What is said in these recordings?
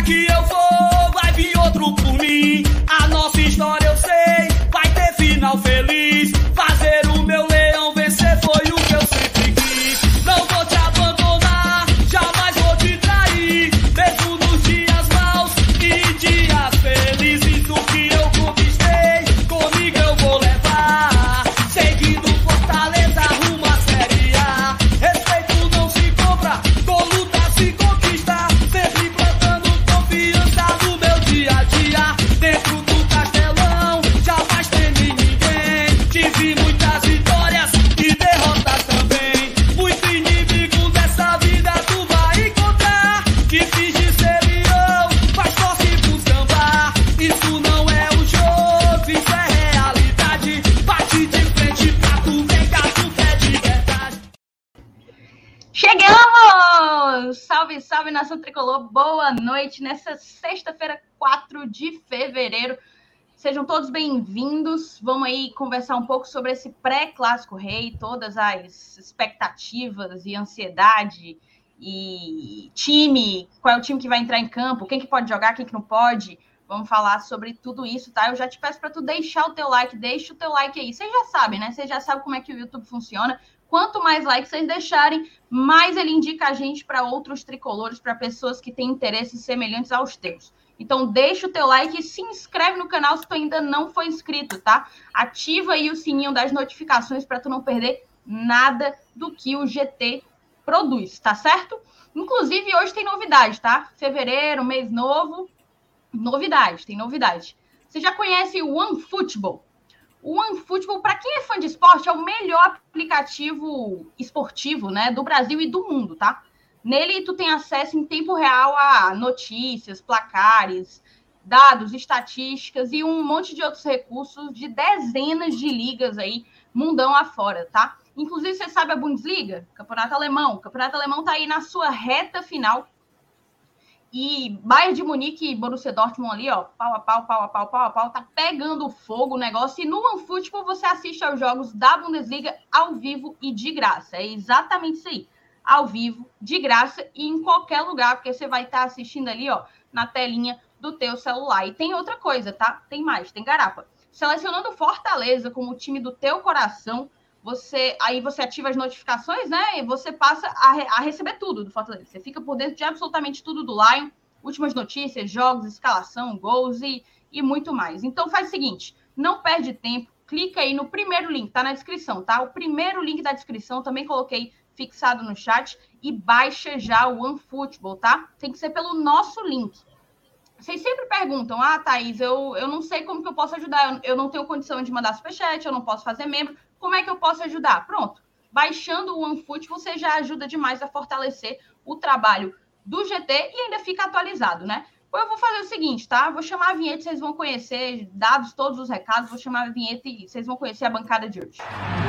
lugar que eu for, vai vir outro por mim. A nossa história eu sei, vai ter final feliz. Fazer o meu leão vencer foi o que eu sempre quis. Não vou te abandonar, jamais vou te trair. Mesmo nos dias maus e dias felizes, o que eu conquistei, comigo eu vou levar. Seguindo Fortaleza rumo à Série A. Respeito não se compra, com luta se conquista. Sempre plantando confiança no meu dia a dia. Dentro do Castelão, jamais teme ninguém. Tive muitas vitórias e derrotas também. Muito inimigo dessa vida tu vai encontrar. Difícil ser leão, mas torce pro samba. Isso não é um jogo, isso é realidade. Bate de frente pra tu ver que a luta é de verdade. Chegamos! Salve, salve, nação tricolor. Boa noite nessa sexta-feira, 4 de fevereiro. Sejam todos bem-vindos. Vamos aí conversar um pouco sobre esse pré-clássico rei, todas as expectativas e ansiedade e time, qual é o time que vai entrar em campo, quem que pode jogar, quem que não pode. Vamos falar sobre tudo isso, tá? Eu já te peço para tu deixar o teu like, deixa o teu like aí. Vocês já sabem, né? Vocês já sabem como é que o YouTube funciona. Quanto mais likes vocês deixarem, mais ele indica a gente para outros tricolores, para pessoas que têm interesses semelhantes aos teus. Então, deixa o teu like e se inscreve no canal se tu ainda não for inscrito, tá? Ativa aí o sininho das notificações para tu não perder nada do que o GT produz, tá certo? Inclusive, hoje tem novidade, tá? Fevereiro, mês novo, novidade, tem novidade. Você já conhece o OneFootball? O OneFootball, para quem é fã de esporte, é o melhor aplicativo esportivo, né, do Brasil e do mundo, tá? Nele, tu tem acesso em tempo real a notícias, placares, dados, estatísticas e um monte de outros recursos de dezenas de ligas aí, mundão afora, tá? Inclusive, você sabe a Bundesliga? Campeonato Alemão. O Campeonato Alemão tá aí na sua reta final. E Bayern de Munique e Borussia Dortmund ali, ó, pau a pau, tá pegando fogo o negócio. E no OneFootball você assiste aos jogos da Bundesliga ao vivo e de graça. É exatamente isso aí. Ao vivo, de graça e em qualquer lugar, porque você vai estar assistindo ali, ó, na telinha do teu celular. E tem outra coisa, tá? Tem mais, tem garapa. Selecionando Fortaleza como o time do teu coração, você ativa as notificações, né? E você passa a receber tudo do Fortaleza. Você fica por dentro de absolutamente tudo do Lion, últimas notícias, jogos, escalação, gols e muito mais. Então faz o seguinte, não perde tempo, clica aí no primeiro link, tá na descrição, tá? O primeiro link da descrição, também coloquei fixado no chat, e baixa já o OneFootball, tá? Tem que ser pelo nosso link. Vocês sempre perguntam, Thaís, eu não sei como que eu posso ajudar, eu não tenho condição de mandar superchat, eu não posso fazer membro, como é que eu posso ajudar? Pronto, baixando o OneFootball, você já ajuda demais a fortalecer o trabalho do GT e ainda fica atualizado, né? Eu vou fazer o seguinte, tá? Vou chamar a vinheta, vocês vão conhecer, dados todos os recados, vou chamar a vinheta e vocês vão conhecer a bancada de hoje.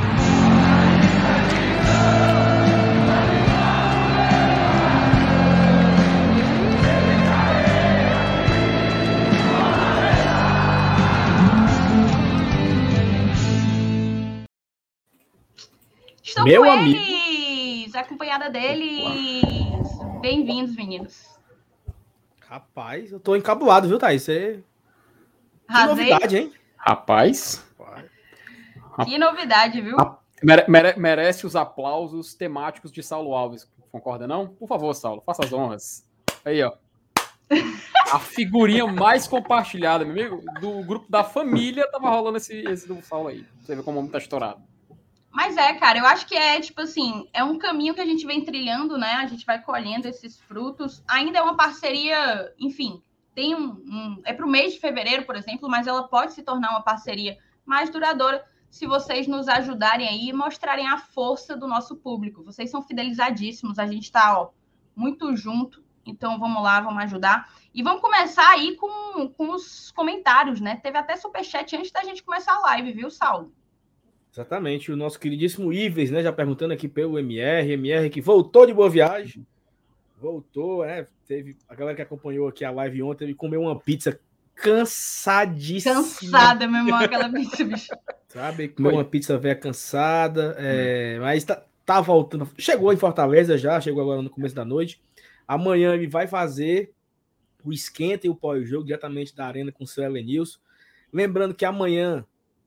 Estou Meu com amigo. eles, acompanhada deles. Bem-vindos, meninos. Rapaz, eu tô encabulado, viu, Thaís? Que novidade, hein? Rapaz. Que novidade, viu? Merece os aplausos temáticos de Saulo Alves. Concorda, não? Por favor, Saulo, faça as honras. Aí, ó. A figurinha mais compartilhada, meu amigo, do grupo da família, tava rolando esse do Saulo aí. Você vê como o homem tá estourado. Mas cara, eu acho que tipo assim, é um caminho que a gente vem trilhando, né? A gente vai colhendo esses frutos. Ainda é uma parceria, enfim, tem é para o mês de fevereiro, por exemplo, mas ela pode se tornar uma parceria mais duradoura se vocês nos ajudarem aí e mostrarem a força do nosso público. Vocês são fidelizadíssimos, a gente tá, ó, muito junto. Então, vamos lá, vamos ajudar. E vamos começar aí com os comentários, né? Teve até superchat antes da gente começar a live, viu, Saulo? Exatamente, o nosso queridíssimo Ives, né, já perguntando aqui pelo MR que voltou de boa viagem, voltou, teve a galera que acompanhou aqui a live ontem, ele comeu uma pizza cansadíssima. Cansada, meu irmão, aquela pizza, bicho. Sabe, comeu uma pizza velha cansada, mas tá voltando, chegou em Fortaleza já, chegou agora no começo da noite, amanhã ele vai fazer o esquenta e o pós-jogo diretamente da Arena com o seu Elenilson. Lembrando que amanhã,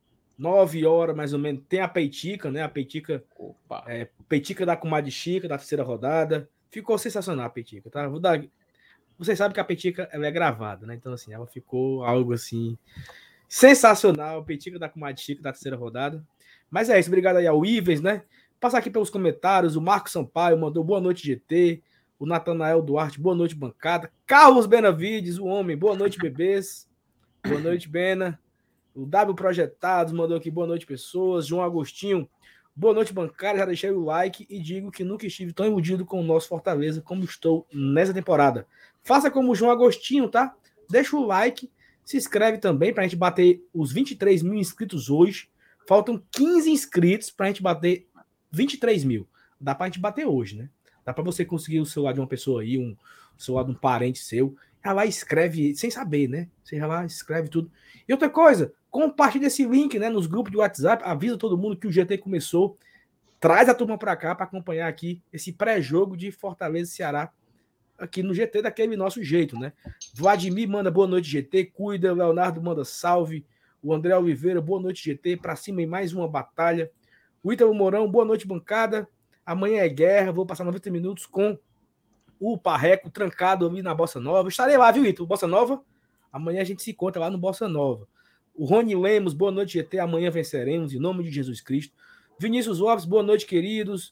9 horas mais ou menos, tem a Peitica, né? A Peitica, Peitica da Comadre Chica, da terceira rodada. Ficou sensacional a Peitica, tá? Vocês sabem que a Peitica ela é gravada, né? Então, assim, ela ficou algo assim sensacional. Peitica da Comadre Chica, da terceira rodada. Mas é isso, obrigado aí ao Ivens, né? Passar aqui pelos comentários. O Marco Sampaio mandou boa noite, GT. O Natanael Duarte, boa noite, bancada. Carlos Benavides, o homem, boa noite, bebês. Boa noite, Bena. O W Projetados mandou aqui, boa noite, pessoas. João Agostinho, boa noite, bancada. Já deixei o like e digo que nunca estive tão iludido com o nosso Fortaleza como estou nessa temporada. Faça como o João Agostinho, tá? Deixa o like, se inscreve também pra gente bater os 23 mil inscritos hoje. Faltam 15 inscritos pra gente bater 23 mil. Dá pra gente bater hoje, né? Dá para você conseguir o celular de uma pessoa aí, o celular de um parente seu. Já lá escreve, sem saber, né? Você já lá escreve tudo. E outra coisa, compartilha esse link, né? Nos grupos de WhatsApp, avisa todo mundo que o GT começou. Traz a turma para cá para acompanhar aqui esse pré-jogo de Fortaleza e Ceará aqui no GT daquele nosso jeito, né? Vladimir manda boa noite, GT. Cuida. Leonardo manda salve. O André Oliveira, boa noite, GT. Para cima em mais uma batalha. O Ítalo Mourão, boa noite, bancada. Amanhã é guerra, vou passar 90 minutos com o Parreco trancado ali na Bossa Nova. Estarei lá, viu, Ito? Bossa Nova? Amanhã a gente se encontra lá no Bossa Nova. O Rony Lemos, boa noite, GT. Amanhã venceremos, em nome de Jesus Cristo. Vinícius Lopes, boa noite, queridos.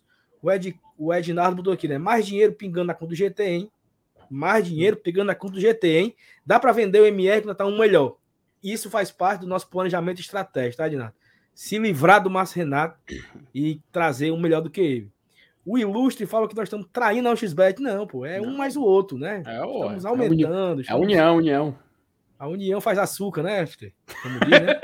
O Ednardo botou aqui, né? Mais dinheiro pingando na conta do GT, hein? Mais dinheiro pegando na conta do GT, hein? Dá para vender o MR que ainda tá um melhor. Isso faz parte do nosso planejamento estratégico, tá, Ednardo? Se livrar do Márcio Renato e trazer um melhor do que ele. O Ilustre fala que nós estamos traindo a XBet. Não, pô, é um mais o outro, né? Estamos aumentando. É união. A união faz açúcar, né? Como diz, né?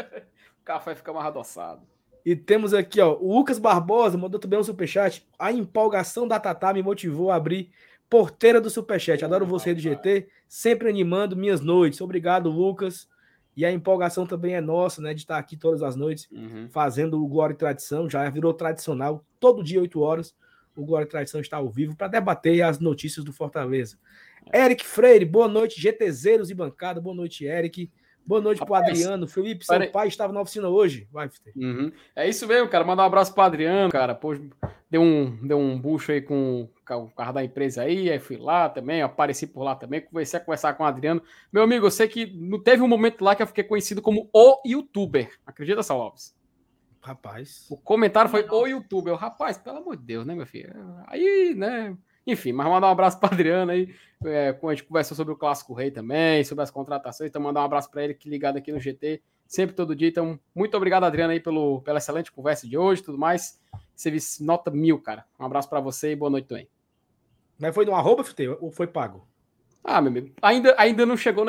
O café fica mais adoçado. E temos aqui, ó, o Lucas Barbosa mandou também um superchat. A empolgação da Tatá me motivou a abrir porteira do superchat. Adoro você do GT, sempre animando minhas noites. Obrigado, Lucas. E a empolgação também é nossa, né? De estar aqui todas as noites fazendo o Glória e Tradição. Já virou tradicional. Todo dia, 8 horas, o Glória e Tradição está ao vivo para debater as notícias do Fortaleza. Eric Freire, boa noite, GTZeros e bancada. Boa noite, Eric. Boa noite pro Adriano. Felipe, seu pai estava na oficina hoje. Vai, É isso mesmo, cara. Mandar um abraço pro Adriano, cara. Pô, deu um bucho aí com o carro da empresa aí fui lá também, apareci por lá também, comecei a conversar com o Adriano. Meu amigo, eu sei que teve um momento lá que eu fiquei conhecido como o youtuber. Acredita, Saulo Alves? Rapaz. O comentário foi o youtuber. Rapaz, pelo amor de Deus, né, meu filho? Aí, né... Enfim, mas mandar um abraço para Adriano aí. A gente conversou sobre o Clássico Rei também, sobre as contratações. Então, mandar um abraço para ele que ligado aqui no GT, sempre, todo dia. Então, muito obrigado, Adriano, aí pela excelente conversa de hoje e tudo mais. Serviço nota 1000, cara. Um abraço para você e boa noite também. Mas foi no arroba, FT, ou foi pago? Ah, meu amigo, ainda não chegou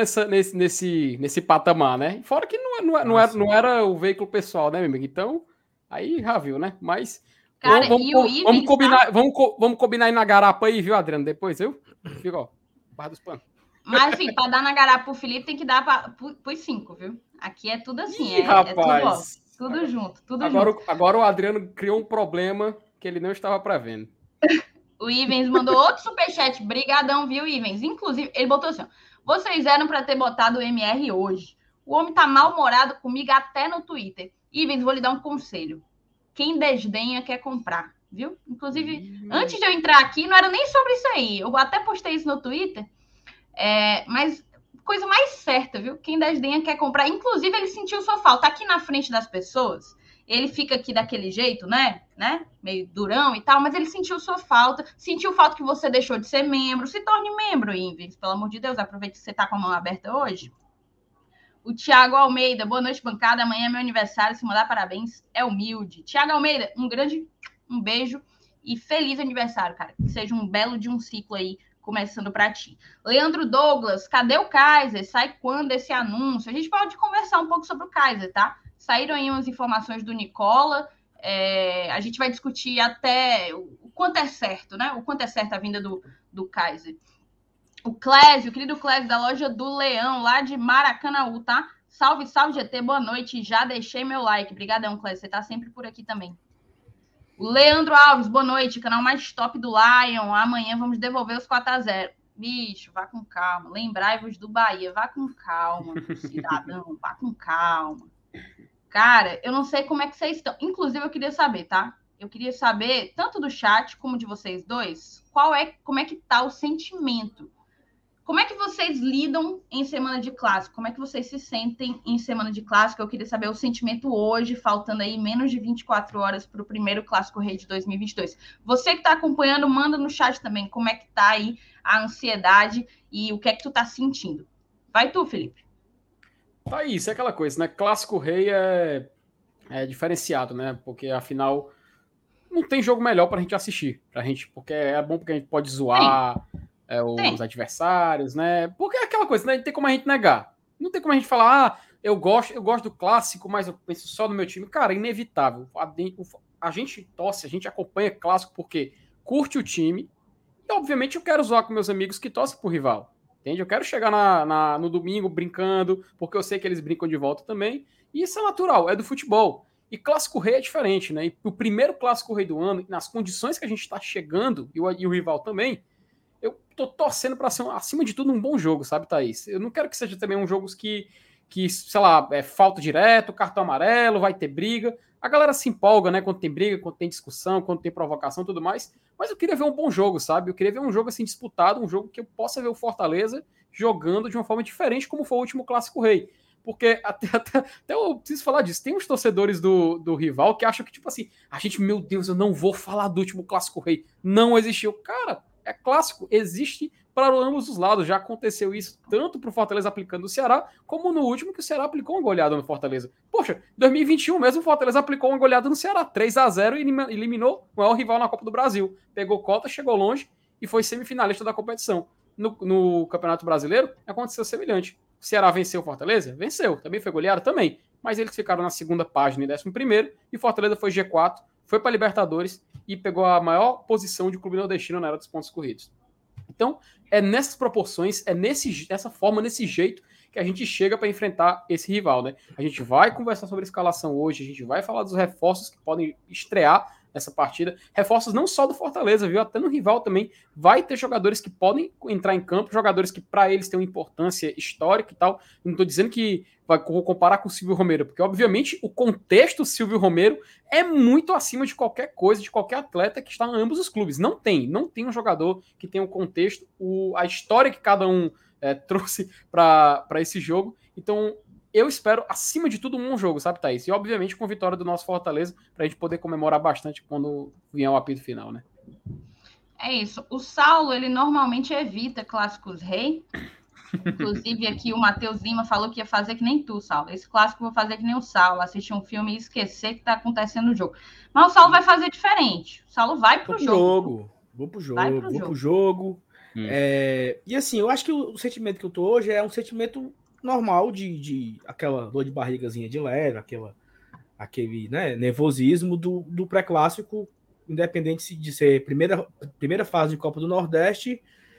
nesse patamar, né? Fora que não era o veículo pessoal, né, meu amigo? Então, aí já viu, né? Mas... Cara, vamos combinar aí na garapa aí, viu, Adriano? Depois, viu? Fica, ó, Barra dos Panos. Mas, assim, para dar na garapa pro Felipe, tem que dar pros 5, viu? Aqui é tudo assim, rapaz. É tudo junto, tudo junto. Junto. Agora o Adriano criou um problema que ele não estava prevendo. O Ivens mandou outro superchat. Brigadão, viu, Ivens? Inclusive, ele botou assim, ó, vocês eram para ter botado o MR hoje. O homem tá mal-humorado comigo até no Twitter. Ivens, vou lhe dar um conselho. Quem desdenha quer comprar, viu? Inclusive, antes de eu entrar aqui, não era nem sobre isso aí. Eu até postei isso no Twitter. Mas coisa mais certa, viu? Quem desdenha quer comprar. Inclusive, ele sentiu sua falta. Aqui na frente das pessoas, ele fica aqui daquele jeito, né? Meio durão e tal, mas ele sentiu sua falta. Sentiu falta que você deixou de ser membro. Se torne membro, Ivens. Pelo amor de Deus, aproveite que você tá com a mão aberta hoje. O Thiago Almeida, boa noite, bancada. Amanhã é meu aniversário, se mandar parabéns, é humilde. Thiago Almeida, um beijo e feliz aniversário, cara. Que seja um belo de um ciclo aí, começando para ti. Leandro Douglas, cadê o Kaiser? Sai quando esse anúncio? A gente pode conversar um pouco sobre o Kaiser, tá? Saíram aí umas informações do Nicola. A gente vai discutir até o quanto é certo, né? O quanto é certo a vinda do Kaiser. O Clésio, o querido Clésio da loja do Leão, lá de Maracanaú, tá? Salve, salve, GT, boa noite. Já deixei meu like. Obrigadão, Clésio. Você tá sempre por aqui também. O Leandro Alves, boa noite. Canal mais top do Lion. Amanhã vamos devolver os 4-0. Bicho, vá com calma. Lembrai-vos do Bahia. Vá com calma, cidadão. Vá com calma. Cara, eu não sei como é que vocês estão. Inclusive, eu queria saber, tá? Eu queria saber, tanto do chat como de vocês dois, como é que tá o sentimento. Como é que vocês lidam em semana de clássico? Como é que vocês se sentem em semana de clássico? Eu queria saber o sentimento hoje, faltando aí menos de 24 horas para o primeiro Clássico Rei de 2022. Você que está acompanhando, manda no chat também como é que tá aí a ansiedade e o que é que tu tá sentindo. Vai tu, Felipe. Tá isso, é aquela coisa, né? Clássico Rei é diferenciado, né? Porque afinal não tem jogo melhor pra gente assistir. Porque é bom porque a gente pode zoar os adversários, né? Porque é aquela coisa, né? Não tem como a gente negar. Não tem como a gente falar, eu gosto do clássico, mas eu penso só no meu time. Cara, é inevitável. A gente torce, a gente acompanha clássico porque curte o time. E, obviamente, eu quero zoar com meus amigos que torcem pro rival. Entende? Eu quero chegar no domingo brincando, porque eu sei que eles brincam de volta também. E isso é natural, é do futebol. E Clássico Rei é diferente, né? E o primeiro Clássico Rei do ano, nas condições que a gente está chegando, e o rival também, eu tô torcendo para ser, acima de tudo, um bom jogo, sabe, Thaís? Eu não quero que seja também um jogo que sei lá, falta direto, cartão amarelo, vai ter briga. A galera se empolga, né, quando tem briga, quando tem discussão, quando tem provocação e tudo mais. Mas eu queria ver um bom jogo, sabe? Eu queria ver um jogo assim disputado, um jogo que eu possa ver o Fortaleza jogando de uma forma diferente, como foi o último Clássico Rei. Porque até eu preciso falar disso. Tem uns torcedores do rival que acham que, tipo assim, a gente, meu Deus, eu não vou falar do último Clássico Rei. Não existiu. Cara, é clássico, existe para ambos os lados. Já aconteceu isso tanto para o Fortaleza aplicando o Ceará, como no último que o Ceará aplicou uma goleada no Fortaleza. Poxa, 2021 mesmo o Fortaleza aplicou uma goleada no Ceará, 3-0 e eliminou o maior rival na Copa do Brasil. Pegou cota, chegou longe e foi semifinalista da competição. No Campeonato Brasileiro aconteceu semelhante. O Ceará venceu o Fortaleza? Venceu. Também foi goleado? Também. Mas eles ficaram na segunda página e 11º, e o Fortaleza foi G4, foi para a Libertadores e pegou a maior posição de clube nordestino na era dos pontos corridos. Então, é nessas proporções, é dessa forma, nesse jeito, que a gente chega para enfrentar esse rival, né? A gente vai conversar sobre a escalação hoje, a gente vai falar dos reforços que podem estrear nessa partida. Reforços não só do Fortaleza, viu? Até no rival também vai ter jogadores que podem entrar em campo, jogadores que para eles têm uma importância histórica e tal. Eu não estou dizendo que vou comparar com o Silvio Romero, porque obviamente o contexto Silvio Romero é muito acima de qualquer coisa, de qualquer atleta que está em ambos os clubes. Não tem um jogador que tenha o contexto, a história que cada um trouxe para esse jogo. Então, eu espero, acima de tudo, um jogo, sabe, Thaís? E, obviamente, com a vitória do nosso Fortaleza, para a gente poder comemorar bastante quando vier o apito final, né? É isso. O Saulo, ele normalmente evita Clássicos Rei. Inclusive, aqui o Matheus Lima falou que ia fazer que nem tu, Saulo. Esse clássico eu vou fazer que nem o Saulo. Assistir um filme e esquecer que está acontecendo no jogo. Mas o Saulo vai fazer diferente. O Saulo vai pro jogo. Vou pro jogo. E assim, eu acho que o sentimento que eu tô hoje é um sentimento normal de aquela dor de barrigazinha de leve, aquele nervosismo do pré-clássico, independente de ser primeira fase de Copa do Nordeste,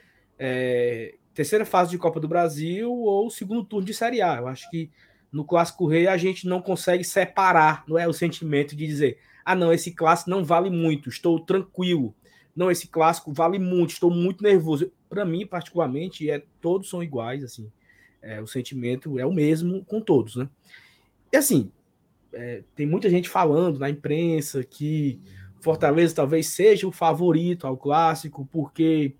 terceira fase de Copa do Brasil ou segundo turno de Série A. Eu acho que no Clássico Rei a gente não consegue separar, não é o sentimento de dizer, não, esse clássico não vale muito, estou tranquilo. Não, esse clássico vale muito, estou muito nervoso. Para mim, particularmente, todos são iguais, assim. O sentimento é o mesmo com todos, né? E assim, tem muita gente falando na imprensa que Fortaleza talvez seja o favorito ao clássico, porque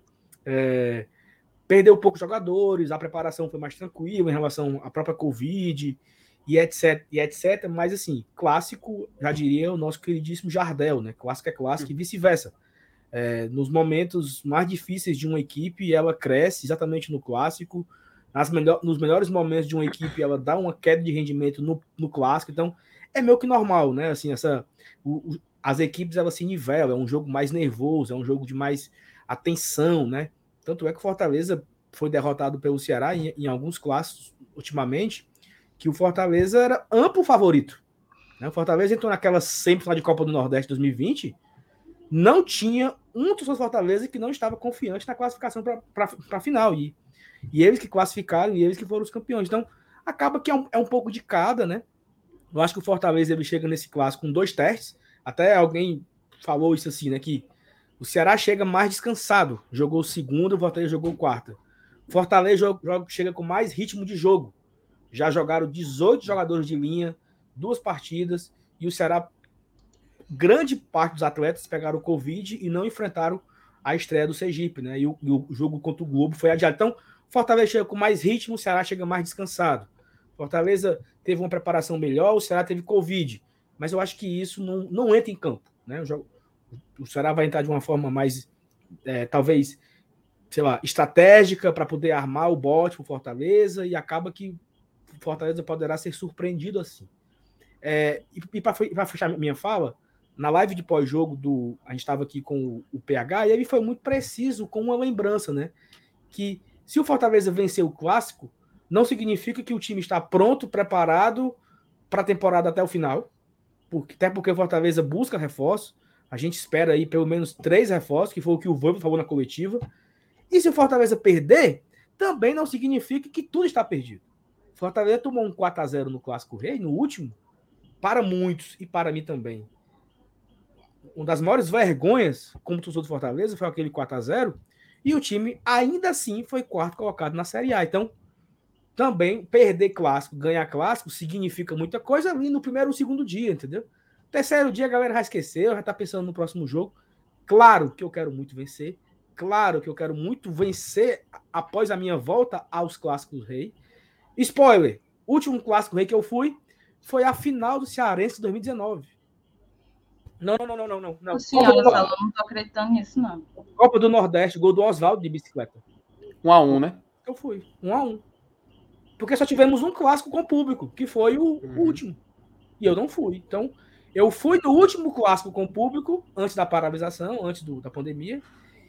perdeu poucos jogadores, a preparação foi mais tranquila em relação à própria Covid e etc. Mas assim, clássico, já diria o nosso queridíssimo Jardel, né? Clássico é clássico e vice-versa. Nos momentos mais difíceis de uma equipe, ela cresce exatamente no clássico. Nos melhores momentos de uma equipe, ela dá uma queda de rendimento no clássico. Então, é meio que normal, né? Assim, as equipes, elas se nivelam. É um jogo mais nervoso, é um jogo de mais atenção, né? Tanto é que o Fortaleza foi derrotado pelo Ceará em alguns clássicos, ultimamente, que o Fortaleza era amplo favorito. Né? O Fortaleza entrou naquela semifinal de Copa do Nordeste 2020, não tinha um torcedor do Fortaleza que não estava confiante na classificação para a final. E eles que classificaram e eles que foram os campeões. Então, acaba que é um pouco de cada, né? Eu acho que o Fortaleza ele chega nesse clássico com 2 testes. Até alguém falou isso assim, né? Que O Ceará chega mais descansado. Jogou segunda, o Fortaleza jogou quarta. Fortaleza chega com mais ritmo de jogo. Já jogaram 18 jogadores de linha, 2 partidas, e o Ceará, grande parte dos atletas pegaram o Covid e não enfrentaram a estreia do Sergipe, né? E o jogo contra o Globo foi adiado. Então, Fortaleza chega com mais ritmo, o Ceará chega mais descansado. Fortaleza teve uma preparação melhor, o Ceará teve Covid. Mas eu acho que isso não entra em campo, né? O Ceará vai entrar de uma forma mais, talvez, sei lá, estratégica para poder armar o bote para o Fortaleza, e acaba que o Fortaleza poderá ser surpreendido assim. E para fechar minha fala, na live de pós-jogo, a gente estava aqui com o PH, e ele foi muito preciso com uma lembrança, né? Que se o Fortaleza vencer o Clássico, não significa que o time está pronto, preparado para a temporada até o final, até porque o Fortaleza busca reforço. A gente espera aí pelo menos 3 reforços, que foi o que o Voivoda falou na coletiva. E se o Fortaleza perder, também não significa que tudo está perdido. O Fortaleza tomou um 4-0 no Clássico Rei, no último, para muitos e para mim também. Uma das maiores vergonhas, como torcedor do Fortaleza, foi aquele 4-0, e o time ainda assim foi 4º colocado na Série A. Então, também perder clássico, ganhar clássico, significa muita coisa ali no primeiro ou segundo dia, entendeu? Terceiro dia a galera já esqueceu, já tá pensando no próximo jogo. Claro que eu quero muito vencer. Claro que eu quero muito vencer após a minha volta aos Clássicos Rei. Spoiler, o último Clássico Rei que eu fui foi a final do Cearense de 2019. Não. Senhora, Salão, não tô acreditando nisso, não. Copa do Nordeste, gol do Oswaldo de bicicleta. 1-1, né? Eu fui, 1-1. Porque só tivemos um clássico com público, que foi o último. E eu não fui. Então, eu fui no último clássico com público, antes da paralisação, antes da pandemia,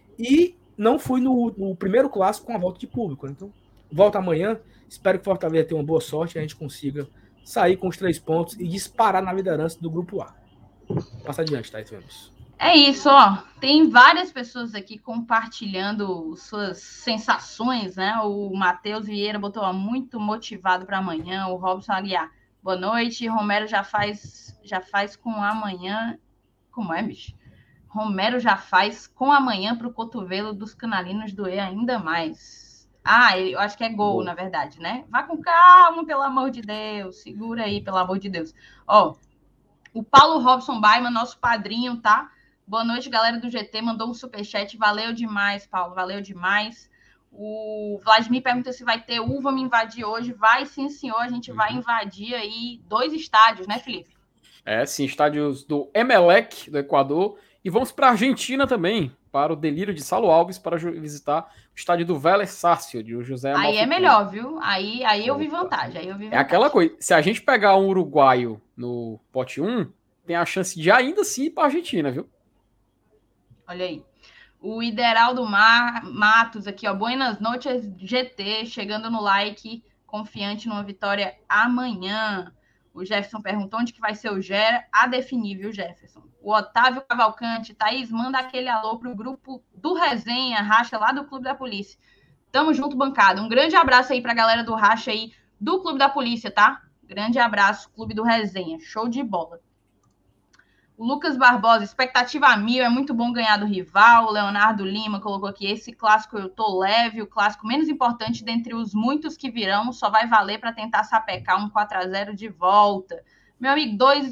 e não fui no primeiro clássico com a volta de público. Então, volta amanhã. Espero que o Fortaleza tenha uma boa sorte e a gente consiga sair com os 3 pontos e disparar na liderança do Grupo A. Passa adiante, tá? É isso, ó. Tem várias pessoas aqui compartilhando suas sensações, né? O Matheus Vieira botou muito motivado para amanhã. O Robson Aguiar, boa noite. Romero já faz com amanhã. Como é, bicho? Romero já faz com amanhã para o cotovelo dos canalinos doer ainda mais. Eu acho que é gol, na verdade, né? Vá com calma, pelo amor de Deus. Segura aí, pelo amor de Deus. Ó, o Paulo Robson Baiman, nosso padrinho, tá? Boa noite, galera do GT. Mandou um superchat. Valeu demais, Paulo. Valeu demais. O Vladimir pergunta se vai ter uva me invadir hoje. Vai sim, senhor. A gente vai invadir aí 2 estádios, né, Felipe? Sim, estádios do Emelec, do Equador. E vamos para a Argentina também, para o delírio de Saulo Alves, para visitar o estádio do Vélez Sársfield, de José Amalfitano. Aí é melhor, viu? Aí eu vi vantagem. É aquela coisa, se a gente pegar um uruguaio no pote 1, tem a chance de ainda assim ir para a Argentina, viu? Olha aí. O Ideraldo Matos aqui, ó. Buenas noites, GT. Chegando no like, confiante numa vitória amanhã. O Jefferson perguntou onde que vai ser o Gera. A definir, viu, Jefferson? O Otávio Cavalcante. Thaís, manda aquele alô pro grupo do Resenha, Racha, lá do Clube da Polícia. Tamo junto, bancada. Um grande abraço aí pra galera do Racha aí, do Clube da Polícia, tá? Grande abraço, Clube do Resenha. Show de bola. O Lucas Barbosa, expectativa 1000, é muito bom ganhar do rival. O Leonardo Lima colocou aqui, esse clássico eu tô leve, o clássico menos importante dentre os muitos que virão, só vai valer para tentar sapecar um 4-0 de volta. Meu amigo,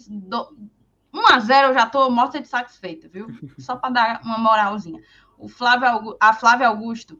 1-0 eu já tô morta de satisfeita, viu? Só para dar uma moralzinha. A Flávia Augusto,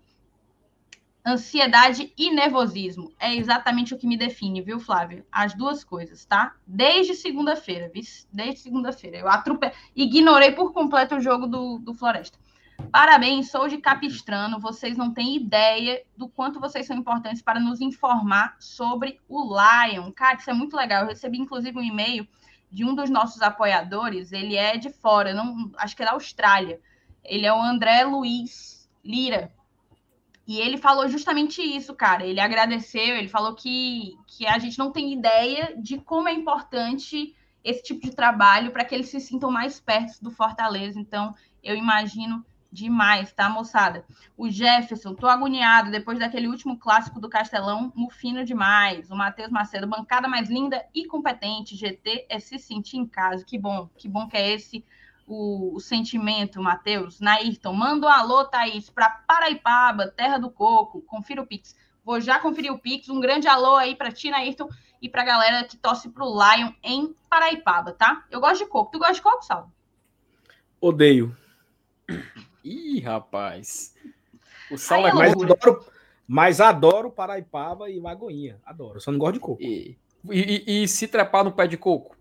ansiedade e nervosismo. É exatamente o que me define, viu, Flávio? As duas coisas, tá? Desde segunda-feira, viu? Desde segunda-feira. Eu ignorei por completo o jogo do Floresta. Parabéns, sou de Capistrano. Vocês não têm ideia do quanto vocês são importantes para nos informar sobre o Lion. Cara, isso é muito legal. Eu recebi, inclusive, um e-mail de um dos nossos apoiadores. Ele é de fora, acho que é da Austrália. Ele é o André Luiz Lira. E ele falou justamente isso, cara. Ele agradeceu, ele falou que a gente não tem ideia de como é importante esse tipo de trabalho para que eles se sintam mais perto do Fortaleza. Então, eu imagino demais, tá, moçada? O Jefferson, tô agoniado depois daquele último clássico do Castelão, mufino demais. O Matheus Macedo, bancada mais linda e competente. GT é se sentir em casa. Que bom que é esse o sentimento, Matheus. Nairton, manda um alô, Thaís, para Paraipaba, terra do coco. Confira o Pix. Vou já conferir o Pix. Um grande alô aí para ti, Nairton, e para a galera que torce pro Lion em Paraipaba, tá? Eu gosto de coco. Tu gosta de coco, Sal? Odeio. Ih, rapaz. O Ai, Saulo Mas adoro Paraipaba e Lagoinha. Adoro. Só não gosto de coco. E se trepar no pé de coco?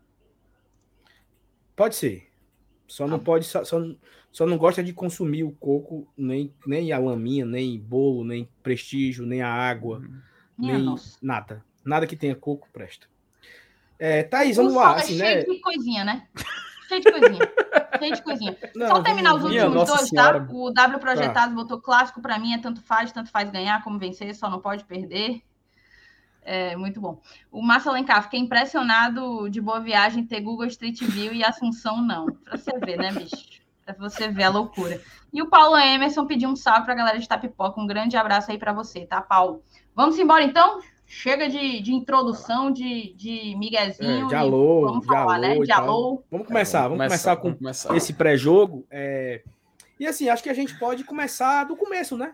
Pode ser. Só não gosta de consumir o coco, nem a laminha, nem bolo, nem prestígio, nem a água, nem nada. Nada que tenha coco presta. Thaís, vamos lá. Assim, cheio de coisinha, né? Cheio de coisinha. Cheio de coisinha. Não, só terminar os últimos dois, senhora. tá? O W Projetados botou clássico pra mim, tanto faz ganhar como vencer, só não pode perder. Muito bom. O Márcio Alencar, fiquei impressionado de Boa Viagem ter Google Street View e Assunção não. Pra você ver, né, bicho? Pra você ver a loucura. E o Paulo Emerson pediu um salve pra galera de Tapipoca. Um grande abraço aí pra você, tá, Paulo? Vamos embora, então? Chega de introdução, de miguezinho. De alô, vamos falar, né? De alô. Vamos começar com esse pré-jogo. E assim, acho que a gente pode começar do começo, né?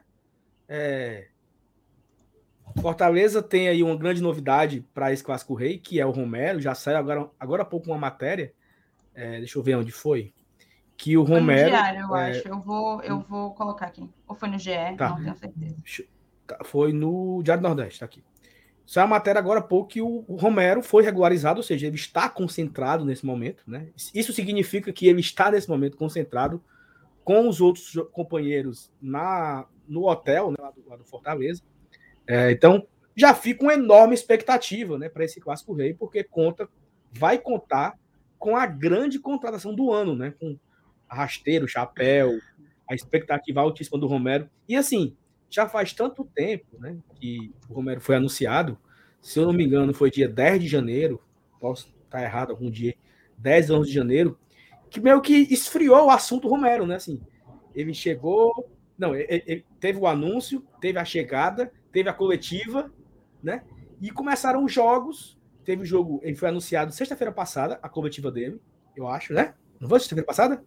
Fortaleza tem aí uma grande novidade para esse Clássico Rei, que é o Romero. Já saiu agora há pouco uma matéria. Deixa eu ver onde foi. Que o Romero. Foi no Diário, eu acho. Eu vou colocar aqui. Ou foi no GE? Tá. Não tenho certeza. Foi no Diário do Nordeste, tá aqui. Saiu a matéria agora há pouco que o Romero foi regularizado, ou seja, ele está concentrado nesse momento, né? Isso significa que ele está nesse momento concentrado com os outros companheiros no hotel, né, lá do Fortaleza. Então, já fica uma enorme expectativa, né, para esse Clássico Rei, porque vai contar com a grande contratação do ano, né, com a Rasteiro, Chapéu, a expectativa altíssima do Romero. E assim, já faz tanto tempo, né, que o Romero foi anunciado, se eu não me engano, foi dia 10 de janeiro, posso estar errado algum dia, 10, 11 de janeiro, que meio que esfriou o assunto Romero, né, assim, ele chegou, ele teve o anúncio, teve a chegada, teve a coletiva, né? E começaram os jogos. Teve o jogo, ele foi anunciado sexta-feira passada, a coletiva dele, eu acho, né? Não foi sexta-feira passada?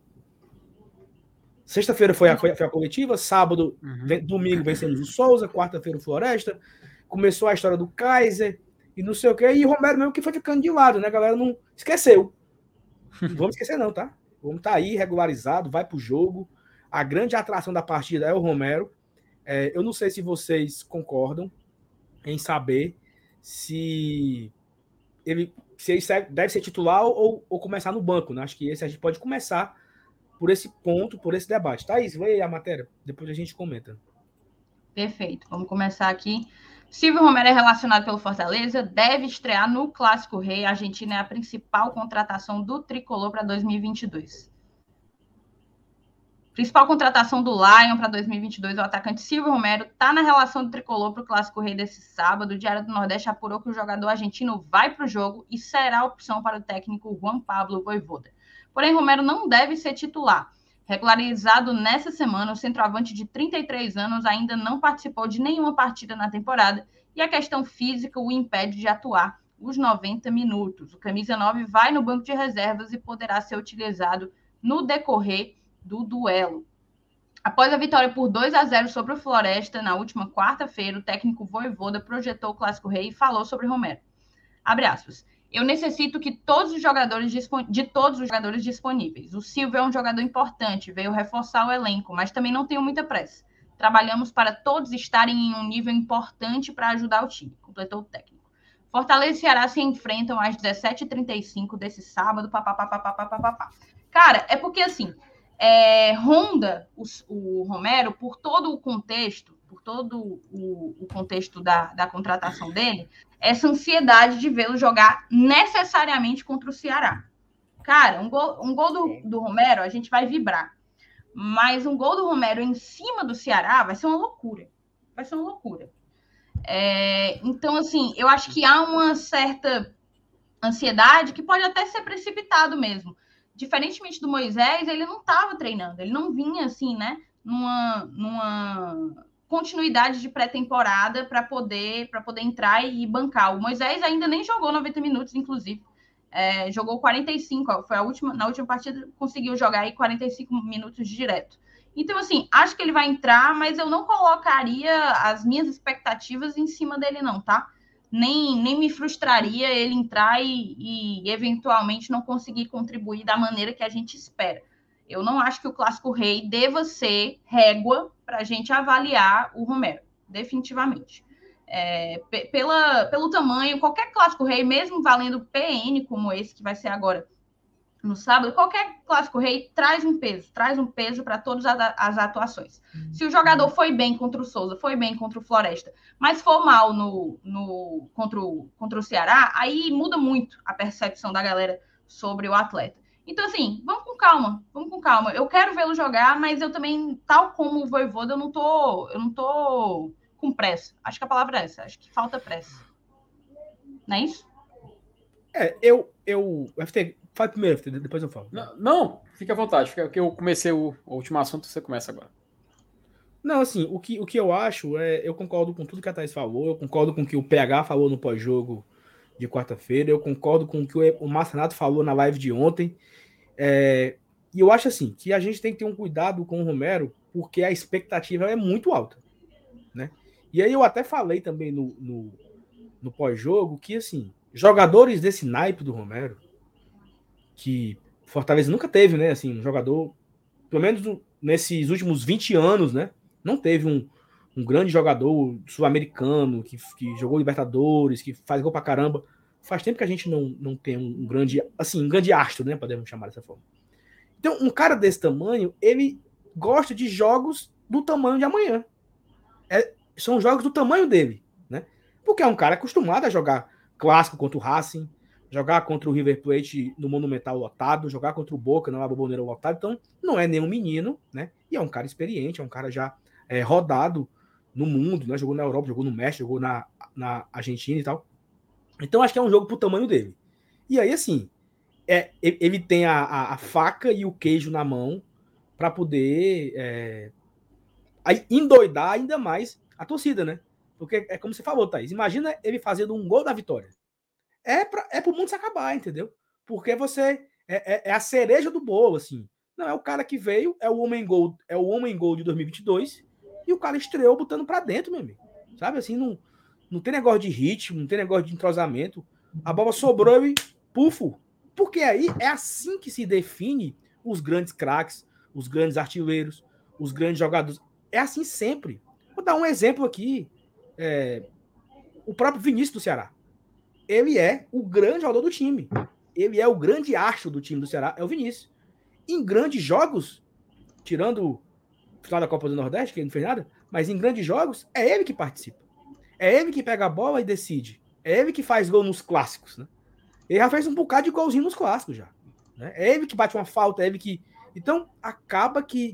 Sexta-feira foi a coletiva, sábado, domingo vencemos o Souza, quarta-feira o Floresta, começou a história do Kaiser e não sei o quê, e o Romero mesmo que foi ficando de lado, né? A galera não esqueceu. Não vamos esquecer não, tá? Vamos estar aí regularizado, vai pro jogo. A grande atração da partida é o Romero. Eu não sei se vocês concordam em saber se ele deve ser titular ou começar no banco, né? Acho que a gente pode começar por esse ponto, por esse debate. Thaís, lê a matéria, depois a gente comenta. Perfeito, vamos começar aqui. Silvio Romero é relacionado pelo Fortaleza, deve estrear no Clássico Rei. A Argentina é a principal contratação do Tricolor para 2022. Principal contratação do Lion para 2022, o atacante Silvio Romero está na relação do Tricolor para o Clássico Rei desse sábado. O Diário do Nordeste apurou que o jogador argentino vai para o jogo e será opção para o técnico Juan Pablo Vojvoda. Porém, Romero não deve ser titular. Regularizado nessa semana, o centroavante de 33 anos ainda não participou de nenhuma partida na temporada e a questão física o impede de atuar os 90 minutos. O camisa 9 vai no banco de reservas e poderá ser utilizado no decorrer do duelo. Após a vitória por 2-0 sobre o Floresta na última quarta-feira, o técnico Vojvoda projetou o Clássico Rei e falou sobre Romero. Abre aspas. Eu necessito que todos os jogadores disponíveis. O Silvio é um jogador importante, veio reforçar o elenco, mas também não tenho muita pressa. Trabalhamos para todos estarem em um nível importante para ajudar o time, completou o técnico. Fortaleza e Ceará se enfrentam às 17h35 desse sábado. Cara, é porque assim, ronda o Romero por todo o contexto, da contratação dele, essa ansiedade de vê-lo jogar necessariamente contra o Ceará. Cara, um gol do Romero, a gente vai vibrar. Mas um gol do Romero em cima do Ceará vai ser uma loucura. Então, assim, eu acho que há uma certa ansiedade que pode até ser precipitado mesmo. Diferentemente do Moisés, ele não estava treinando, ele não vinha assim, né, numa continuidade de pré-temporada para poder entrar e bancar. O Moisés ainda nem jogou 90 minutos, inclusive. jogou 45, foi na última partida, conseguiu jogar aí 45 minutos direto. Então, assim, acho que ele vai entrar, mas eu não colocaria as minhas expectativas em cima dele, não, tá? Nem me frustraria ele entrar e eventualmente não conseguir contribuir da maneira que a gente espera. Eu não acho que o Clássico Rei deva ser régua para a gente avaliar o Romero, definitivamente. Pelo tamanho, qualquer Clássico Rei, mesmo valendo PN como esse que vai ser agora no sábado, qualquer Clássico Rei traz um peso para todas as atuações. Se o jogador foi bem contra o Souza, foi bem contra o Floresta, mas for mal contra o Ceará, aí muda muito a percepção da galera sobre o atleta. Então, assim, vamos com calma. Eu quero vê-lo jogar, mas eu também, tal como o Vojvoda, eu não tô com pressa. Acho que a palavra é essa. Acho que falta pressa. Não é isso? Fala primeiro, depois eu falo. Não, fique à vontade. Porque eu comecei o último assunto, você começa agora. Não, assim, o que eu acho eu concordo com tudo que a Thaís falou, eu concordo com o que o PH falou no pós-jogo de quarta-feira, eu concordo com o que o Marcenato falou na live de ontem. E eu acho assim, que a gente tem que ter um cuidado com o Romero, porque a expectativa é muito alta, né? E aí eu até falei também no pós-jogo que, assim, jogadores desse naipe do Romero, que Fortaleza nunca teve, né? Assim, um jogador, pelo menos nesses últimos 20 anos, né? Não teve um grande jogador sul-americano que jogou Libertadores, que faz gol pra caramba. Faz tempo que a gente não tem um grande astro, né? Podemos chamar dessa forma. Então, um cara desse tamanho, ele gosta de jogos do tamanho de amanhã. São jogos do tamanho dele, né? Porque é um cara acostumado a jogar clássico contra o Racing, jogar contra o River Plate no Monumental lotado, jogar contra o Boca na Bombonera lotado. Então, não é nenhum menino, né? E é um cara experiente, é um cara já rodado no mundo, né? Jogou na Europa, jogou no México, jogou na Argentina e tal. Então, acho que é um jogo pro tamanho dele. E aí, assim, ele tem a faca e o queijo na mão para poder endoidar ainda mais a torcida, né? Porque é como você falou, Thaís. Imagina ele fazendo um gol da vitória. É pro mundo se acabar, entendeu? Porque você é a cereja do bolo, assim. Não, é o cara que veio, é o homem gol de 2022 e o cara estreou botando pra dentro, meu amigo. Sabe, assim, não tem negócio de ritmo, não tem negócio de entrosamento. A bola sobrou e pufo. Porque aí é assim que se define os grandes craques, os grandes artilheiros, os grandes jogadores. É assim sempre. Vou dar um exemplo aqui. O próprio Vinícius do Ceará. Ele é o grande jogador do time. Ele é o grande astro do time do Ceará, é o Vinícius. Em grandes jogos, tirando o final da Copa do Nordeste, que ele não fez nada, mas em grandes jogos, é ele que participa. É ele que pega a bola e decide. É ele que faz gol nos clássicos, né? Ele já fez um bocado de golzinho nos clássicos já. Né? É ele que bate uma falta, é ele que... Então, acaba que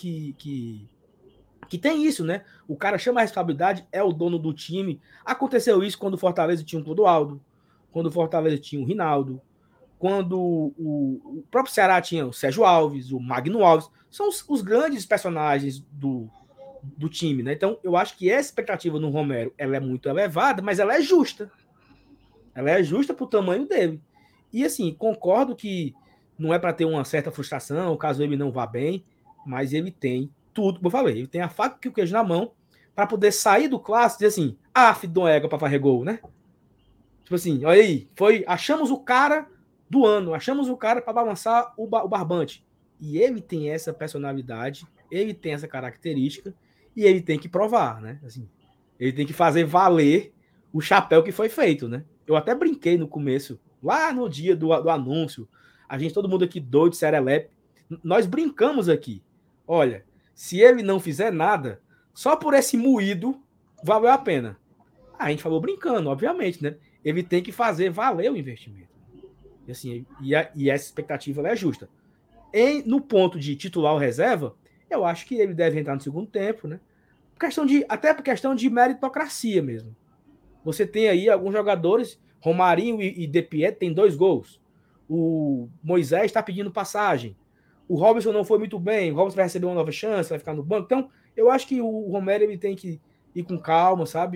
tem isso, né? O cara chama a responsabilidade, é o dono do time. Aconteceu isso quando o Fortaleza tinha o Clodoaldo, quando o Fortaleza tinha o Rinaldo, quando o próprio Ceará tinha o Sérgio Alves, o Magno Alves. São os grandes personagens do time, né? Então, eu acho que essa expectativa no Romero, ela é muito elevada, mas ela é justa. Ela é justa pro tamanho dele. E, assim, concordo que não é para ter uma certa frustração, caso ele não vá bem, mas ele tem tudo, como eu falei, ele tem a faca e o queijo na mão para poder sair do clássico e dizer assim, filho de uma égua para fazer gol, né? Tipo assim, olha aí, achamos o cara do ano, achamos o cara para balançar o barbante. E ele tem essa personalidade, ele tem essa característica e ele tem que provar, né? Assim, ele tem que fazer valer o chapéu que foi feito, né? Eu até brinquei no começo, lá no dia do anúncio, todo mundo aqui doido, serelepe, nós brincamos aqui. Olha, se ele não fizer nada, só por esse moído, valeu a pena. A gente falou brincando, obviamente, né? Ele tem que fazer valer o investimento. E, assim, e essa expectativa é justa. No ponto de titular ou reserva, eu acho que ele deve entrar no segundo tempo, né? Até por questão de meritocracia mesmo. Você tem aí alguns jogadores, Romarinho e De Pietro tem 2 gols. O Moisés está pedindo passagem. O Robson não foi muito bem. O Robson vai receber uma nova chance, vai ficar no banco. Então, eu acho que o Romero ele tem que ir com calma, sabe?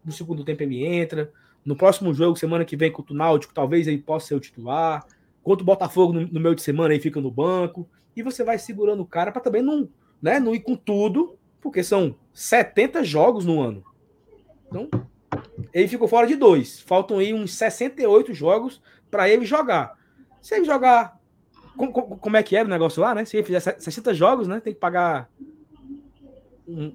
no segundo tempo ele entra. No próximo jogo, semana que vem, contra o Náutico, talvez ele possa ser o titular. Contra o Botafogo, no meio de semana, ele fica no banco. E você vai segurando o cara para também não ir com tudo, porque são 70 jogos no ano. Então, ele ficou fora de 2. Faltam aí uns 68 jogos para ele jogar. Se ele jogar... Como é que é o negócio lá, né? Se ele fizer 60 jogos, né? Tem que pagar... Não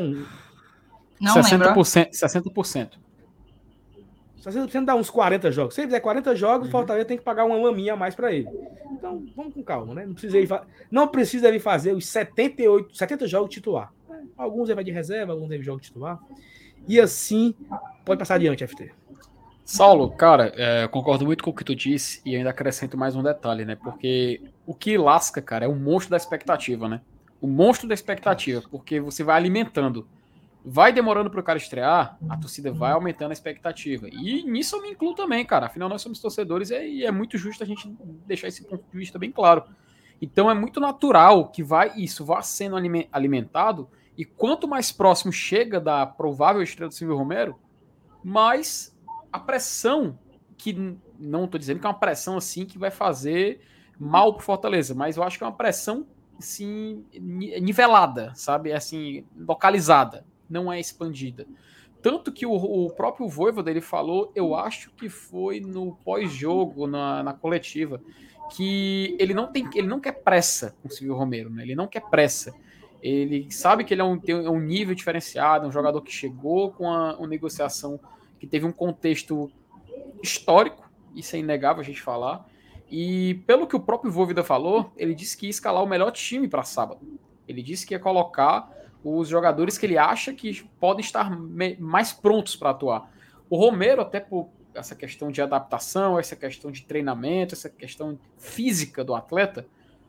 60%. 60%. 60% dá uns 40 jogos. Se ele fizer 40 jogos, o Fortaleza tem que pagar uma maminha a mais para ele. Então, vamos com calma, né? Não precisa ele fazer os 70 jogos titular. Alguns ele vai de reserva, alguns ele de jogo titular. E assim, pode passar adiante, FT. Saulo, cara, concordo muito com o que tu disse e ainda acrescento mais um detalhe, né? Porque o que lasca, cara, é o monstro da expectativa, né? O monstro da expectativa, porque você vai alimentando. Vai demorando para o cara estrear, a torcida vai aumentando a expectativa. E nisso eu me incluo também, cara. Afinal, nós somos torcedores e é muito justo a gente deixar esse ponto de vista bem claro. Então é muito natural que isso vá sendo alimentado, e quanto mais próximo chega da provável estreia do Silvio Romero, mais a pressão, que não estou dizendo que é uma pressão assim que vai fazer mal pro Fortaleza, mas eu acho que é uma pressão assim, nivelada, sabe? Assim, localizada. Não é expandida. Tanto que o próprio Vojvoda, ele falou, eu acho que foi no pós-jogo, na coletiva, que ele não quer pressa com o Silvio Romero, né? Ele não quer pressa. Ele sabe que ele é um nível diferenciado, um jogador que chegou com uma negociação que teve um contexto histórico, isso é inegável a gente falar, e pelo que o próprio Vojvoda falou, ele disse que ia escalar o melhor time para sábado. Ele disse que ia colocar os jogadores que ele acha que podem estar mais prontos para atuar. O Romero, até por essa questão de adaptação, essa questão de treinamento, essa questão física do atleta,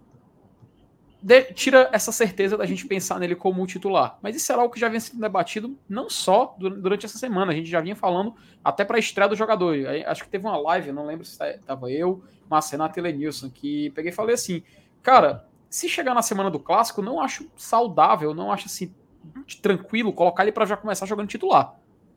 tira essa certeza da gente pensar nele como um titular. Mas isso era algo que já vinha sendo debatido não só durante essa semana, a gente já vinha falando até para a estreia do jogador. Acho que teve uma live, eu não lembro se estava eu, Marcenato e Lenilson, que peguei e falei assim, cara, se chegar na semana do Clássico, não acho saudável, não acho assim tranquilo colocar ele para já começar jogando titular.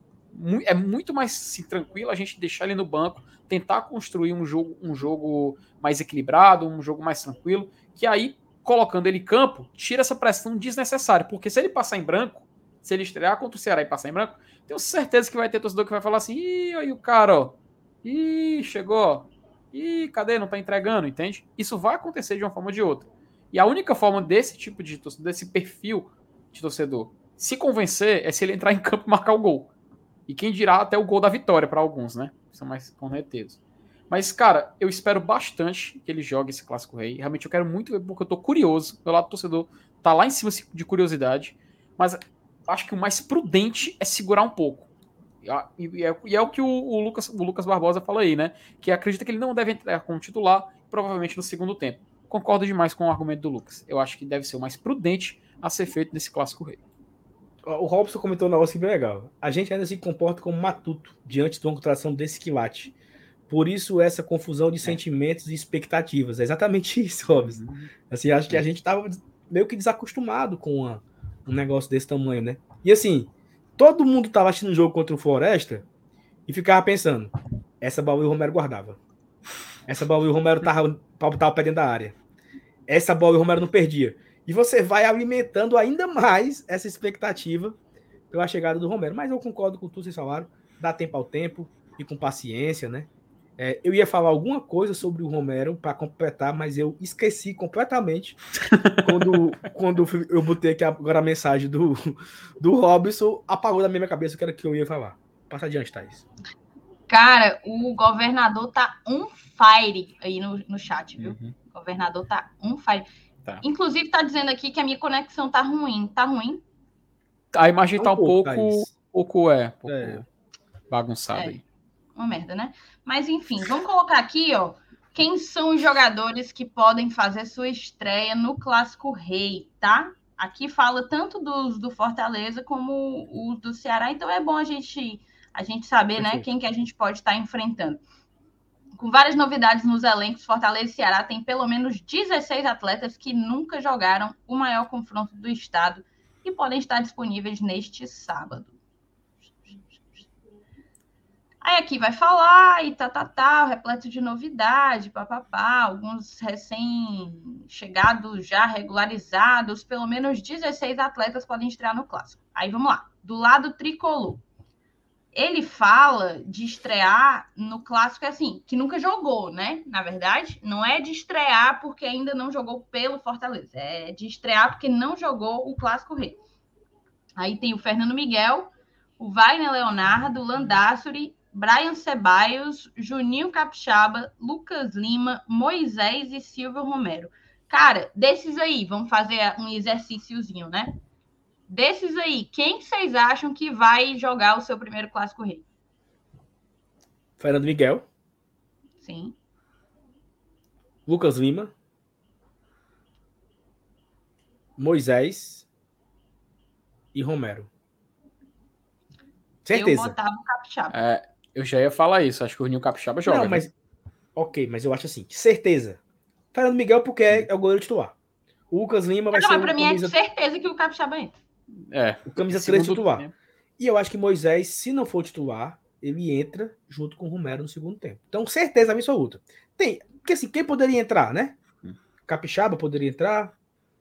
É muito mais assim, tranquilo a gente deixar ele no banco, tentar construir um jogo mais equilibrado, um jogo mais tranquilo, que aí, colocando ele em campo, tira essa pressão desnecessária, porque se ele passar em branco, se ele estrear contra o Ceará e passar em branco, tenho certeza que vai ter torcedor que vai falar assim, ih, aí o cara, ó, ih, chegou, ih, cadê, não tá entregando, entende? Isso vai acontecer de uma forma ou de outra. E a única forma desse tipo de torcedor, desse perfil de torcedor, se convencer é se ele entrar em campo e marcar o gol. E quem dirá até o gol da vitória para alguns, né? São mais corneteiros. Mas, cara, eu espero bastante que ele jogue esse Clássico Rei. Realmente eu quero muito ver, porque eu tô curioso. Meu lado torcedor tá lá em cima de curiosidade. Mas acho que o mais prudente é segurar um pouco. E é o que o Lucas Barbosa falou aí, né? Que acredita que ele não deve entrar como titular, provavelmente no segundo tempo. Concordo demais com o argumento do Lucas. Eu acho que deve ser o mais prudente a ser feito nesse Clássico Rei. O Robson comentou um negócio bem legal. A gente ainda se comporta como matuto diante de uma contratação desse quilate. Por isso, essa confusão de sentimentos e expectativas. É exatamente isso, Robson. Assim, acho que a gente estava meio que desacostumado com um negócio desse tamanho, né? E assim, todo mundo estava assistindo o jogo contra o Floresta e ficava pensando, essa bola o Romero guardava. Essa bola o Romero tava o pé dentro da área. Essa bola o Romero não perdia. E você vai alimentando ainda mais essa expectativa pela chegada do Romero. Mas eu concordo com tudo que vocês falaram. Dá tempo ao tempo e com paciência, né? Eu ia falar alguma coisa sobre o Romero para completar, mas eu esqueci completamente quando eu botei aqui agora a mensagem do Robson, apagou da minha cabeça o que era que eu ia falar. Passa adiante, Thaís. Cara, o governador tá on fire aí no chat, viu? Uhum. O governador tá on fire. Tá. Inclusive, tá dizendo aqui que a minha conexão tá ruim. Tá ruim? A imagem tá um pouco É. bagunçada aí. Uma merda, né? Mas enfim, vamos colocar aqui, ó, quem são os jogadores que podem fazer sua estreia no Clássico Rei, tá? Aqui fala tanto dos do Fortaleza como os do Ceará, então é bom a gente saber, né, quem que a gente pode estar enfrentando. Com várias novidades nos elencos, Fortaleza e Ceará tem pelo menos 16 atletas que nunca jogaram o maior confronto do estado e podem estar disponíveis neste sábado. Aí aqui vai falar e repleto de novidade, papapá, alguns recém-chegados já regularizados, pelo menos 16 atletas podem estrear no Clássico. Aí vamos lá, do lado tricolor. Ele fala de estrear no Clássico assim, que nunca jogou, né? Na verdade, não é de estrear porque ainda não jogou pelo Fortaleza, é de estrear porque não jogou o Clássico Rei. Aí tem o Fernando Miguel, o Wagner Leonardo, Landassuri, Brian Ceballos, Juninho Capixaba, Lucas Lima, Moisés e Silvio Romero. Cara, desses aí, vamos fazer um exercíciozinho, né? Desses aí, quem vocês acham que vai jogar o seu primeiro Clássico Rei? Fernando Miguel. Sim. Lucas Lima. Moisés e Romero. Certeza. Eu botava o Capixaba. Eu já ia falar isso. Acho que o Juninho Capixaba joga. Não, mas... Ok, mas eu acho assim, certeza. Fernando Miguel porque é o goleiro titular. O Lucas Lima vai ser mas pra mim é certeza que o Capixaba entra. O camisa 3 titular. Tempo. E eu acho que Moisés, se não for titular, ele entra junto com o Romero no segundo tempo. Então, certeza absoluta. Porque assim, quem poderia entrar, né? Capixaba poderia entrar.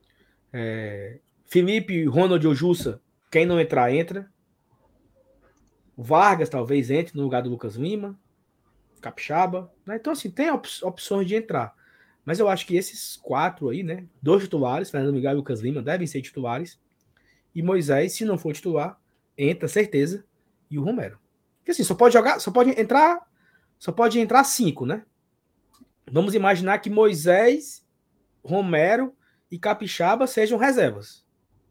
Felipe, Ronald ou Jussa, quem não entrar, entra. O Vargas talvez entre no lugar do Lucas Lima. Capixaba. Né? Então, assim, tem opções de entrar. Mas eu acho que esses 4 aí, né? 2 titulares, Fernando Miguel e Lucas Lima, devem ser titulares. E Moisés, se não for titular, entra, certeza. E o Romero. Porque assim, só pode entrar 5, né? Vamos imaginar que Moisés, Romero e Capixaba sejam reservas.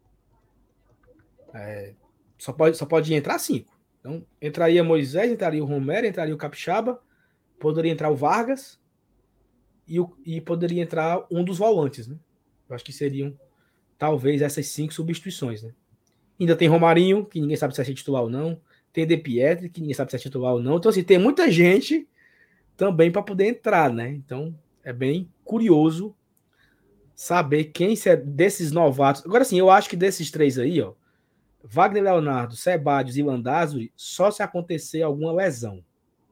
Só pode entrar 5. Então, entraria Moisés, entraria o Romero, entraria o Capixaba, poderia entrar o Vargas e poderia entrar um dos volantes, né? Eu acho que seriam talvez essas 5 substituições, né? Ainda tem Romarinho, que ninguém sabe se é titular ou não. Tem De Pietri, que ninguém sabe se é titular ou não. Então, assim, tem muita gente também para poder entrar, né? Então, é bem curioso saber quem desses novatos. Agora, sim, eu acho que desses 3 aí, ó, Wagner Leonardo, Ceballos e Landassuri, só se acontecer alguma lesão.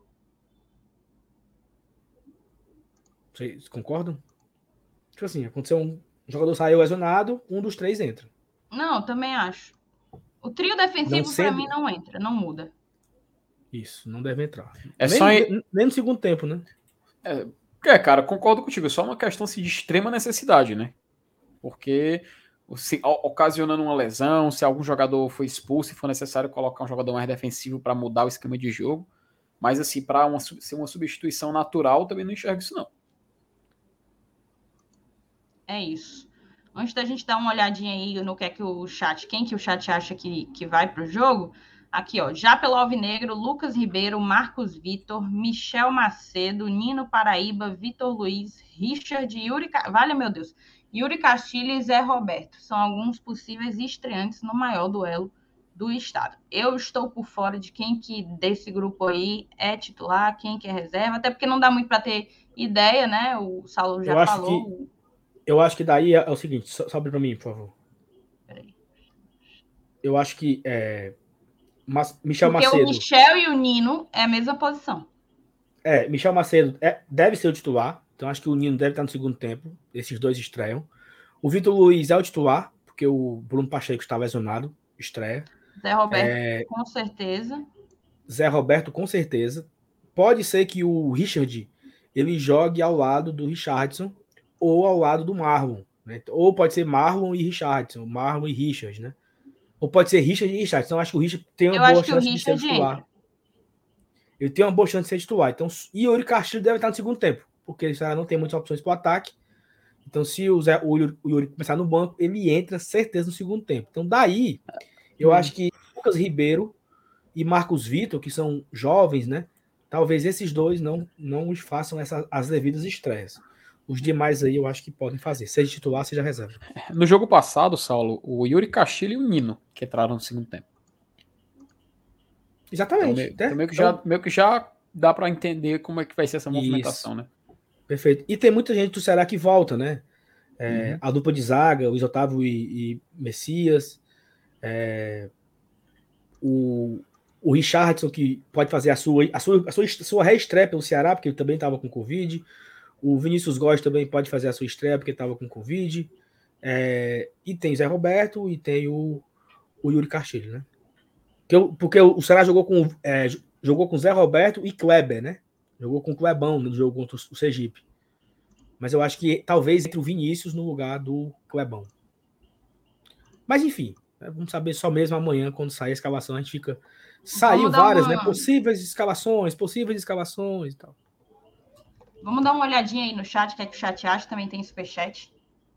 Vocês concordam? Tipo assim, aconteceu um jogador saiu lesionado, um dos 3 entra. Não, também acho. O trio defensivo, para mim, não entra, não muda. Isso, não deve entrar. Nem no segundo tempo, né? Cara, concordo contigo. É só uma questão assim, de extrema necessidade, né? Porque se ocasionando uma lesão, se algum jogador foi expulso e for necessário colocar um jogador mais defensivo para mudar o esquema de jogo. Mas, assim, para ser uma substituição natural, também não enxergo isso, não. É isso. Antes da gente dar uma olhadinha aí no quem que o chat acha que vai para o jogo, aqui, ó, já pelo Alvinegro, Lucas Ribeiro, Marcos Vitor, Michel Macedo, Nino Paraíba, Vitor Luiz, Richard, Yuri Castilho e Zé Roberto. São alguns possíveis estreantes no maior duelo do estado. Eu estou por fora de quem que desse grupo aí é titular, quem que é reserva, até porque não dá muito para ter ideia, né? O Saulo já falou. Eu acho que daí é o seguinte, sobe para mim, por favor. Peraí. Eu acho que Michel Porque Macedo... o Michel e o Nino é a mesma posição. Michel Macedo deve ser o titular, então acho que o Nino deve estar no segundo tempo, esses 2 estreiam. O Vitor Luiz é o titular, porque o Bruno Pacheco está lesionado, estreia. Zé Roberto, com certeza. Zé Roberto, com certeza. Pode ser que o Richard ele jogue ao lado do Richardson ou ao lado do Marlon, né? Ou pode ser Marlon e Richardson, Marlon e Richard, né? Ou pode ser Richard e Richardson. Então acho que o Richard tem uma boa chance de ser titular. Ele tem uma boa chance de ser titular. Então, e o Yuri Castilho deve estar no segundo tempo, porque ele não tem muitas opções para o ataque. Então, se o Yuri começar no banco, ele entra certeza no segundo tempo. Então, daí, eu acho que Lucas Ribeiro e Marcos Vitor, que são jovens, né? Talvez esses 2 não façam as devidas estreias. Os demais aí eu acho que podem fazer, seja titular, seja reserva. No jogo passado, Saulo, o Yuri Castilho e o Nino que entraram no segundo tempo. Exatamente. Então, meio que já dá para entender como é que vai ser essa movimentação, né? Perfeito. E tem muita gente do Ceará que volta, né? A dupla de zaga, Luiz Otávio e Messias. O O Richardson, que pode fazer a sua reestreia pelo Ceará, porque ele também estava com Covid. O Vinícius Góes também pode fazer a sua estreia, porque estava com Covid. E tem o Zé Roberto e tem o Yuri Castilho, né? Porque o Ceará jogou com Zé Roberto e Kleber, né? Jogou com o Clebão no jogo contra o Sergipe. Mas eu acho que talvez entre o Vinícius no lugar do Clebão. Mas enfim, vamos saber só mesmo amanhã, quando sair a escalação, a gente fica... Saiu várias, né? Possíveis escalações e tal. Vamos dar uma olhadinha aí no chat, que é que o chat acha, também tem superchat.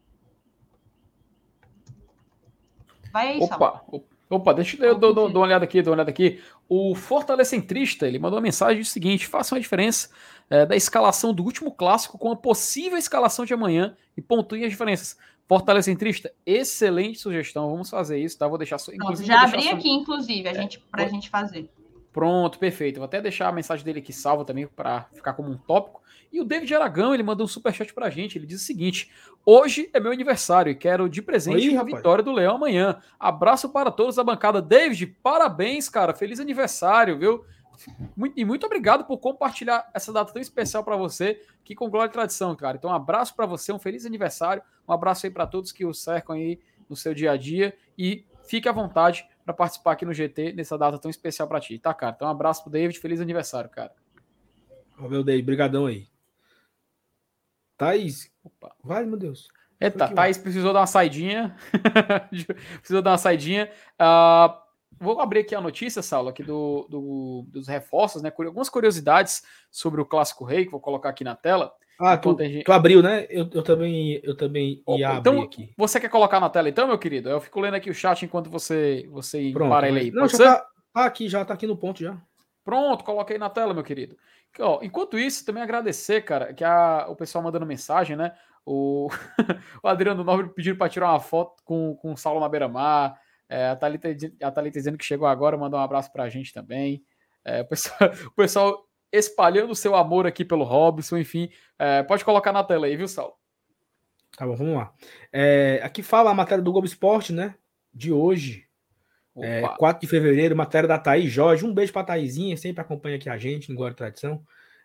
Vai aí, Opa, deixa eu dar uma olhada aqui. O Fortalecentrista, ele mandou uma mensagem do seguinte: faça uma diferença da escalação do último clássico com a possível escalação de amanhã e pontuem as diferenças. Fortalecentrista, excelente sugestão, vamos fazer isso, tá? Vou deixar só. Já abri aqui, inclusive, pra gente fazer. Pronto, perfeito. Vou até deixar a mensagem dele aqui salva também para ficar como um tópico. E o David Aragão, ele mandou um superchat pra gente. Ele diz o seguinte: hoje é meu aniversário e quero de presente a vitória do Leão amanhã. Abraço para todos da bancada. David, parabéns, cara. Feliz aniversário, viu? E muito obrigado por compartilhar essa data tão especial para você, que com glória e tradição, cara. Então, um abraço para você, um feliz aniversário. Um abraço aí para todos que o cercam aí no seu dia a dia. E fique à vontade para participar aqui no GT nessa data tão especial para ti, tá, cara? Então, um abraço pro David, feliz aniversário, cara. Valeu, David, brigadão aí. Thaís, vai, meu Deus. Eita, Thaís precisou dar uma saidinha. Vou abrir aqui a notícia, Saulo, aqui dos reforços, né? Algumas curiosidades sobre o Clássico Rei, que vou colocar aqui na tela. Tu abriu, né? Eu também ia abrir aqui. Você quer colocar na tela então, meu querido? Eu fico lendo aqui o chat enquanto você para ele aí. Não, tá aqui no ponto já. Pronto, coloquei na tela, meu querido. Enquanto isso, também agradecer, cara, que o pessoal mandando mensagem, né? O Adriano Nobre pedindo para tirar uma foto com o Saulo na beira-mar. A Thalita dizendo que chegou agora, mandou um abraço pra gente também. O pessoal espalhando o seu amor aqui pelo Robson, enfim. Pode colocar na tela aí, viu, Saulo? Tá bom, vamos lá. Aqui fala a matéria do Globo Esporte, né? De hoje. 4 de fevereiro, matéria da Thaís Jorge. Um beijo pra Thaisinha, sempre acompanha aqui a gente, em Glória e Tradição.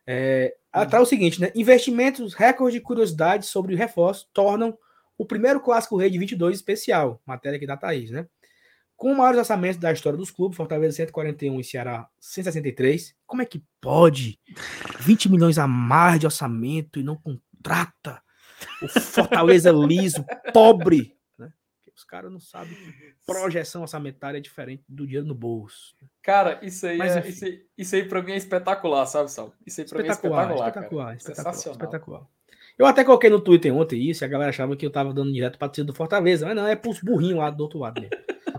Ela traz o seguinte, né? Investimentos, recorde de curiosidades sobre o reforço tornam o primeiro Clássico Rei de 22 especial. Matéria aqui da Thaís, né? Com o maior orçamento da história dos clubes, Fortaleza 141 e Ceará 163. Como é que pode? 20 milhões a mais de orçamento e não contrata o Fortaleza liso, pobre. Né? Os caras não sabem que projeção orçamentária é diferente do dinheiro no bolso. Cara, isso aí pra mim é espetacular, sabe, Sal? Isso aí pra mim é espetacular. Eu até coloquei no Twitter ontem isso e a galera achava que eu tava dando direto pra torcida do Fortaleza. Mas não, é pros burrinhos lá do outro lado mesmo.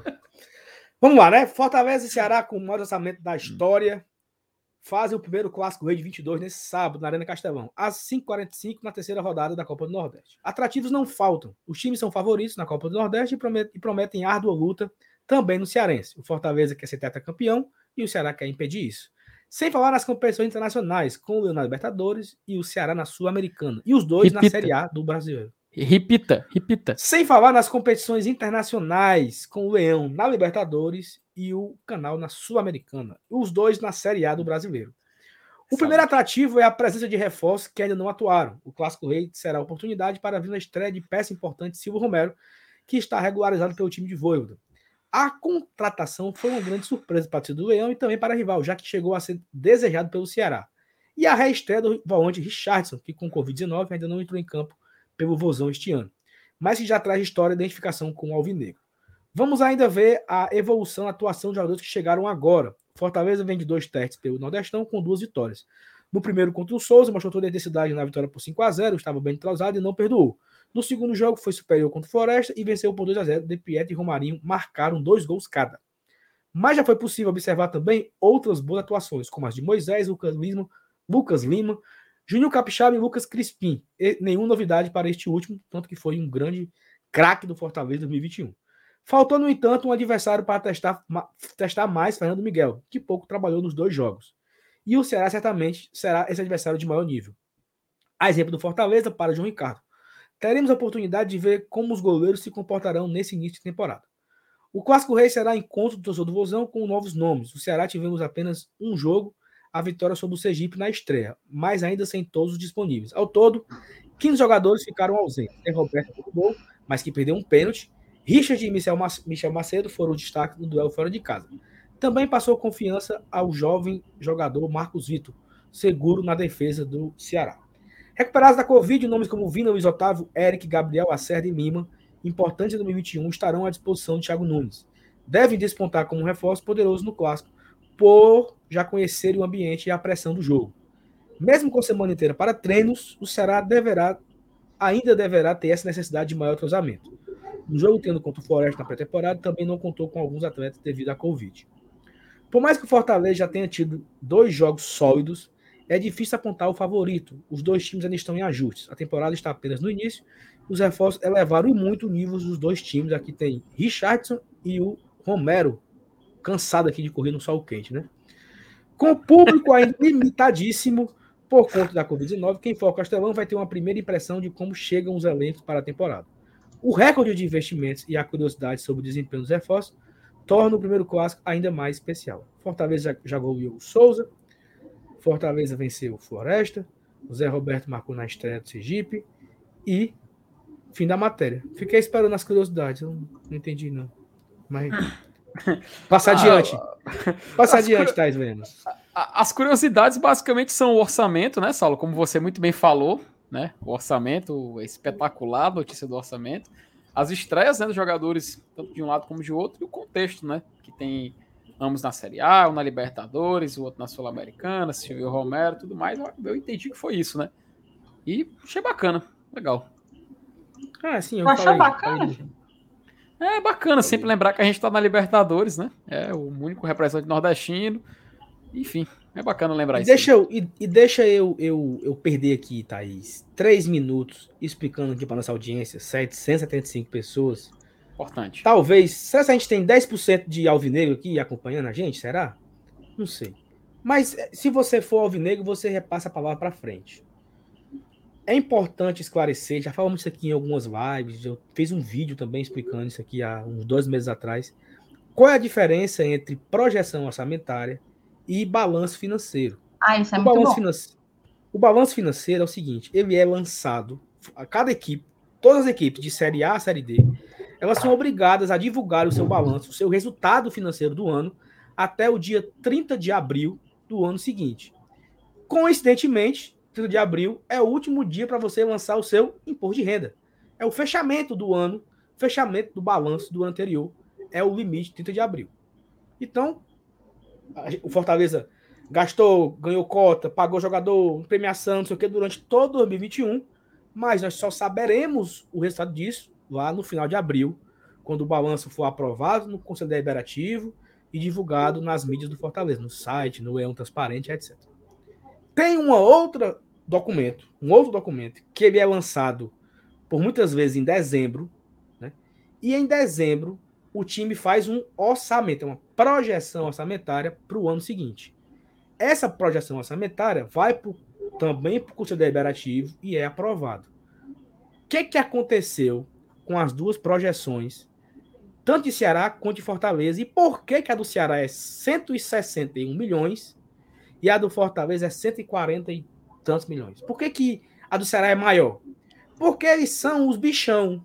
Vamos lá, né? Fortaleza e Ceará, com o maior orçamento da história, fazem o primeiro Clássico Rei de 22 nesse sábado, na Arena Castelão, às 5h45, na terceira rodada da Copa do Nordeste. Atrativos não faltam. Os times são favoritos na Copa do Nordeste e prometem árdua luta também no Cearense. O Fortaleza quer ser tetracampeão e o Ceará quer impedir isso. Sem falar nas competições internacionais, com o Leão na Libertadores e o Ceará na Sul-Americana. E os dois na Série A do Brasileiro. Repita. Sem falar nas competições internacionais, com o Leão na Libertadores e o Canal na Sul-Americana. Os dois na Série A do Brasileiro. O primeiro atrativo é a presença de reforços que ainda não atuaram. O Clássico Rei será a oportunidade para vir na estreia de peça importante Silvio Romero, que está regularizado pelo time de Vojvoda. A contratação foi uma grande surpresa para o time do Leão e também para a rival, já que chegou a ser desejado pelo Ceará. E a reestreia do volante Richardson, que com Covid-19 ainda não entrou em campo pelo Vozão este ano, mas que já traz história e identificação com o Alvinegro. Vamos ainda ver a evolução da atuação de jogadores que chegaram agora. Fortaleza vem de 2 testes pelo Nordestão com 2 vitórias. No primeiro contra o Souza, mostrou toda a intensidade na vitória por 5-0, estava bem entrosado e não perdoou. No segundo jogo foi superior contra o Floresta e venceu por 2-0. De Pietro e Romarinho marcaram 2 gols cada. Mas já foi possível observar também outras boas atuações, como as de Moisés, Lucas Lima, Júnior Capixaba e Lucas Crispim. Nenhuma novidade para este último, tanto que foi um grande craque do Fortaleza 2021. Faltou, no entanto, um adversário para testar mais Fernando Miguel, que pouco trabalhou nos 2 jogos. E o Ceará certamente será esse adversário de maior nível. A exemplo do Fortaleza para João Ricardo. Teremos a oportunidade de ver como os goleiros se comportarão nesse início de temporada. O Clássico Rei será encontro do torcedor do Vozão com novos nomes. O Ceará tivemos apenas um jogo, a vitória sobre o Sergipe na estreia, mas ainda sem todos os disponíveis. Ao todo, 15 jogadores ficaram ausentes. Roberto jogou, mas que perdeu um pênalti. Richard e Michel Macedo foram o destaque no duelo fora de casa. Também passou confiança ao jovem jogador Marcos Vitor, seguro na defesa do Ceará. Recuperados da Covid, nomes como Vina, Luiz Otávio, Eric, Gabriel, Acerda e Lima, importantes em 2021, estarão à disposição de Thiago Nunes. Devem despontar como um reforço poderoso no Clássico, por já conhecerem o ambiente e a pressão do jogo. Mesmo com semana inteira para treinos, o Ceará ainda deverá ter essa necessidade de maior cruzamento. No jogo tendo contra o Floresta na pré-temporada, também não contou com alguns atletas devido à Covid. Por mais que o Fortaleza já tenha tido 2 jogos sólidos, é difícil apontar o favorito. Os 2 times ainda estão em ajustes. A temporada está apenas no início. Os reforços elevaram muito o nível dos 2 times. Aqui tem Richardson e o Romero, cansado aqui de correr no sol quente, né? Com o público ainda limitadíssimo por conta da Covid-19, quem for ao Castelão vai ter uma primeira impressão de como chegam os elencos para a temporada. O recorde de investimentos e a curiosidade sobre o desempenho dos reforços torna o primeiro clássico ainda mais especial. Fortaleza já goleou o Souza, Fortaleza venceu o Floresta, o Zé Roberto marcou na estreia do Sergipe e fim da matéria. Fiquei esperando as curiosidades, eu não entendi não. Mas passa adiante. Passa adiante, Thais Lemos. As curiosidades basicamente são o orçamento, né, Saulo? Como você muito bem falou, né? O orçamento é espetacular, a notícia do orçamento. As estreias, né, dos jogadores, tanto de um lado como de outro, e o contexto, né? Que tem ambos na Série A, um na Libertadores, o outro na Sul-Americana, Silvio Romero, tudo mais. Eu entendi que foi isso, né? E achei bacana, legal. Sim, eu achei bacana? É bacana sempre lembrar que a gente tá na Libertadores, né? É o único representante nordestino. Enfim, é bacana lembrar isso. Deixa eu perder aqui, Thaís, 3 minutos explicando aqui para nossa audiência, 775 pessoas. Importante. Talvez, será que a gente tem 10% de alvinegro aqui acompanhando a gente? Será? Não sei. Mas se você for alvinegro, você repassa a palavra para frente. É importante esclarecer, já falamos isso aqui em algumas lives, eu fiz um vídeo também explicando isso aqui há uns 2 meses atrás. Qual é a diferença entre projeção orçamentária e balanço financeiro? Isso é muito bom. O balanço financeiro é o seguinte, ele é lançado, a cada equipe, todas as equipes de Série A a Série D, elas são obrigadas a divulgar o seu balanço, o seu resultado financeiro do ano, até o dia 30 de abril do ano seguinte. Coincidentemente, 30 de abril é o último dia para você lançar o seu imposto de renda. É o fechamento do ano, fechamento do balanço do ano anterior, é o limite 30 de abril. Então, o Fortaleza gastou, ganhou cota, pagou jogador, premiação, não sei o que, durante todo 2021, mas nós só saberemos o resultado disso lá no final de abril, quando o balanço for aprovado no Conselho Deliberativo e divulgado nas mídias do Fortaleza, no site, no E1 Transparente, etc. Tem um outro documento que ele é lançado por muitas vezes em dezembro, né? E em dezembro o time faz um orçamento, uma projeção orçamentária para o ano seguinte. Essa projeção orçamentária vai também para o Conselho Deliberativo e é aprovado. O que aconteceu com as 2 projeções, tanto de Ceará quanto de Fortaleza, e por que a do Ceará é 161 milhões e a do Fortaleza é 140 e tantos milhões? Por que a do Ceará é maior? Porque eles são os bichão.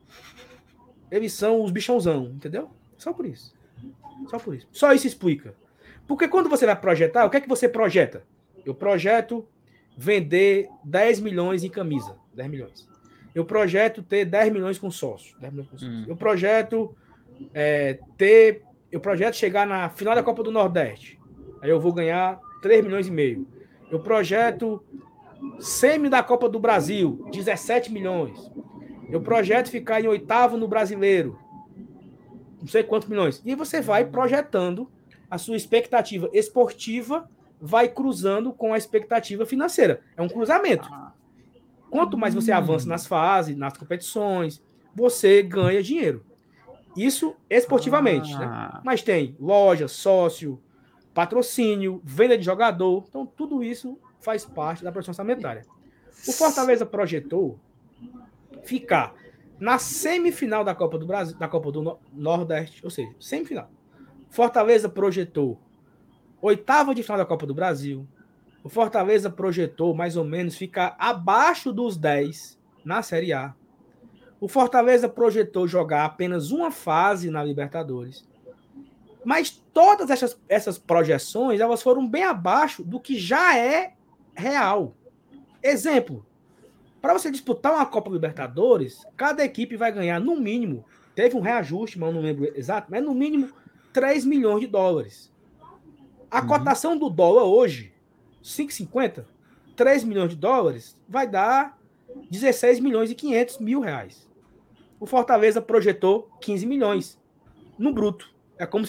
Eles são os bichãozão, entendeu? Só por isso. Só isso explica. Porque quando você vai projetar, o que é que você projeta? Eu projeto vender 10 milhões em camisa. 10 milhões. Eu projeto ter 10 milhões com sócio. 10 milhões com sócio. Eu projeto chegar na final da Copa do Nordeste. Aí eu vou ganhar 3 milhões e meio. Eu projeto semi da Copa do Brasil, 17 milhões. Eu projeto ficar em 8º no Brasileiro, não sei quantos milhões. E você vai projetando a sua expectativa esportiva, vai cruzando com a expectativa financeira. É um cruzamento. Quanto mais você avança nas fases, nas competições, você ganha dinheiro. Isso esportivamente, né? Mas tem loja, sócio, patrocínio, venda de jogador. Então, tudo isso faz parte da projeção orçamentária. O Fortaleza projetou ficar Na semifinal da Copa do Brasil, da Copa do Nordeste, ou seja, semifinal. Fortaleza projetou oitava de final da Copa do Brasil. O Fortaleza projetou mais ou menos ficar abaixo dos 10 na Série A. O Fortaleza projetou jogar apenas uma fase na Libertadores. Mas todas essas projeções, elas foram bem abaixo do que já é real. Exemplo, para você disputar uma Copa Libertadores, cada equipe vai ganhar, no mínimo, teve um reajuste, mas eu não lembro exato, mas no mínimo 3 milhões de dólares. A cotação do dólar hoje, 5,50, 3 milhões de dólares, vai dar 16 milhões e 500 mil reais. O Fortaleza projetou 15 milhões no bruto. É como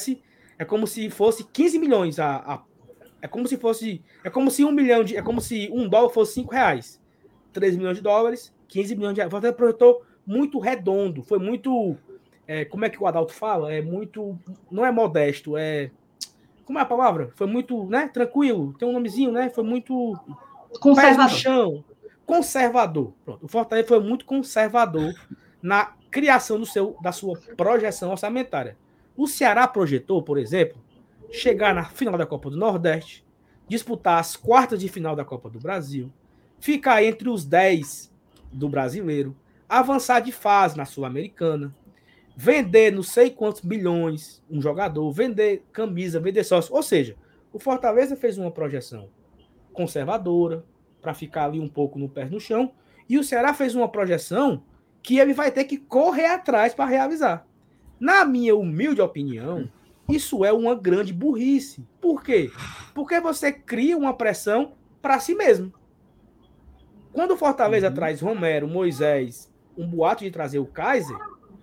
se fosse 15 milhões. É como se 1 milhão é como se um dólar fosse 5 reais. 3 milhões de dólares, 15 milhões de reais. O Fortaleza projetou muito redondo. Foi muito, como é que o Adalto fala? Não é modesto, como é a palavra? Foi muito, né, tranquilo. Tem um nomezinho, né? Foi muito conservador. Pés no chão. Conservador. Pronto. O Fortaleza foi muito conservador na criação da sua projeção orçamentária. O Ceará projetou, por exemplo, chegar na final da Copa do Nordeste, disputar as quartas de final da Copa do Brasil, ficar entre os 10 do Brasileiro, avançar de fase na Sul-Americana, vender não sei quantos milhões um jogador, vender camisa, vender sócio. Ou seja, o Fortaleza fez uma projeção conservadora para ficar ali um pouco no pé no chão, e o Ceará fez uma projeção que ele vai ter que correr atrás para realizar. Na minha humilde opinião, isso é uma grande burrice. Por quê? Porque você cria uma pressão para si mesmo. Quando o Fortaleza traz Romero, Moisés, um boato de trazer o Kaiser,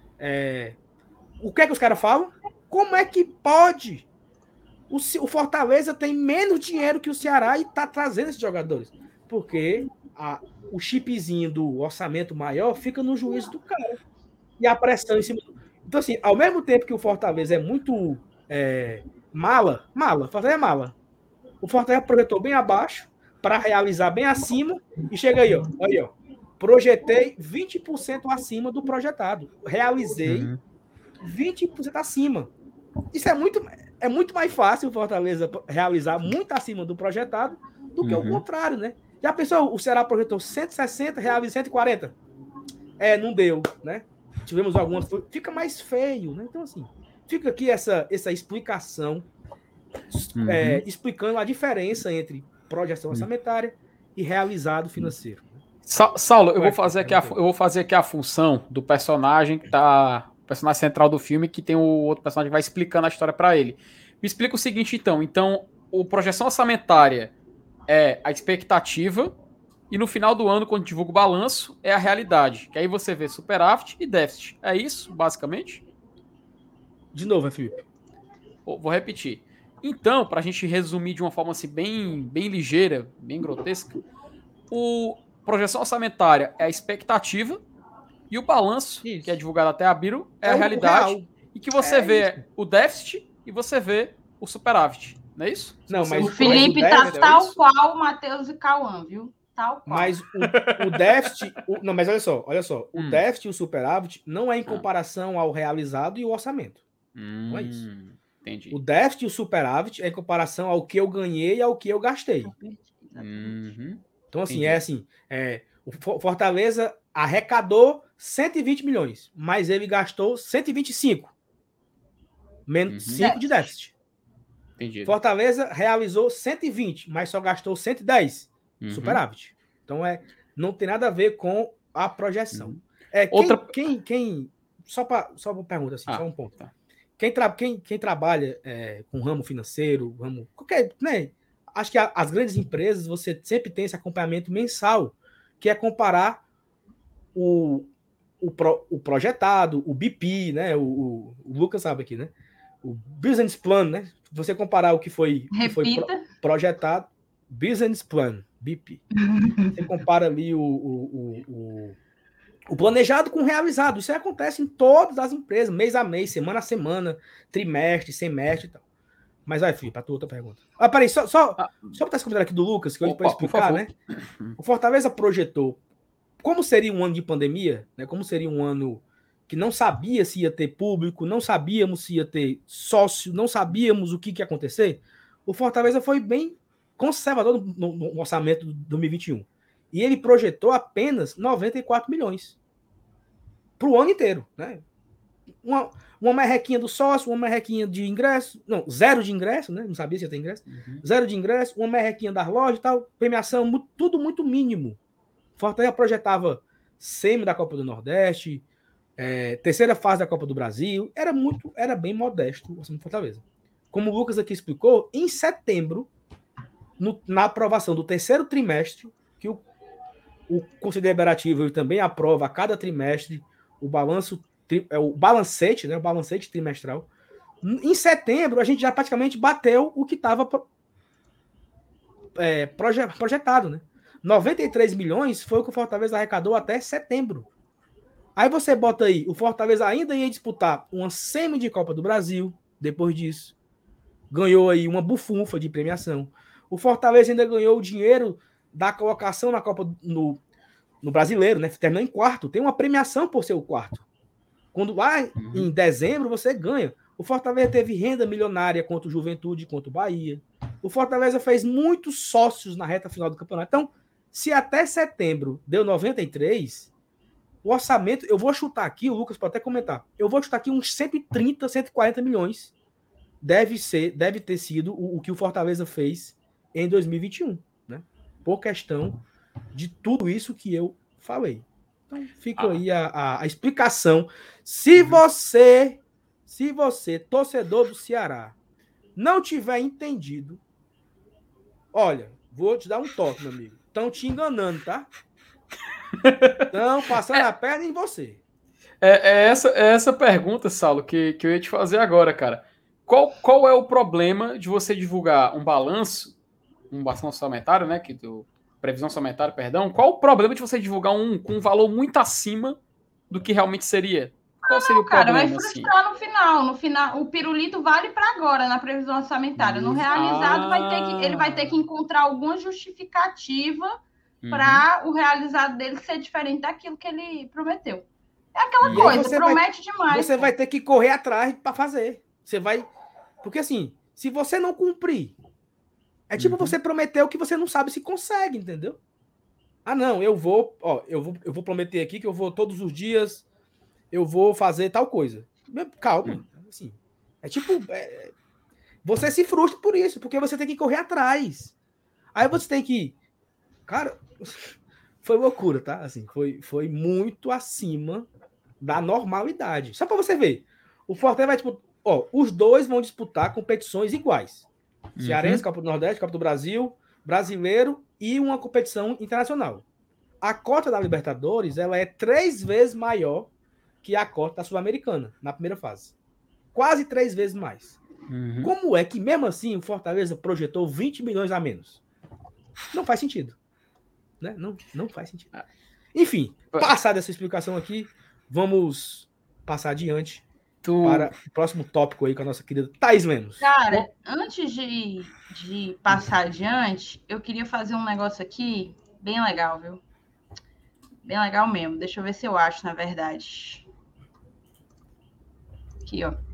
o que é que os caras falam? Como é que pode? O Fortaleza tem menos dinheiro que o Ceará e está trazendo esses jogadores. Porque o chipzinho do orçamento maior fica no juízo do cara. E a pressão em cima do... Então, assim, ao mesmo tempo que o Fortaleza é muito mala, Fortaleza é mala. O Fortaleza projetou bem abaixo para realizar bem acima e chega aí, ó. Projetei 20% acima do projetado. Realizei 20% acima. Isso é muito mais fácil o Fortaleza realizar muito acima do projetado do que o contrário, né? Já pensou, o Ceará projetou 160, realizou 140? Não deu, né? Tivemos algumas... Fica mais feio, né? Então, assim, fica aqui essa explicação explicando a diferença entre projeção orçamentária e realizado financeiro. Saulo, eu vou fazer aqui a função do personagem que tá... O personagem central do filme, que tem o outro personagem que vai explicando a história para ele. Me explica o seguinte, então. Então, a projeção orçamentária é a expectativa e no final do ano, quando divulga o balanço, é a realidade. Que aí você vê superávit e déficit. É isso, basicamente? De novo, Felipe. Vou repetir. Então, para a gente resumir de uma forma assim, bem ligeira, bem grotesca, a projeção orçamentária é a expectativa e o balanço, que é divulgado até abril, é a realidade. Real. E que você vê o déficit e você vê o superávit. Não é isso? Não, mas o Felipe tá tal qual o Matheus e Cauã, viu? Tal qual. Mas o déficit... Não, mas olha só. O déficit e o superávit não é em comparação ao realizado e o orçamento. Não é isso. Entendi. O déficit e o superávit é em comparação ao que eu ganhei e ao que eu gastei. Então, assim, o Fortaleza arrecadou 120 milhões, mas ele gastou 125. Menos 5 de déficit. Entendi. Fortaleza realizou 120, mas só gastou 110. Superávit. Então, não tem nada a ver com a projeção. Só para pergunta, assim, só um ponto. Tá. Quem trabalha com ramo financeiro, qualquer, né? Acho que as grandes empresas, você sempre tem esse acompanhamento mensal, que é comparar o projetado, o BP, né? O Lucas sabe aqui, né? O business plan, né? Você comparar o que foi projetado, business plan, BP. Você compara ali o planejado com o realizado. Isso acontece em todas as empresas, mês a mês, semana a semana, trimestre, semestre e tal. Mas vai, Felipe, para a tua outra pergunta. Peraí, só para esse comentário aqui do Lucas, que eu para explicar, né? O Fortaleza projetou como seria um ano de pandemia, né? Como seria um ano que não sabia se ia ter público, não sabíamos se ia ter sócio, não sabíamos o que ia acontecer, o Fortaleza foi bem conservador no orçamento de 2021. E ele projetou apenas 94 milhões para o ano inteiro, né? Uma merrequinha do sócio, uma merrequinha de ingresso, não, 0 de ingresso, né? Não sabia se ia ter ingresso. 0 de ingresso, uma merrequinha das lojas e tal, premiação, tudo muito mínimo. Fortaleza projetava semi da Copa do Nordeste, terceira fase da Copa do Brasil, era bem modesto o Fortaleza. Como o Lucas aqui explicou, em setembro, na aprovação do terceiro trimestre, que o Conselho Deliberativo também aprova a cada trimestre o balancete, né, o balancete trimestral. Em setembro, a gente já praticamente bateu o que estava projetado, né? 93 milhões foi o que o Fortaleza arrecadou até setembro. Aí você bota aí, o Fortaleza ainda ia disputar uma semi de Copa do Brasil, depois disso. Ganhou aí uma bufunfa de premiação. O Fortaleza ainda ganhou o dinheiro da colocação na Copa no Brasileiro, né? Terminou em quarto. Tem uma premiação por ser o quarto. Quando lá em dezembro você ganha. O Fortaleza teve renda milionária contra o Juventude, contra o Bahia. O Fortaleza fez muitos sócios na reta final do campeonato. Então, se até setembro deu 93, o orçamento, eu vou chutar aqui, o Lucas pode até comentar, eu vou chutar aqui uns 130, 140 milhões. Deve ter sido o que o Fortaleza fez em 2021, né? Por questão de tudo isso que eu falei. Então, fica aí a explicação. Se você, torcedor do Ceará, não tiver entendido, olha, vou te dar um toque, meu amigo. Estão te enganando, tá? Estão passando a perna em você. É essa pergunta, Saulo, que eu ia te fazer agora, cara. Qual é o problema de você divulgar um balanço orçamentário, né? Previsão orçamentária, perdão. Qual o problema de você divulgar com um valor muito acima do que realmente seria? Qual seria o problema? Cara, vai frustrar assim? No final, o pirulito vale para agora na previsão orçamentária. No realizado, ele vai ter que encontrar alguma justificativa para o realizado dele ser diferente daquilo que ele prometeu. É aquela coisa, promete demais. Você vai ter que correr atrás para fazer. Você vai... Porque assim, se você não cumprir, é tipo você prometer o que você não sabe se consegue, entendeu? Ah, não, eu vou prometer aqui que eu vou todos os dias, eu vou fazer tal coisa. Calma, assim, é tipo, você se frustra por isso, porque você tem que correr atrás. Aí você tem que, cara, foi loucura, tá? Assim, foi muito acima da normalidade. Só para você ver, o Fortaleza vai, tipo, os dois vão disputar competições iguais. Cearense, Copa do Nordeste, Copa do Brasil, Brasileiro e uma competição internacional. A cota da Libertadores, ela é 3 vezes maior que a cota da Sul-Americana, na primeira fase. Quase 3 vezes mais. Como é que, mesmo assim, o Fortaleza projetou 20 milhões a menos? Não faz sentido. Né? Não faz sentido. Enfim, passada essa explicação aqui, vamos passar adiante para o próximo tópico aí com a nossa querida Thaís Lemos. Cara, antes de passar adiante, eu queria fazer um negócio aqui bem legal, viu? Bem legal mesmo. Deixa eu ver se eu acho, na verdade. Aqui, ó.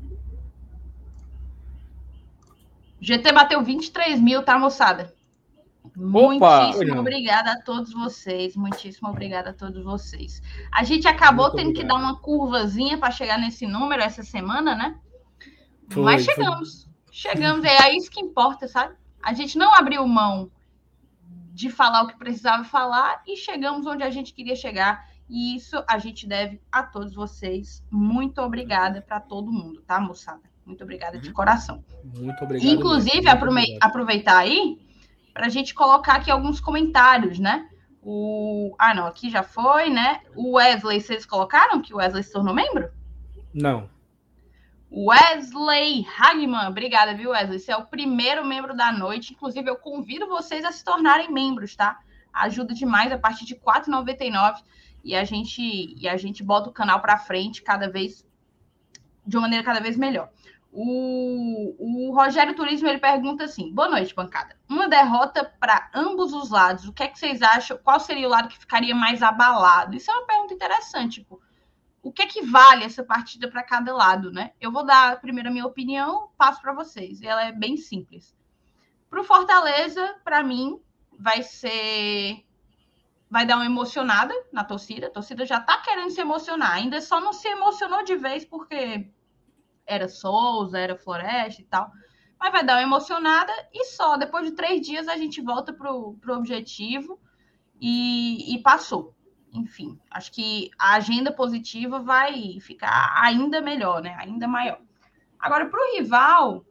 GT bateu 23 mil, tá, moçada? Muitíssimo obrigada a todos vocês. Muitíssimo obrigada a todos vocês. A gente acabou tendo que dar uma curvazinha para chegar nesse número essa semana, né? Mas chegamos. Chegamos. É isso que importa, sabe? A gente não abriu mão de falar o que precisava falar e chegamos onde a gente queria chegar. E isso a gente deve a todos vocês. Muito obrigada para todo mundo, tá, moçada? Muito obrigada de coração. Muito obrigado. Inclusive, aproveitar aí para a gente colocar aqui alguns comentários, né? Não, aqui já foi, né? O Wesley, vocês colocaram que o Wesley se tornou membro? Não. Wesley Hagman, obrigada, viu, Wesley? Você é o primeiro membro da noite. Inclusive, eu convido vocês a se tornarem membros, tá? Ajuda demais a partir de R$ 4,99 e a gente bota o canal para frente de uma maneira cada vez melhor. O Rogério Turismo, ele pergunta assim: boa noite, bancada. Uma derrota para ambos os lados, o que é que vocês acham? Qual seria o lado que ficaria mais abalado? Isso é uma pergunta interessante, tipo, o que é que vale essa partida para cada lado, né? Eu vou dar primeiro a minha opinião, passo para vocês. Ela é bem simples. Para o Fortaleza, para mim, vai dar uma emocionada na torcida. A torcida já está querendo se emocionar. Ainda só não se emocionou de vez porque era Souza, era Floresta e tal. Mas vai dar uma emocionada e só. Depois de 3 dias a gente volta pro objetivo e passou. Enfim, acho que a agenda positiva vai ficar ainda melhor, né? Ainda maior. Agora, para o rival,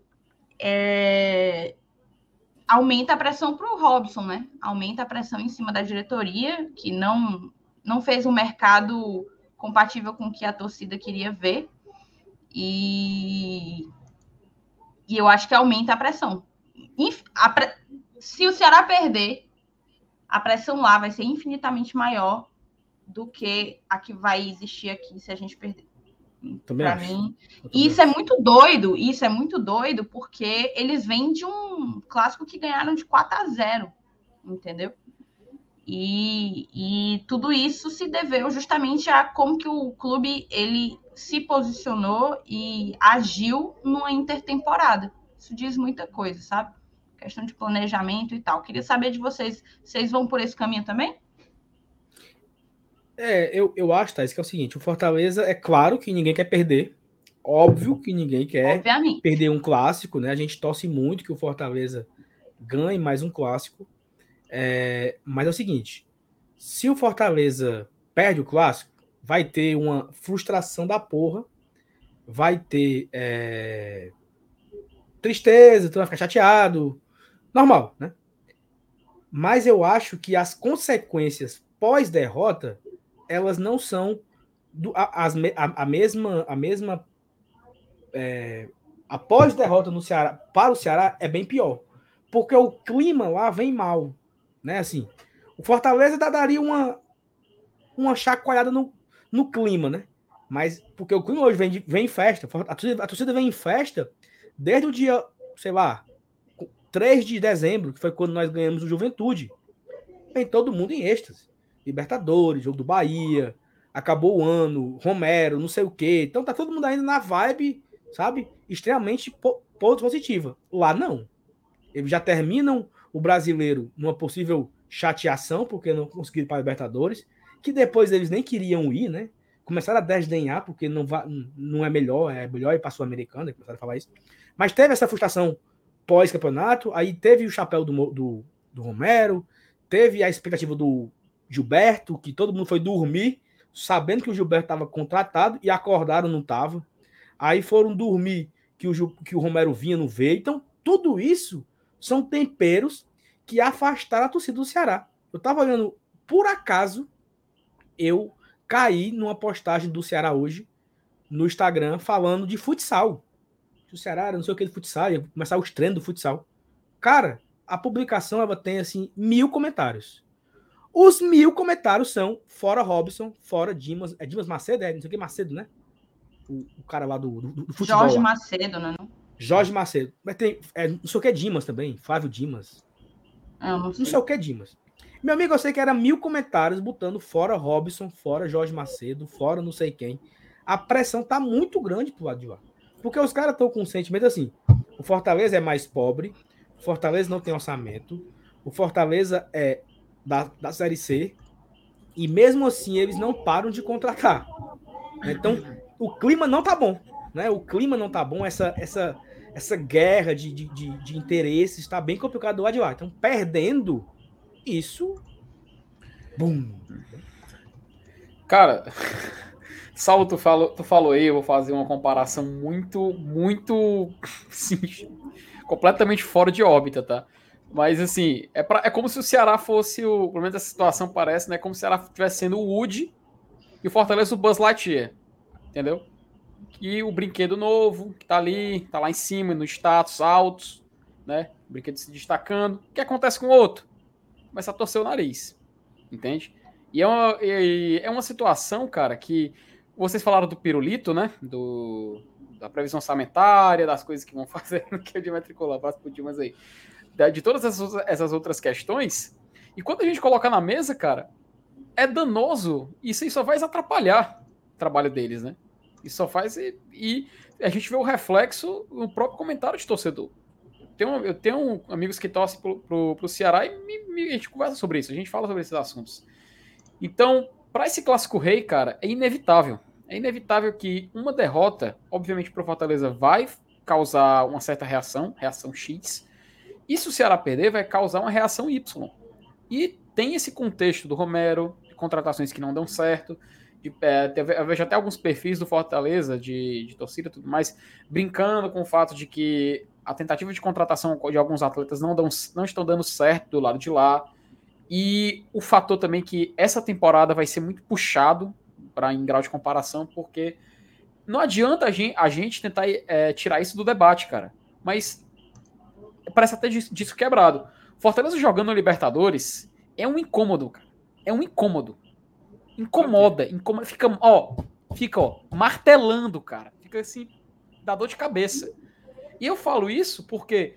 aumenta a pressão para o Robson, né? Aumenta a pressão em cima da diretoria, que não fez um mercado compatível com o que a torcida queria ver. E eu acho que aumenta a pressão. Se o Ceará perder, a pressão lá vai ser infinitamente maior do que a que vai existir aqui se a gente perder. Para mim, isso é muito doido, porque eles vêm de um clássico que ganharam de 4-0, entendeu? E tudo isso se deveu justamente a como que o clube ele se posicionou e agiu numa intertemporada. Isso diz muita coisa, sabe? Questão de planejamento e tal. Queria saber de vocês vão por esse caminho também? Eu acho, Thaís, que é o seguinte, o Fortaleza, é claro que ninguém quer perder, óbvio que ninguém quer perder um clássico, né? A gente torce muito que o Fortaleza ganhe mais um clássico, mas é o seguinte, se o Fortaleza perde o clássico, vai ter uma frustração da porra, vai ter tristeza, tu vai ficar chateado, normal, né? Mas eu acho que as consequências pós-derrota elas não são a mesma após derrota no Ceará, para o Ceará é bem pior, porque o clima lá vem mal, né? Assim, o Fortaleza daria uma chacoalhada no clima, né? Mas porque o clima hoje vem em festa, a torcida vem em festa desde o dia, sei lá, 3 de dezembro, que foi quando nós ganhamos o Juventude. Vem todo mundo em êxtase. Libertadores, jogo do Bahia, acabou o ano, Romero, não sei o quê. Então tá todo mundo ainda na vibe, sabe? Extremamente positiva. Lá não. Eles já terminam o brasileiro numa possível chateação, porque não conseguiram ir para a Libertadores, que depois eles nem queriam ir, né? Começaram a desdenhar, porque não é melhor ir para a Sul-Americana, começaram a falar isso. Mas teve essa frustração pós-campeonato, aí teve o chapéu do Romero, teve a expectativa do Gilberto, que todo mundo foi dormir, sabendo que o Gilberto estava contratado, e acordaram, não estava. Aí foram dormir que o Romero vinha, não veio. Então, tudo isso são temperos que afastaram a torcida do Ceará. Eu estava olhando, por acaso, eu caí numa postagem do Ceará hoje, no Instagram, falando de futsal. O Ceará era não sei o que de futsal, ia começar os treinos do futsal. Cara, a publicação ela tem assim 1000 comentários. Os 1000 comentários são fora Robson, fora Dimas. É Dimas Macedo? Não sei o que Macedo, né? O cara lá do futebol. Jorge lá. Macedo, né? Jorge Macedo. Mas tem não sei o que é Dimas também. Flávio Dimas. Não sei o que é Dimas. Meu amigo, eu sei que era 1000 comentários botando fora Robson, fora Jorge Macedo, fora não sei quem. A pressão tá muito grande pro lado de lá. Porque os caras estão com um sentimento assim. O Fortaleza é mais pobre. O Fortaleza não tem orçamento. O Fortaleza é da Série C. E mesmo assim eles não param de contratar. Então o clima não tá bom. Né? O clima não tá bom. Essa guerra de interesses está bem complicado do lado de lá. Então perdendo isso... Bum! Cara... Saulo, tu falou aí, eu vou fazer uma comparação muito sim, completamente fora de órbita, tá? Mas assim, é como se o Ceará fosse pelo menos essa situação parece, né? Como se o Ceará estivesse sendo o Woody e o Fortaleza o Buzz Lightyear, entendeu? E o brinquedo novo, que tá lá em cima, no status altos, né? O brinquedo se destacando. O que acontece com o outro? Começa a torcer o nariz, entende? E é uma situação, cara, que vocês falaram do pirulito, né? da previsão orçamentária, das coisas que vão fazer no que é de matricular, passo por mas aí. De todas essas outras questões. E quando a gente coloca na mesa, cara, é danoso. Isso aí só vai atrapalhar o trabalho deles, né? Isso só faz... E a gente vê o reflexo no próprio comentário de torcedor. Eu tenho amigos que torcem pro Ceará e a gente conversa sobre isso. A gente fala sobre esses assuntos. Então, para esse Clássico Rei, cara, é inevitável. É inevitável que uma derrota, obviamente pro Fortaleza, vai causar uma certa reação X. E se o Ceará perder, vai causar uma reação Y. E tem esse contexto do Romero, de contratações que não dão certo. Eu vejo até alguns perfis do Fortaleza, de torcida e tudo mais, brincando com o fato de que a tentativa de contratação de alguns atletas não estão dando certo do lado de lá. E o fator também que essa temporada vai ser muito puxado em grau de comparação, porque não adianta a gente tentar tirar isso do debate, cara. Mas parece até disso quebrado. Fortaleza jogando no Libertadores é um incômodo, cara. É um incômodo. Incomoda. Fica martelando, cara. Fica assim, dá dor de cabeça. E eu falo isso porque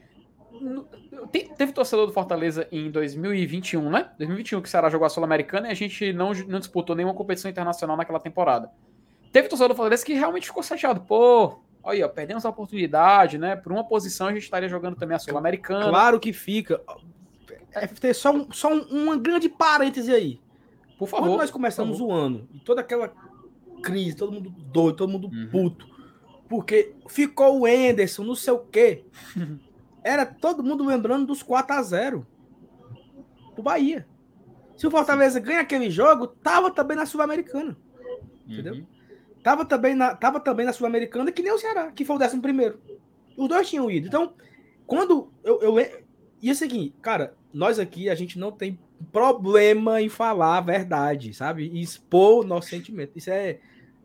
teve torcedor do Fortaleza em 2021, né? 2021 que o Ceará jogou a Sul-Americana e a gente não disputou nenhuma competição internacional naquela temporada. Teve torcedor do Fortaleza que realmente ficou chateado. Pô, olha, perdemos a oportunidade, né? Por uma posição a gente estaria jogando também a Sul-Americana. Claro que fica. Tem só uma grande parêntese aí. Por favor. Quando nós começamos o ano, e toda aquela crise, todo mundo doido, todo mundo puto, porque ficou o Enderson, não sei o quê. Era todo mundo lembrando dos 4-0 pro Bahia. Se o Fortaleza ganha aquele jogo, tava também na Sul-Americana. Entendeu? Tava também na Sul-Americana, que nem o Ceará, que foi o 11º. Os dois tinham ido. Então, quando e é o seguinte, cara, nós aqui, a gente não tem problema em falar a verdade, sabe? E expor o nosso sentimento. Isso é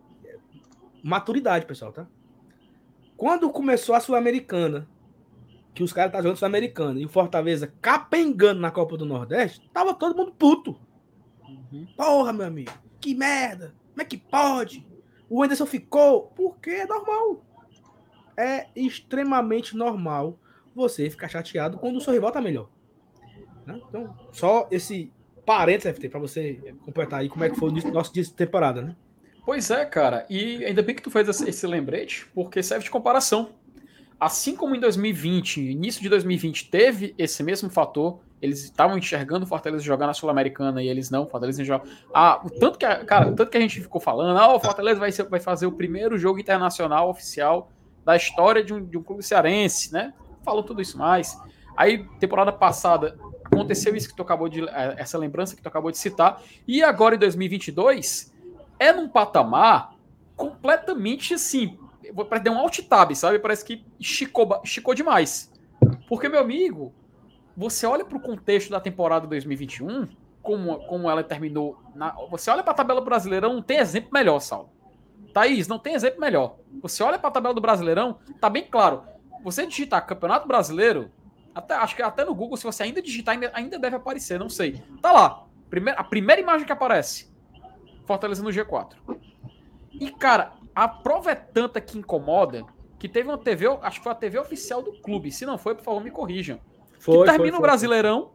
maturidade, pessoal, tá? Quando começou a Sul-Americana, que os caras estavam jogando Sul-Americana e o Fortaleza capengando na Copa do Nordeste, tava todo mundo puto. Porra, meu amigo, que merda. Como é que pode? O Anderson ficou? Porque é normal. É extremamente normal você ficar chateado quando o seu rival tá melhor. Né? Então, só esse parênteses, FT, pra você completar aí como é que foi o nosso dia de temporada, né? Pois é, cara. E ainda bem que tu fez esse lembrete, porque serve de comparação. Assim como em 2020, início de 2020, teve esse mesmo fator, eles estavam enxergando o Fortaleza jogar na Sul-Americana e eles não, o Fortaleza joga. O tanto que a gente ficou falando, o Fortaleza vai fazer o primeiro jogo internacional oficial da história de um clube cearense, né? Falou tudo isso mais. Aí, temporada passada, aconteceu isso que tu acabou essa lembrança que tu acabou de citar, e agora em 2022, é num patamar completamente assim, parece dar um alt tab, sabe? Parece que esticou demais. Porque, meu amigo, você olha para o contexto da temporada 2021, como ela terminou. Você olha para a tabela do Brasileirão, não tem exemplo melhor, Saulo. Thaís, não tem exemplo melhor. Você olha para a tabela do Brasileirão, tá bem claro. Você digitar Campeonato Brasileiro, acho que até no Google, se você ainda digitar, ainda deve aparecer, não sei. Tá lá. A primeira imagem que aparece. Fortaleza no G4. E, cara, a prova é tanta que incomoda que teve uma TV, acho que foi a TV oficial do clube. Se não foi, por favor, me corrijam. Termina o Brasileirão,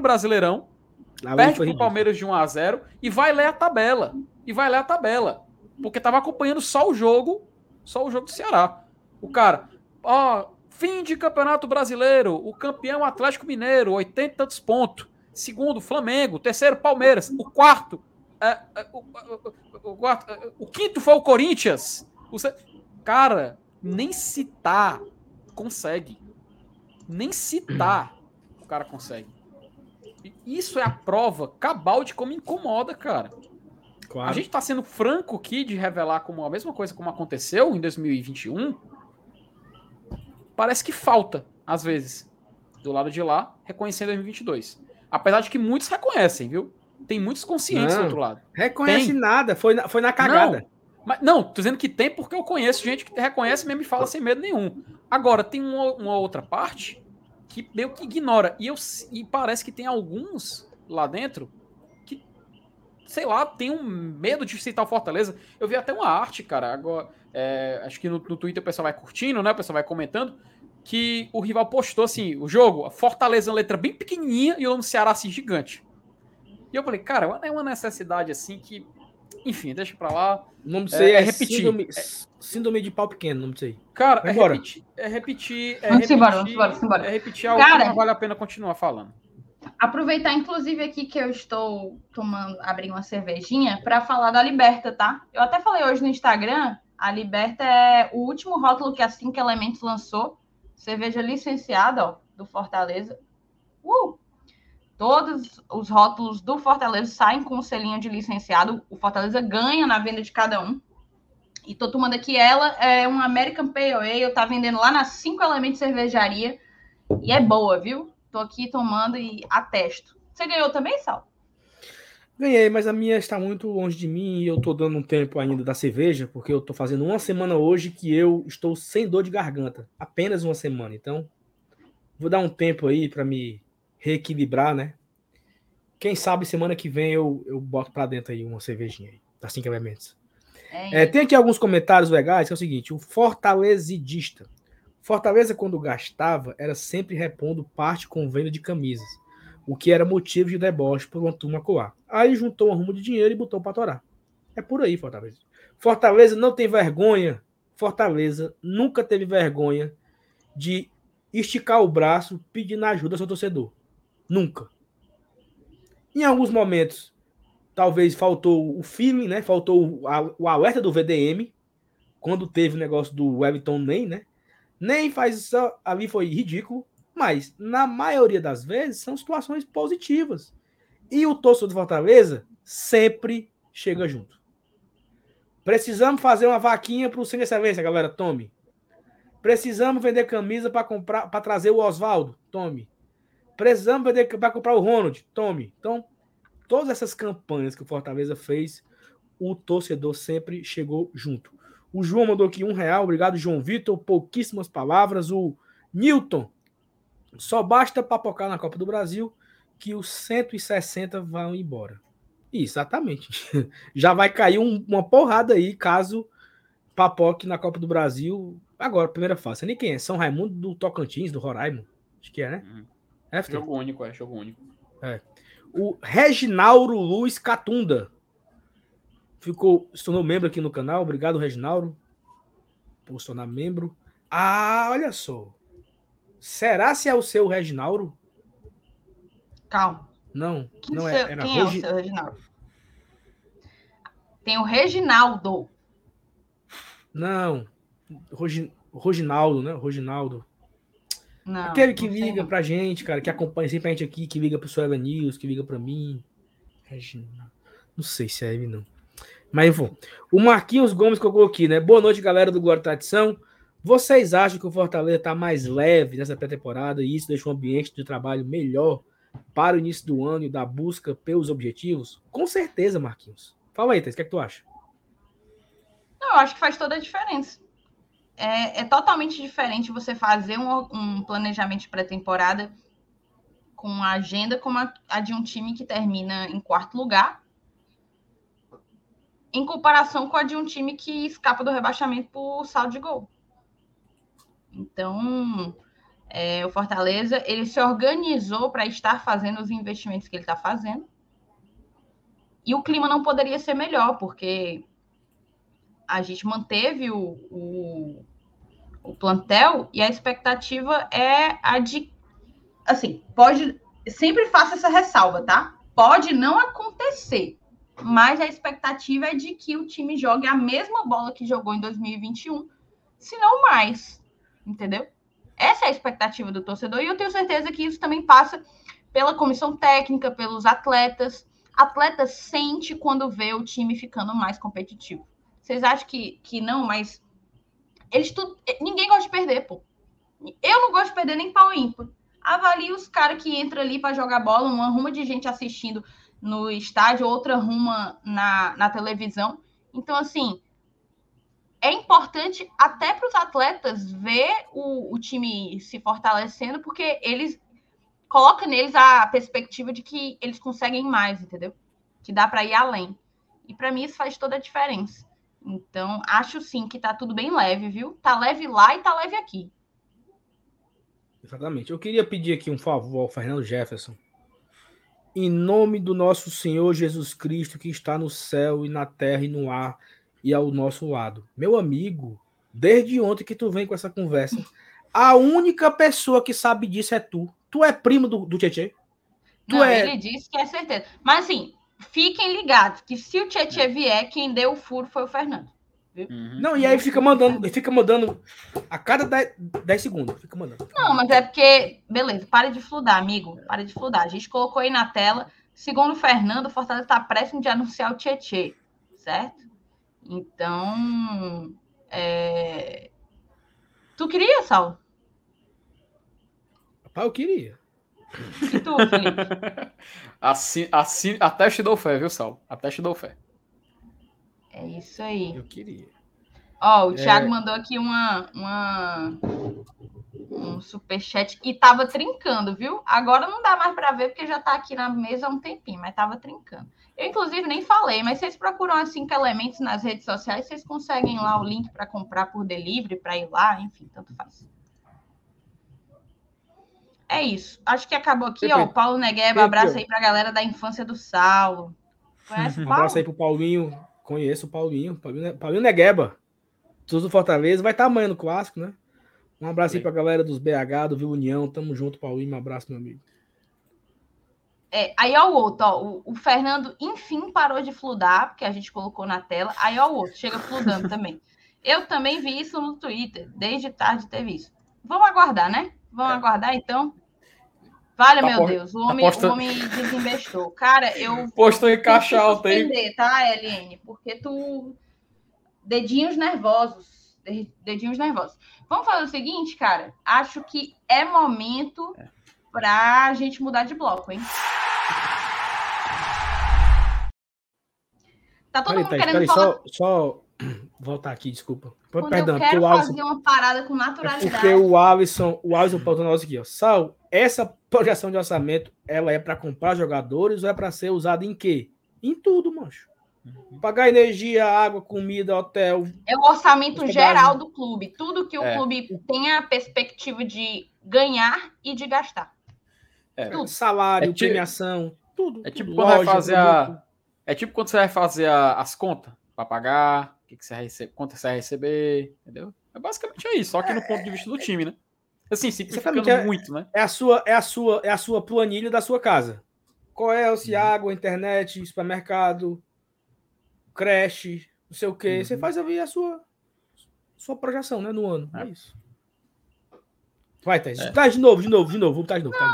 perde pro Palmeiras de 1-0 e vai ler a tabela. Porque tava acompanhando só o jogo do Ceará. O cara, fim de Campeonato Brasileiro, o campeão Atlético Mineiro, 80 e tantos pontos. Segundo, Flamengo. Terceiro, Palmeiras. O quarto, o quinto foi o Corinthians. Cara, nem citar consegue. Nem citar o cara consegue. Isso é a prova cabal de como incomoda, cara. Claro. A gente tá sendo franco aqui de revelar como a mesma coisa como aconteceu em 2021. Parece que falta, às vezes, do lado de lá, reconhecer 2022. Apesar de que muitos reconhecem, viu? Tem muitos conscientes do outro lado. Reconhece nada, foi na cagada. Não, tô dizendo que tem porque eu conheço gente que reconhece mesmo e fala sem medo nenhum. Agora, tem uma outra parte que meio que ignora. E parece que tem alguns lá dentro que sei lá, tem um medo de citar o Fortaleza. Eu vi até uma arte, cara, agora, acho que no Twitter o pessoal vai curtindo, né, o pessoal vai comentando, que o rival postou, assim, o jogo, Fortaleza, letra bem pequenininha, e o nome Ceará, assim, gigante. E eu falei, cara, é uma necessidade, assim, que, enfim, deixa pra lá. O nome disso aí é repetir. Síndrome de pau pequeno, o nome disso aí. Cara, Vamos embora. repetir algo que não vale a pena continuar falando. Aproveitar, inclusive, aqui que eu estou abrindo uma cervejinha para falar da Liberta, tá? Eu até falei hoje no Instagram, a Liberta é o último rótulo que a 5 Elementos lançou. Cerveja licenciada, ó, do Fortaleza. Todos os rótulos do Fortaleza saem com o selinho de licenciado. O Fortaleza ganha na venda de cada um. E tô tomando aqui ela, é uma American Pale Ale, tá vendendo lá na 5 Elementos Cervejaria. E é boa, viu? Tô aqui tomando e atesto. Você ganhou também, Sal? Ganhei, mas a minha está muito longe de mim e eu tô dando um tempo ainda da cerveja, porque eu tô fazendo uma semana hoje que eu estou sem dor de garganta. Apenas uma semana. Então, vou dar um tempo aí para me reequilibrar, né? Quem sabe semana que vem eu boto para dentro aí uma cervejinha aí, da 5 Elementos. Tem aqui alguns comentários legais, que é o seguinte, o fortalezidista. Fortaleza, quando gastava, era sempre repondo parte com venda de camisas, o que era motivo de deboche por uma turma coar. Aí juntou um rumo de dinheiro e botou para torar. É por aí, Fortaleza. Fortaleza não tem vergonha. Fortaleza nunca teve vergonha de esticar o braço pedindo ajuda ao seu torcedor. Nunca. Em alguns momentos, talvez faltou o feeling, né? Faltou o alerta do VDM, quando teve o negócio do Wellington Ney, né? Nem faz isso, ali foi ridículo, mas na maioria das vezes são situações positivas. E o torcedor do Fortaleza sempre chega junto. Precisamos fazer uma vaquinha para o Sem Excelência, galera, tome. Precisamos vender camisa para trazer o Oswaldo, tome. Precisamos vender para comprar o Ronald, tome. Então, todas essas campanhas que o Fortaleza fez, o torcedor sempre chegou junto. O João mandou aqui R$1. Obrigado, João Vitor. Pouquíssimas palavras. O Newton. Só basta papocar na Copa do Brasil que os 160 vão embora. Exatamente. Já vai cair uma porrada aí caso papoque na Copa do Brasil. Agora, primeira fase. Nem quem é? São Raimundo do Tocantins, do Roraima. Acho que é, né? Jogo único, jogo único. O Reginaldo Luiz Catunda. Se tornou membro aqui no canal. Obrigado, Reginaldo, por se tornar membro. Olha só. Será se é o seu Reginaldo? Calma. Não quem era é o seu Reginaldo? Tem o Reginaldo. Não. Roginaldo, né? Roginaldo. Não, aquele que liga pra gente, cara, que acompanha sempre a gente aqui, que liga pro Suela News, que liga pra mim. Reginaldo. Não sei se é ele, não. Mas, enfim, o Marquinhos Gomes colocou aqui, né? Boa noite, galera do Glória e Tradição. Vocês acham que o Fortaleza está mais leve nessa pré-temporada e isso deixa um ambiente de trabalho melhor para o início do ano e da busca pelos objetivos? Com certeza, Marquinhos. Fala aí, Thais, o que é que tu acha? Não, eu acho que faz toda a diferença. É totalmente diferente você fazer um planejamento de pré-temporada com uma agenda como a de um time que termina em 4º lugar, em comparação com a de um time que escapa do rebaixamento por saldo de gol. Então, o Fortaleza, ele se organizou para estar fazendo os investimentos que ele está fazendo. E o clima não poderia ser melhor, porque a gente manteve o plantel e a expectativa é a de... Assim, sempre faço essa ressalva, tá? Pode não acontecer, mas a expectativa é de que o time jogue a mesma bola que jogou em 2021, se não mais, entendeu? Essa é a expectativa do torcedor e eu tenho certeza que isso também passa pela comissão técnica, pelos atletas. Atleta sente quando vê o time ficando mais competitivo. Vocês acham que não, mas ninguém gosta de perder, pô. Eu não gosto de perder nem pau ímpar. Avalie os caras que entram ali para jogar bola, uma ruma de gente assistindo no estádio, outra ruma na televisão. Então, assim, é importante até para os atletas ver o time se fortalecendo, porque eles colocam neles a perspectiva de que eles conseguem mais, entendeu? que dá para ir além. E para mim isso faz toda a diferença. Então, acho sim que tá tudo bem leve, viu? Tá leve lá e tá leve aqui. Exatamente. Eu queria pedir aqui um favor ao Fernando Jefferson. Em nome do nosso Senhor Jesus Cristo, que está no céu e na terra e no ar e ao nosso lado. Meu amigo, desde ontem que tu vem com essa conversa, a única pessoa que sabe disso é tu. Tu é primo do Tietê? Não, ele disse que é certeza. Mas assim, fiquem ligados que se o Tietê vier, quem deu o furo foi o Fernando. Viu? Não, e aí fica mandando a cada 10 segundos. Fica mandando. Não, mas é porque, beleza, pare de fludar, amigo. Pare de fludar. A gente colocou aí na tela. Segundo o Fernando, o Fortaleza está prestes de anunciar o Tietê, certo? Então, tu queria, Saulo? Rapaz, eu queria. E tu, Felipe? Assim, até te dou fé, viu, Saulo? Até te dou fé. É isso aí. Eu queria. Ó, o Thiago mandou aqui um superchat e tava trincando, viu? Agora não dá mais para ver porque já tá aqui na mesa há um tempinho, mas tava trincando. Eu, inclusive, nem falei, mas vocês procuram as 5 elementos nas redes sociais, vocês conseguem lá o link para comprar por delivery, para ir lá, enfim, tanto faz. É isso. Acho que acabou aqui, ó. O Paulo Negueba, abraço aí pra galera da infância do Saulo. Conhece o Paulo? Um abraço aí pro Paulinho. Conheço o Paulinho. Paulinho Negueba. Tudo do Fortaleza. Vai estar amanhã no clássico, né? Um abraço aí pra galera dos BH, do Vila União. Tamo junto, Paulinho. Um abraço, meu amigo. Aí, ó, o outro, ó. O Fernando, enfim, parou de fludar, porque a gente colocou na tela. Aí, ó, o outro, chega fludando também. Eu também vi isso no Twitter. Desde tarde teve isso. Vamos aguardar, né? Vamos aguardar, então. Vale, meu Deus. O homem desinvestou. Cara, eu... Postou em caixa alta aí. Tá, LN? Porque tu... Dedinhos nervosos. Dedinhos nervosos. Vamos fazer o seguinte, cara. Acho que é momento pra gente mudar de bloco, hein? Tá todo mundo querendo falar... Só voltar aqui, desculpa. Perdão, eu quero fazer uma parada com naturalidade. Porque o Alisson botou nós aqui, ó. Sal, essa projeção de orçamento, ela é para comprar jogadores ou é para ser usada em quê? Em tudo, mancho. Pagar energia, água, comida, hotel. É o orçamento geral do clube. Tudo que o clube tem a perspectiva de ganhar e de gastar. Tudo. Salário, premiação, tudo. É tipo quando você vai fazer as contas para pagar, quanto você vai receber, entendeu? Basicamente é isso, só que no ponto de vista do time, né? Assim, simplificando muito, né? É a sua planilha da sua casa. Qual é se água, internet, supermercado, creche, não sei o quê. Você faz a sua projeção, né, no ano. É isso. Vai, Thaís. Tá de novo. Vamos tá de novo.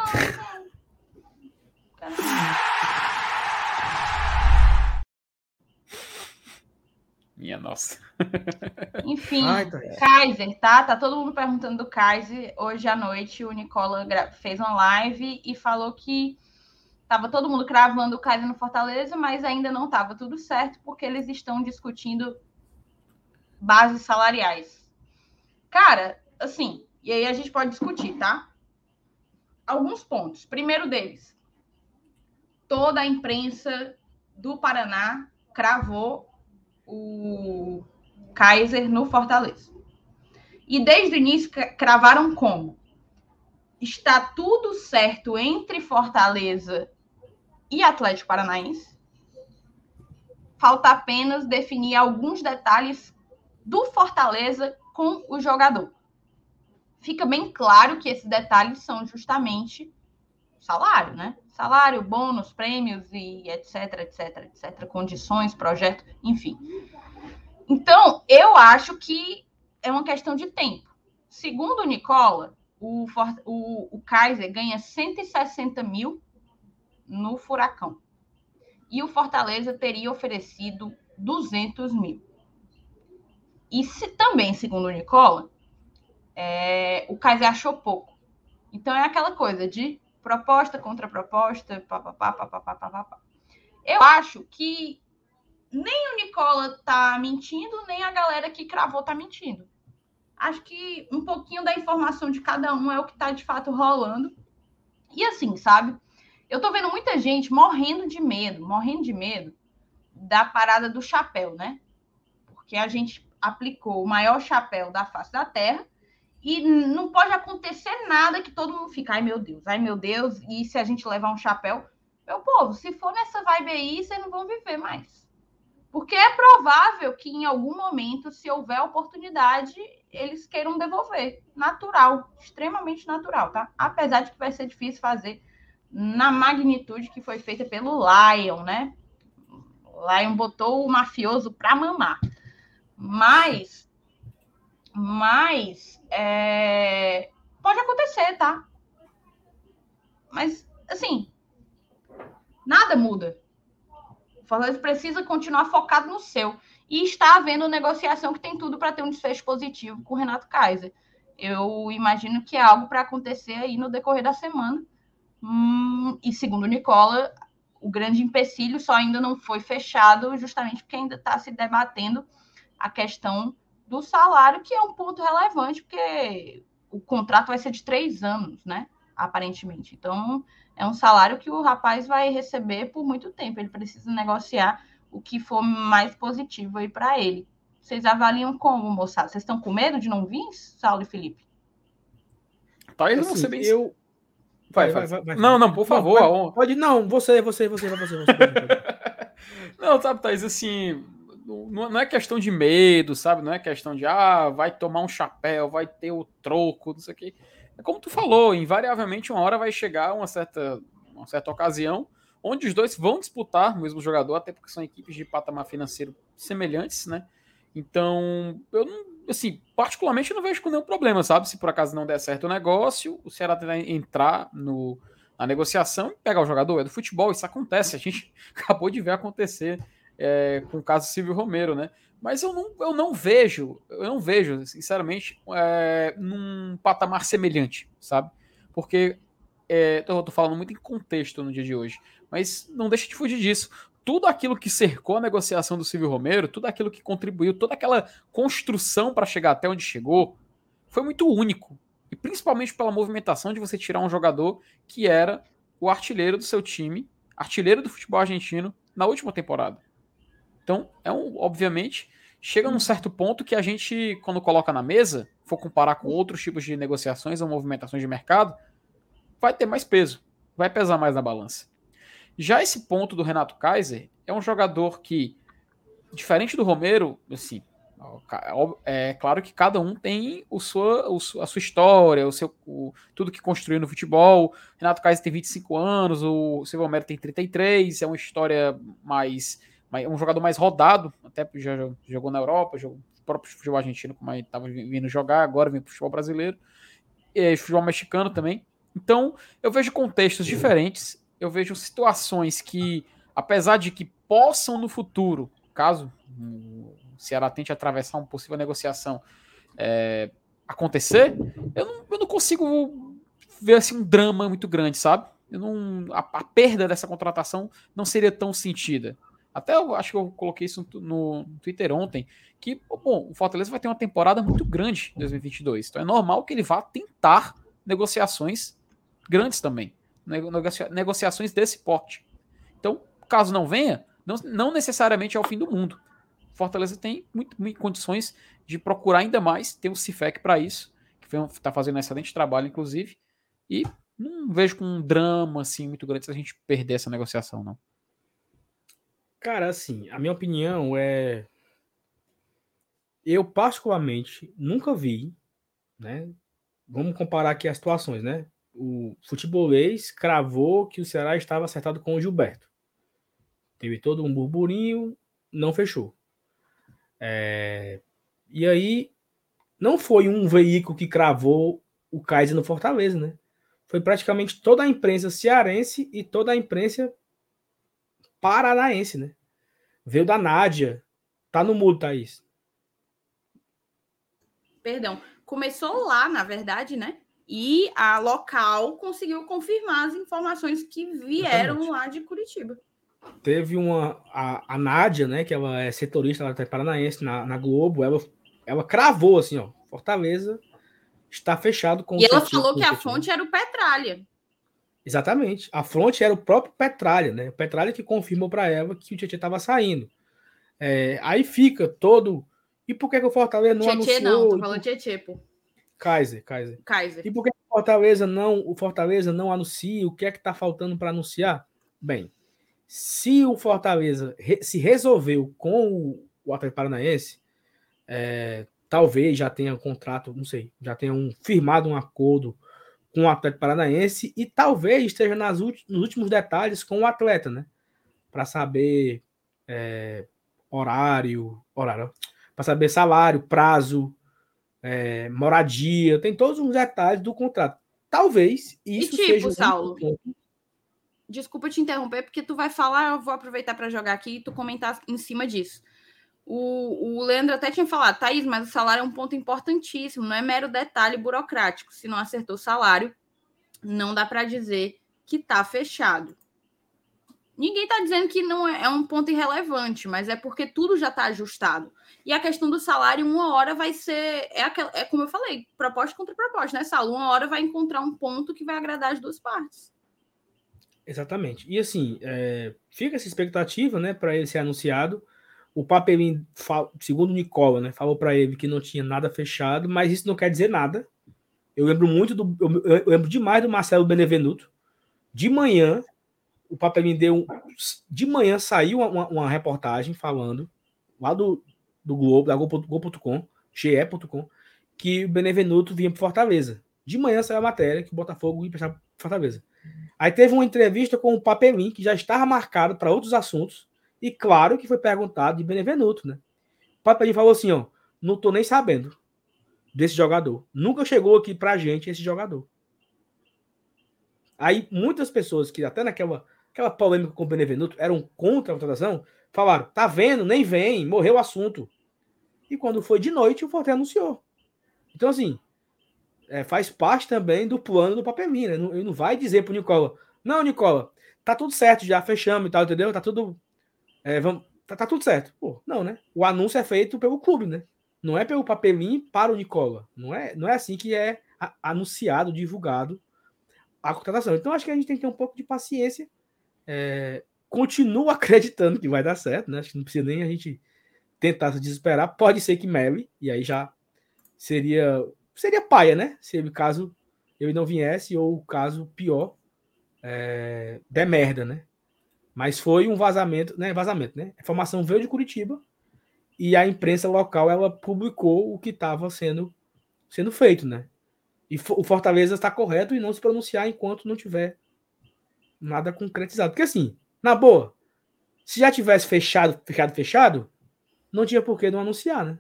Minha nossa. Enfim, Kaiser, tá? Tá todo mundo perguntando do Kaiser. Hoje à noite o Nicola fez uma live e falou que tava todo mundo cravando o Kaiser no Fortaleza, mas ainda não tava tudo certo porque eles estão discutindo bases salariais. Cara, assim, e aí a gente pode discutir, tá? Alguns pontos. Primeiro deles, toda a imprensa do Paraná cravou o Kaiser no Fortaleza. E desde o início cravaram como? Está tudo certo entre Fortaleza e Atlético Paranaense. Falta apenas definir alguns detalhes do Fortaleza com o jogador. Fica bem claro que esses detalhes são justamente salário, né? Salário, bônus, prêmios e etc, condições, projeto, enfim. Então, eu acho que é uma questão de tempo. Segundo o Nicola, o Kaiser ganha 160 mil no Furacão. E o Fortaleza teria oferecido 200 mil. E também, segundo o Nicola, o Kaiser achou pouco. Então, é aquela coisa de proposta contra proposta, papapá. Eu acho que nem o Nicola tá mentindo, nem a galera que cravou tá mentindo. Acho que um pouquinho da informação de cada um é o que tá de fato rolando. E assim, sabe? Eu tô vendo muita gente morrendo de medo da parada do chapéu, né? Porque a gente aplicou o maior chapéu da face da Terra e não pode acontecer nada que todo mundo fica, ai meu Deus, e se a gente levar um chapéu? Meu povo, se for nessa vibe aí, vocês não vão viver mais. Porque é provável que em algum momento, se houver oportunidade, eles queiram devolver. Natural, extremamente natural, tá? Apesar de que vai ser difícil fazer na magnitude que foi feita pelo Lion, né? O Lion botou o mafioso pra mamar. Mas pode acontecer, tá? Mas, assim, nada muda. O Fortaleza precisa continuar focado no seu. E está havendo negociação que tem tudo para ter um desfecho positivo com o Renato Kaiser. Eu imagino que é algo para acontecer aí no decorrer da semana. E segundo o Nicola, o grande empecilho só ainda não foi fechado, justamente porque ainda está se debatendo a questão do salário, que é um ponto relevante, porque o contrato vai ser de 3 anos, né? Aparentemente. Então, é um salário que o rapaz vai receber por muito tempo. Ele precisa negociar o que for mais positivo aí para ele. Vocês avaliam como, moçada? Vocês estão com medo de não vir, Saulo e Felipe? Talvez Assim, não ser bem... Vai. Não, por favor. Não, pode, não, você. Não, sabe, Thaís, assim, não é questão de medo, sabe? Não é questão de, vai tomar um chapéu, vai ter o troco, não sei o quê. É como tu falou, invariavelmente uma hora vai chegar uma certa ocasião onde os dois vão disputar o mesmo jogador, até porque são equipes de patamar financeiro semelhantes, né? Então, eu não, assim, particularmente eu não vejo com nenhum problema, sabe? Se por acaso não der certo o negócio, o Ceará tentar entrar na negociação e pegar o jogador. É do futebol, isso acontece. A gente acabou de ver acontecer com o caso Silvio Romero, né? Mas eu não vejo, sinceramente, num patamar semelhante, sabe? Porque eu tô falando muito em contexto no dia de hoje, mas não deixa de fugir disso. Tudo aquilo que cercou a negociação do Silvio Romero, tudo aquilo que contribuiu, toda aquela construção para chegar até onde chegou, foi muito único. E principalmente pela movimentação de você tirar um jogador que era o artilheiro do seu time, artilheiro do futebol argentino, na última temporada. Então, obviamente, chega num certo ponto que a gente, quando coloca na mesa, for comparar com outros tipos de negociações ou movimentações de mercado, vai ter mais peso, vai pesar mais na balança. Já esse ponto do Renato Kaiser é um jogador que, diferente do Romero, assim, é claro que cada um tem a sua história, tudo que construiu no futebol. Renato Kaiser tem 25 anos, o Silvio Romero tem 33, é uma história um jogador mais rodado, até já jogou na Europa, jogou o próprio futebol argentino, como ele estava vindo jogar, agora vem para o futebol brasileiro, e futebol mexicano também. Então, eu vejo contextos diferentes, eu vejo situações que, apesar de que possam no futuro, caso o Ceará tente atravessar uma possível negociação acontecer, eu não consigo ver assim, um drama muito grande, sabe? A perda dessa contratação não seria tão sentida. Até eu acho que eu coloquei isso no Twitter ontem, que o Fortaleza vai ter uma temporada muito grande em 2022. Então é normal que ele vá tentar negociações grandes também. Negociações desse porte. Então, caso não venha, não necessariamente é o fim do mundo. Fortaleza tem muito condições de procurar ainda mais, tem o Cifec para isso, que está fazendo um excelente trabalho, inclusive, e não vejo com um drama assim, muito grande se a gente perder essa negociação, não. Cara, assim, a minha opinião é... Eu, particularmente, nunca vi, né? Vamos comparar aqui as situações, né? O futebolês cravou que o Ceará estava acertado com o Gilberto. Teve todo um burburinho, não fechou. E aí, não foi um veículo que cravou o Kaiser no Fortaleza, né? Foi praticamente toda a imprensa cearense e toda a imprensa paranaense, né? Veio da Nádia. Tá no mudo, Thaís. Perdão. Começou lá, na verdade, né? E a local conseguiu confirmar as informações que vieram lá de Curitiba. Teve a Nádia, né? Que ela é setorista, ela tá paranaense na Globo. Ela cravou assim, ó. Fortaleza está fechado com e ela falou que a fonte era o Petralha. Exatamente. A fonte era o próprio Petralha, né? O Petralha que confirmou para Eva que o Tietê estava saindo. Aí fica todo... E por que o Fortaleza não Tietê anunciou? não, tô falando Tietê, pô. Kaiser. E por que o Fortaleza não anuncia? O que é que está faltando para anunciar? Bem, se o Fortaleza se resolveu com o Atlético Paranaense, talvez já tenha um contrato, não sei, já tenha firmado um acordo com o Atlético Paranaense e talvez esteja nos últimos detalhes com o atleta, né? Para saber horário, para saber salário, prazo, moradia, tem todos os detalhes do contrato. Talvez isso seja Saulo, desculpa te interromper, porque tu vai falar, eu vou aproveitar para jogar aqui e tu comentar em cima disso. O Leandro até tinha falado, Thaís, mas o salário é um ponto importantíssimo, não é mero detalhe burocrático. Se não acertou o salário, não dá para dizer que está fechado. Ninguém está dizendo que não é um ponto irrelevante, mas é porque tudo já está ajustado. E a questão do salário, uma hora vai ser... É como eu falei, proposta contra proposta, né, Saulo? Uma hora vai encontrar um ponto que vai agradar as duas partes. Exatamente. E assim, fica essa expectativa, né, para ele ser anunciado. O Papelinho, segundo o Nicola, né, falou para ele que não tinha nada fechado, mas isso não quer dizer nada. Eu lembro eu lembro demais do Marcelo Benevenuto. De manhã, o Papelinho de manhã saiu uma reportagem falando lá do Globo, da Globo.com, ge.com, que o Benevenuto vinha para Fortaleza. De manhã saiu a matéria que o Botafogo ia para Fortaleza. Aí teve uma entrevista com o Papelinho, que já estava marcado para outros assuntos, e claro que foi perguntado de Benevenuto, né? O Papelinho falou assim, ó, não tô nem sabendo desse jogador. Nunca chegou aqui pra gente esse jogador. Aí muitas pessoas que até naquela polêmica com o Benevenuto eram contra a contratação, falaram, tá vendo, nem vem, morreu o assunto. E quando foi de noite, o Fortaleza anunciou. Então assim, faz parte também do plano do Papelinho, né? Ele não vai dizer pro Nicola, não, Nicola, tá tudo certo, já fechamos e tal, entendeu? Tá tudo... tá tudo certo. Pô, não, né? O anúncio é feito pelo clube, né? Não é pelo Papelinho para o Nicola. Não é assim que é anunciado, divulgado a contratação. Então, acho que a gente tem que ter um pouco de paciência. Continuo acreditando que vai dar certo, né? Acho que não precisa nem a gente tentar se desesperar. Pode ser que mele, e aí já seria paia, né? Se o caso ele não viesse, ou o caso pior, der merda, né? Mas foi um vazamento, né? A informação veio de Curitiba e a imprensa local ela publicou o que estava sendo feito, né? E o Fortaleza está correto em não se pronunciar enquanto não tiver nada concretizado. Porque assim, na boa, se já tivesse fechado, não tinha por que não anunciar, né?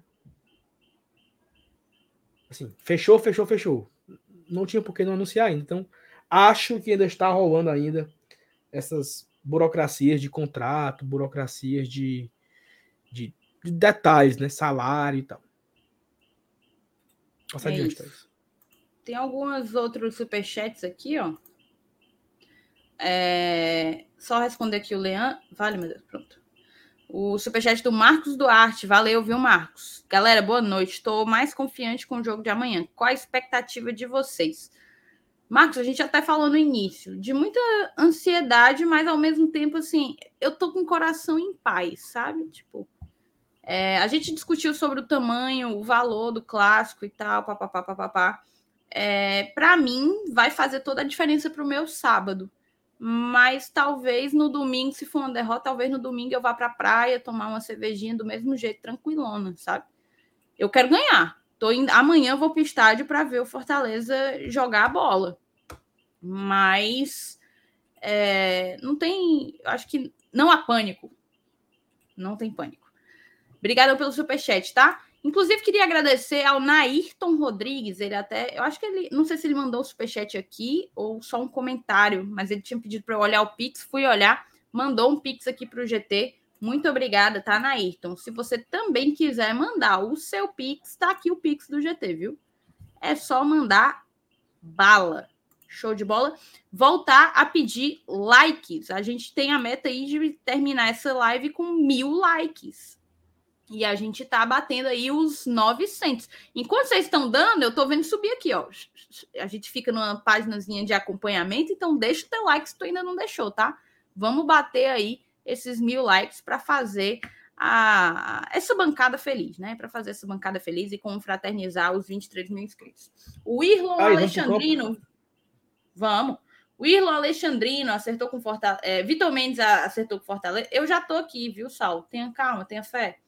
Assim, fechou. Não tinha por que não anunciar ainda. Então, acho que ainda está rolando ainda essas burocracias de contrato, burocracias de detalhes, né? Salário e tal. Passa adiante, Thaís. Tem alguns outros superchats aqui, ó. Só responder aqui o Leandro. Vale, meu Deus, pronto. O superchat do Marcos Duarte. Valeu, viu, Marcos? Galera, boa noite. Estou mais confiante com o jogo de amanhã. Qual a expectativa de vocês? Marcos, a gente até falou no início, de muita ansiedade, mas ao mesmo tempo, assim, eu tô com o coração em paz, sabe? Tipo, a gente discutiu sobre o tamanho, o valor do clássico e tal, papapá. Para mim, vai fazer toda a diferença pro meu sábado. Mas talvez no domingo, se for uma derrota, talvez no domingo eu vá pra praia, tomar uma cervejinha do mesmo jeito, tranquilona, sabe? Eu quero ganhar. Amanhã eu vou pro estádio para ver o Fortaleza jogar a bola. Mas não tem... Acho que não há pânico. Não tem pânico. Obrigada pelo superchat, tá? Inclusive, queria agradecer ao Nairton Rodrigues. Ele até... Eu acho que ele... Não sei se ele mandou o superchat aqui ou só um comentário, mas ele tinha pedido para eu olhar o Pix. Fui olhar. Mandou um Pix aqui para o GT. Muito obrigada, tá, Nairton? Se você também quiser mandar o seu Pix, tá aqui o Pix do GT, viu? É só mandar bala. Show de bola. Voltar a pedir likes. A gente tem a meta aí de terminar essa live com 1000 likes. E a gente tá batendo aí os 900. Enquanto vocês estão dando, eu tô vendo subir aqui, ó. A gente fica numa páginazinha de acompanhamento, então deixa o teu like se tu ainda não deixou, tá? Vamos bater aí esses 1000 likes para fazer essa bancada feliz, né? Para fazer essa bancada feliz e confraternizar os 23 mil inscritos. O Irlon Alexandrino... Vamos. O Irlon Alexandrino acertou com Fortaleza. Vitor Mendes acertou com Fortaleza. Eu já tô aqui, viu, Saulo? Tenha calma, tenha fé.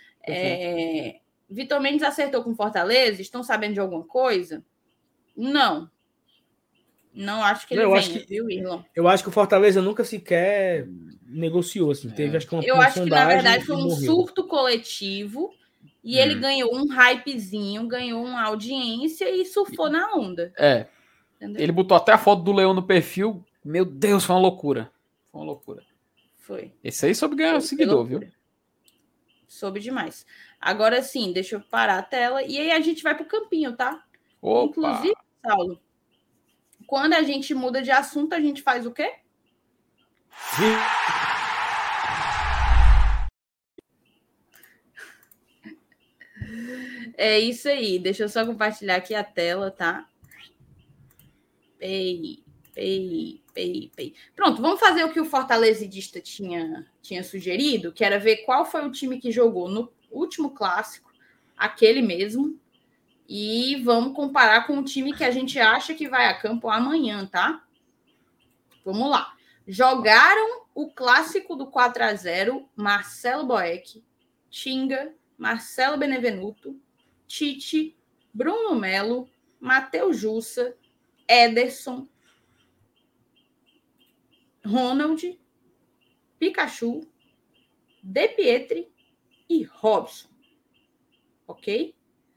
Vitor Mendes acertou com Fortaleza. Estão sabendo de alguma coisa? Não acho que ele venha, viu, Irlon? Eu acho que o Fortaleza nunca sequer negociou, assim. Teve, acho que eu acho que, na verdade, foi um surto coletivo e ele ganhou um hypezinho, ganhou uma audiência e surfou na onda. Entendeu? Ele botou até a foto do Leão no perfil. Meu Deus, foi uma loucura. Foi. Esse aí soube ganhar seguidor, viu? Soube demais. Agora sim, deixa eu parar a tela. E aí a gente vai pro campinho, tá? Opa. Inclusive, Saulo, quando a gente muda de assunto, a gente faz o quê? É isso aí. Deixa eu só compartilhar aqui a tela, tá? Pronto, vamos fazer o que o fortalecedista tinha sugerido, que era ver qual foi o time que jogou no último clássico, aquele mesmo, e vamos comparar com o time que a gente acha que vai a campo amanhã, tá? Vamos lá. Jogaram o clássico do 4-0, Marcelo Boeck, Tinga, Marcelo Benevenuto, Tite, Bruno Melo, Matheus Jussa, Ederson, Ronald, Pikachu, De Pietri e Robson. Ok?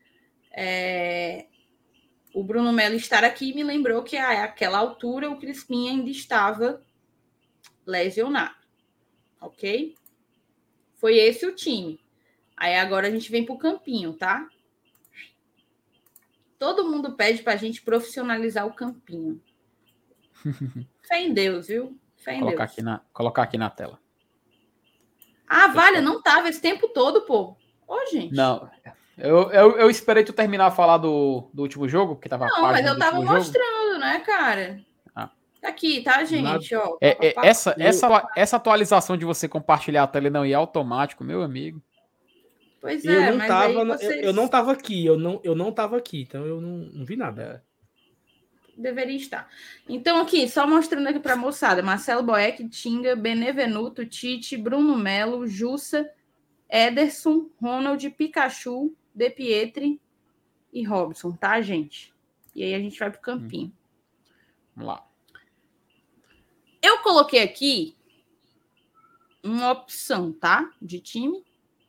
O Bruno Melo estar aqui me lembrou que àquela altura o Crispim ainda estava lesionado. Ok? Foi esse o time. Aí agora a gente vem para o campinho, tá? Todo mundo pede para a gente profissionalizar o campinho. Fé em Deus, viu? Fé em Deus. Colocar aqui na tela. Vale, não tava esse tempo todo, pô. Ô, gente. Não, eu esperei tu terminar a falar do último jogo, porque tava. Não, mas eu tava mostrando, né, cara? Tá aqui, tá, gente? Ó, essa atualização de você compartilhar a tela e não ir automático, meu amigo. Pois é, mas eu não tava aqui, eu não tava aqui, então eu não vi nada. Deveria estar. Então, aqui, só mostrando aqui pra moçada. Marcelo Boeck, Tinga, Benevenuto, Tite, Bruno Melo, Jussa, Ederson, Ronald, Pikachu, De Pietri e Robson, tá, gente? E aí a gente vai pro campinho. Vamos lá. Eu coloquei aqui uma opção, tá? De time.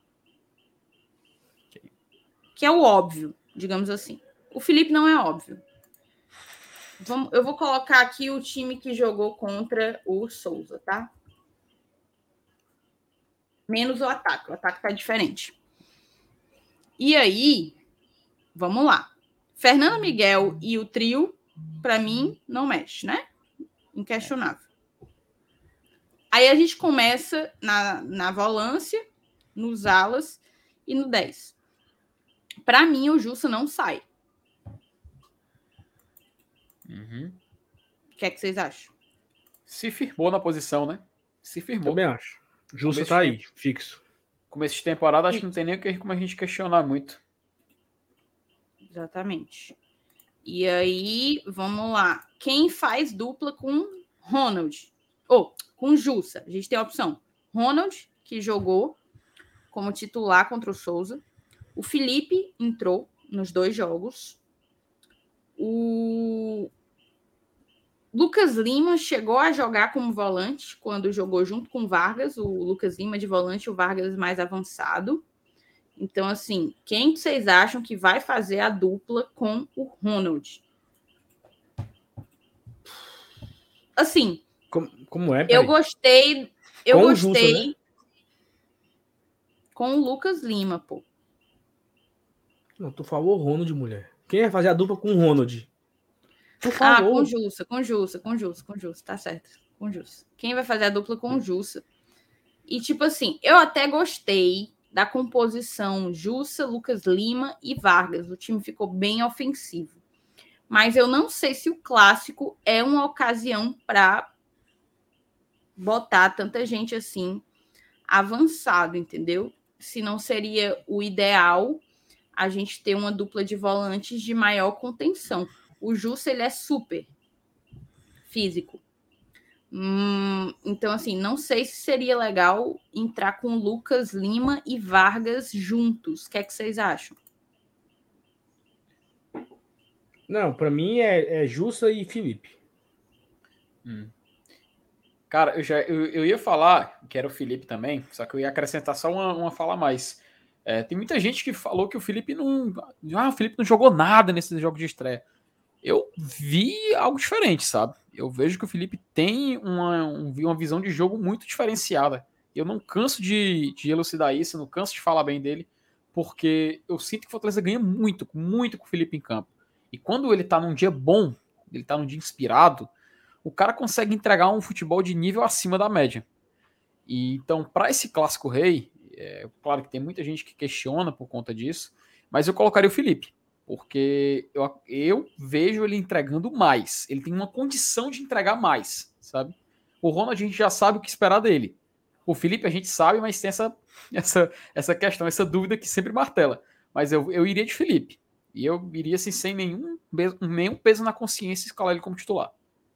Que é o óbvio, digamos assim. O Felipe não é óbvio. Eu vou colocar aqui o time que jogou contra o Souza, tá? Menos o ataque. O ataque tá diferente. E aí, vamos lá. Fernando Miguel e o trio, para mim, não mexe, né? Inquestionável. Aí a gente começa na volância, nos alas e no 10. Para mim, o Jussa não sai. O que é que vocês acham? Se firmou na posição, né? Se firmou. Também acho. Jussa tá aí, fixo. Começo de temporada, acho que não tem nem como a gente questionar muito. Exatamente. E aí, vamos lá. Quem faz dupla com Ronald? Com Jussa. A gente tem a opção. Ronald, que jogou como titular contra o Souza. O Felipe entrou nos 2 jogos. O Lucas Lima chegou a jogar como volante quando jogou junto com o Vargas. O Lucas Lima de volante, o Vargas mais avançado. Então, assim, quem vocês acham que vai fazer a dupla com o Ronald? Assim, como é? Eu gostei. Eu com gostei. Jussa, né? Com o Lucas Lima, pô. Não, tu falou Ronald, mulher. Quem vai fazer a dupla com o Ronald? Por favor. Com Jussa. Tá certo. Com Jussa. Quem vai fazer a dupla com o Jussa? E, tipo assim, eu até gostei da composição Jussa, Lucas Lima e Vargas. O time ficou bem ofensivo. Mas eu não sei se o clássico é uma ocasião para botar tanta gente assim avançado, entendeu? Se não seria o ideal a gente ter uma dupla de volantes de maior contenção. O Jussa, ele é super físico. Então, assim, não sei se seria legal entrar com Lucas Lima e Vargas juntos. O que é que vocês acham? Não, pra mim é Jussa e Felipe. Cara, eu ia falar que era o Felipe também, só que eu ia acrescentar só uma fala a mais. Tem muita gente que falou que o Felipe não jogou nada nesse jogo de estreia. Eu vi algo diferente, sabe? Eu vejo que o Felipe tem uma visão de jogo muito diferenciada. Eu não canso de elucidar isso, não canso de falar bem dele, porque eu sinto que o Fortaleza ganha muito, muito com o Felipe em campo. E quando ele tá num dia bom, ele tá num dia inspirado, o cara consegue entregar um futebol de nível acima da média. E então, para esse clássico rei, claro que tem muita gente que questiona por conta disso, mas eu colocaria o Felipe, porque eu vejo ele entregando mais. Ele tem uma condição de entregar mais, sabe? O Ronald a gente já sabe o que esperar dele. O Felipe a gente sabe, mas tem essa questão, essa dúvida que sempre martela. Mas eu iria de Felipe. E eu iria assim, sem nenhum peso na consciência escalar ele como titular.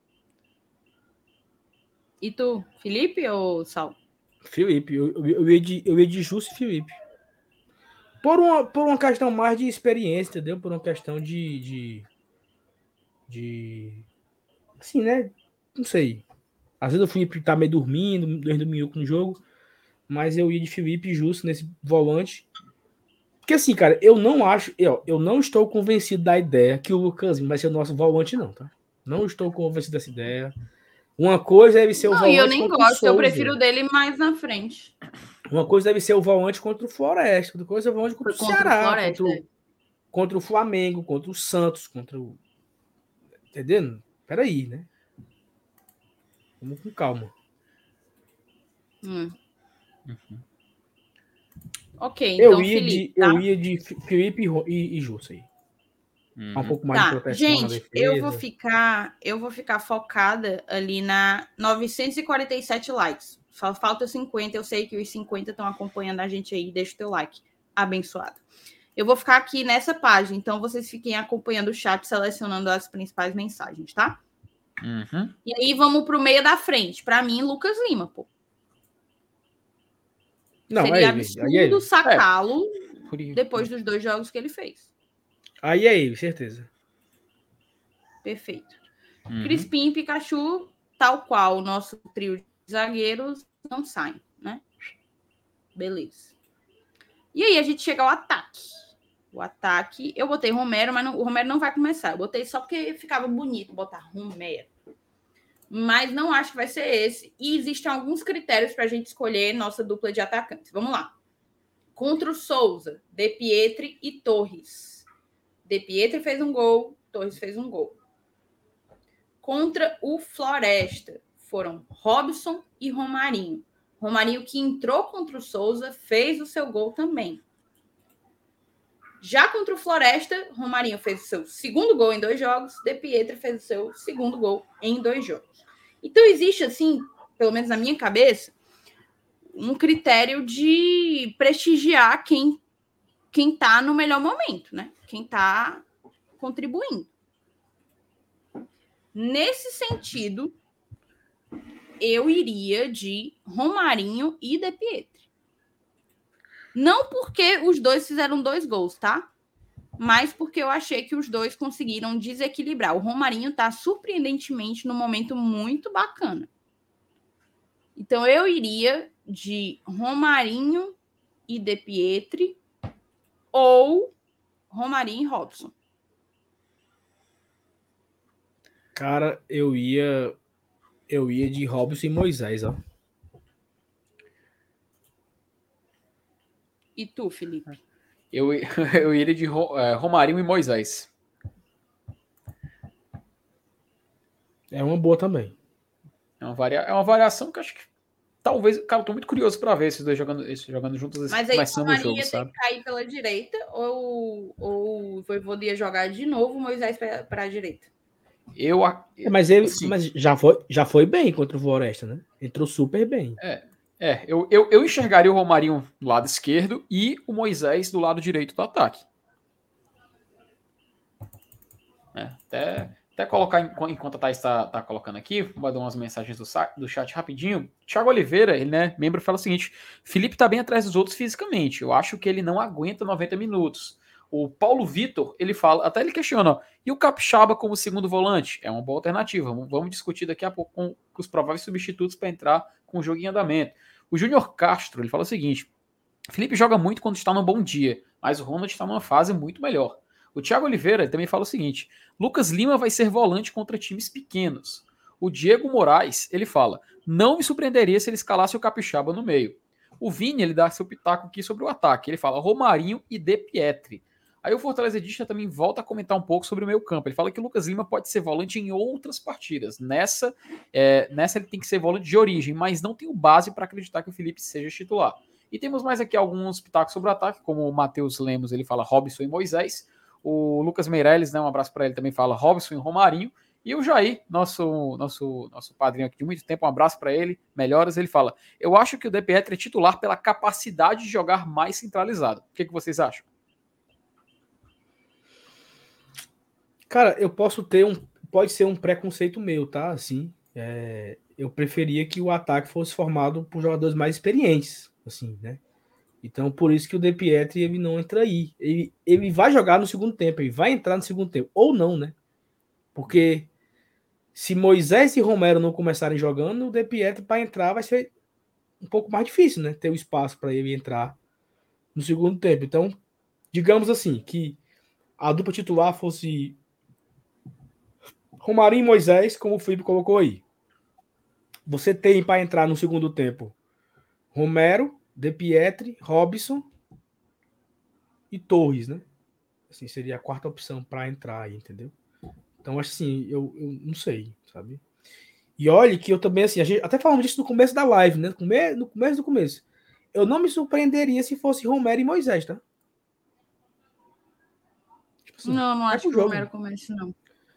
E tu, Felipe ou Sal? Felipe, eu ia de Jussa e Felipe. Por uma questão mais de experiência, entendeu? Por uma questão de assim, né? Não sei. Às vezes o Felipe tá meio dormindo, desde o minuto no jogo, mas eu ia de Felipe e Jussa nesse volante. Porque assim, cara, eu não estou convencido da ideia que o Lucas vai ser o nosso volante, não, tá? Não estou convencido dessa ideia. Uma coisa deve ser o volante. Não, eu nem gosto, eu prefiro dele mais na frente. Uma coisa deve ser o volante contra o Floresta, outra coisa é o volante contra o Ceará, contra o Flamengo, contra o Santos, contra o. Entendendo? Peraí, né? Vamos com calma. Ok, então eu ia de Felipe e Jussa aí. Um pouco mais de proteção. Gente, eu vou ficar focada ali na 947 likes. Só falta 50. Eu sei que os 50 estão acompanhando a gente aí. Deixa o teu like. Abençoado. Eu vou ficar aqui nessa página. Então, vocês fiquem acompanhando o chat, selecionando as principais mensagens, tá? E aí, vamos pro meio da frente. Para mim, Lucas Lima, pô. Não, seria absurdo sacá-lo depois dos 2 jogos que ele fez. Aí é ele, certeza. Perfeito. Crispim e Pikachu, tal qual o nosso trio de zagueiros, não saem, né? Beleza. E aí a gente chega ao ataque. O ataque, eu botei Romero, mas o Romero não vai começar. Eu botei só porque ficava bonito botar Romero. Mas não acho que vai ser esse. E existem alguns critérios para a gente escolher nossa dupla de atacantes. Vamos lá. Contra o Souza, De Pietri e Torres. De Pietri fez um gol, Torres fez um gol. Contra o Floresta, foram Robson e Romarinho. Romarinho, que entrou contra o Souza, fez o seu gol também. Já contra o Floresta, Romarinho fez o seu segundo gol em 2 jogos, De Pietri fez o seu segundo gol em 2 jogos. Então, existe, assim, pelo menos na minha cabeça, um critério de prestigiar quem está no melhor momento, né? Quem está contribuindo. Nesse sentido, eu iria de Romarinho e De Pietri. Não porque os dois fizeram 2 gols, tá? Mas porque eu achei que os dois conseguiram desequilibrar. O Romarinho está surpreendentemente num momento muito bacana. Então, eu iria de Romarinho e De Pietri ou Romarinho e Robson. Cara, eu ia de Robson e Moisés, ó. E tu, Felipe? Eu iria de Romarinho e Moisés. É uma boa também. É uma variação que eu acho que Talvez, cara, eu tô muito curioso pra ver esses dois jogando juntos, Mas aí o começando o Romarinho jogo, ia ter sabe? que cair pela direita ou o Vojvoda ia jogar de novo o Moisés para a direita? Assim, Mas já foi bem contra o Floresta, né? Entrou super bem. eu enxergaria o Romarinho do lado esquerdo e o Moisés do lado direito do ataque. Até colocar, enquanto a Thaís está colocando aqui, vou dar umas mensagens do chat rapidinho. Thiago Oliveira, ele, né, membro, fala o seguinte: Felipe tá bem atrás dos outros fisicamente. Eu acho que ele não aguenta 90 minutos. O Paulo Vitor, ele fala, até ele questiona, ó, e o Capixaba como segundo volante? É uma boa alternativa. Vamos discutir daqui a pouco com os prováveis substitutos para entrar com o jogo em andamento. O Júnior Castro, ele fala o seguinte: Felipe joga muito quando está num bom dia, mas o Ronald está numa fase muito melhor. O Thiago Oliveira também fala o seguinte: Lucas Lima vai ser volante contra times pequenos. O Diego Moraes, ele fala: não me surpreenderia se ele escalasse o Capixaba no meio. O Vini, ele dá seu pitaco aqui sobre o ataque. Ele fala Romarinho e De Pietri. Aí o Fortaleza Edista também volta a comentar um pouco sobre o meio campo. Ele fala que o Lucas Lima pode ser volante em outras partidas. Nessa ele tem que ser volante de origem, mas não tenho base para acreditar que o Felipe seja titular. E temos mais aqui alguns pitacos sobre o ataque, como o Matheus Lemos, ele fala Robson e Moisés. O Lucas Meirelles, né, um abraço para ele, também fala Robson e Romarinho. E o Jair, nosso padrinho aqui de muito tempo, um abraço para ele, melhoras, ele fala: eu acho que o De Pietri é titular pela capacidade de jogar mais centralizado. O que vocês acham? Cara, pode ser um preconceito meu, tá? Assim, eu preferia que o ataque fosse formado por jogadores mais experientes, assim, né? Então, por isso que o De Pietri, ele não entra aí. Ele vai jogar no segundo tempo, ele vai entrar no segundo tempo, ou não, né? Porque se Moisés e Romero não começarem jogando, o De Pietri para entrar vai ser um pouco mais difícil, né? Ter o espaço para ele entrar no segundo tempo. Então, digamos assim, que a dupla titular fosse Romarinho e Moisés, como o Felipe colocou aí. Você tem para entrar no segundo tempo Romero, De Pietri, Robson e Torres, né? Assim, seria a quarta opção para entrar aí, entendeu? Então, acho assim, eu não sei, sabe? E olha que eu também, assim, a gente até falamos disso no começo da live, né? No começo. Eu não me surpreenderia se fosse Romero e Moisés, tá? Tipo assim, não acho que o Romero comece, não.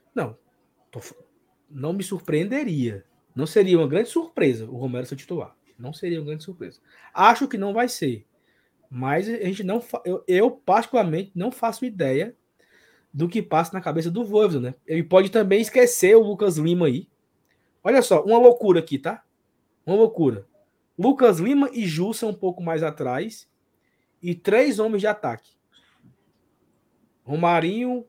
Não me surpreenderia. Não seria uma grande surpresa o Romero ser titular. Não seria uma grande surpresa. Acho que não vai ser. Mas a gente não. Eu particularmente, não faço ideia do que passa na cabeça do Vojvoda, né? Ele pode também esquecer o Lucas Lima aí. Olha só, uma loucura aqui, tá? Uma loucura. Lucas Lima e Jussa um pouco mais atrás. E 3 homens de ataque. Romarinho,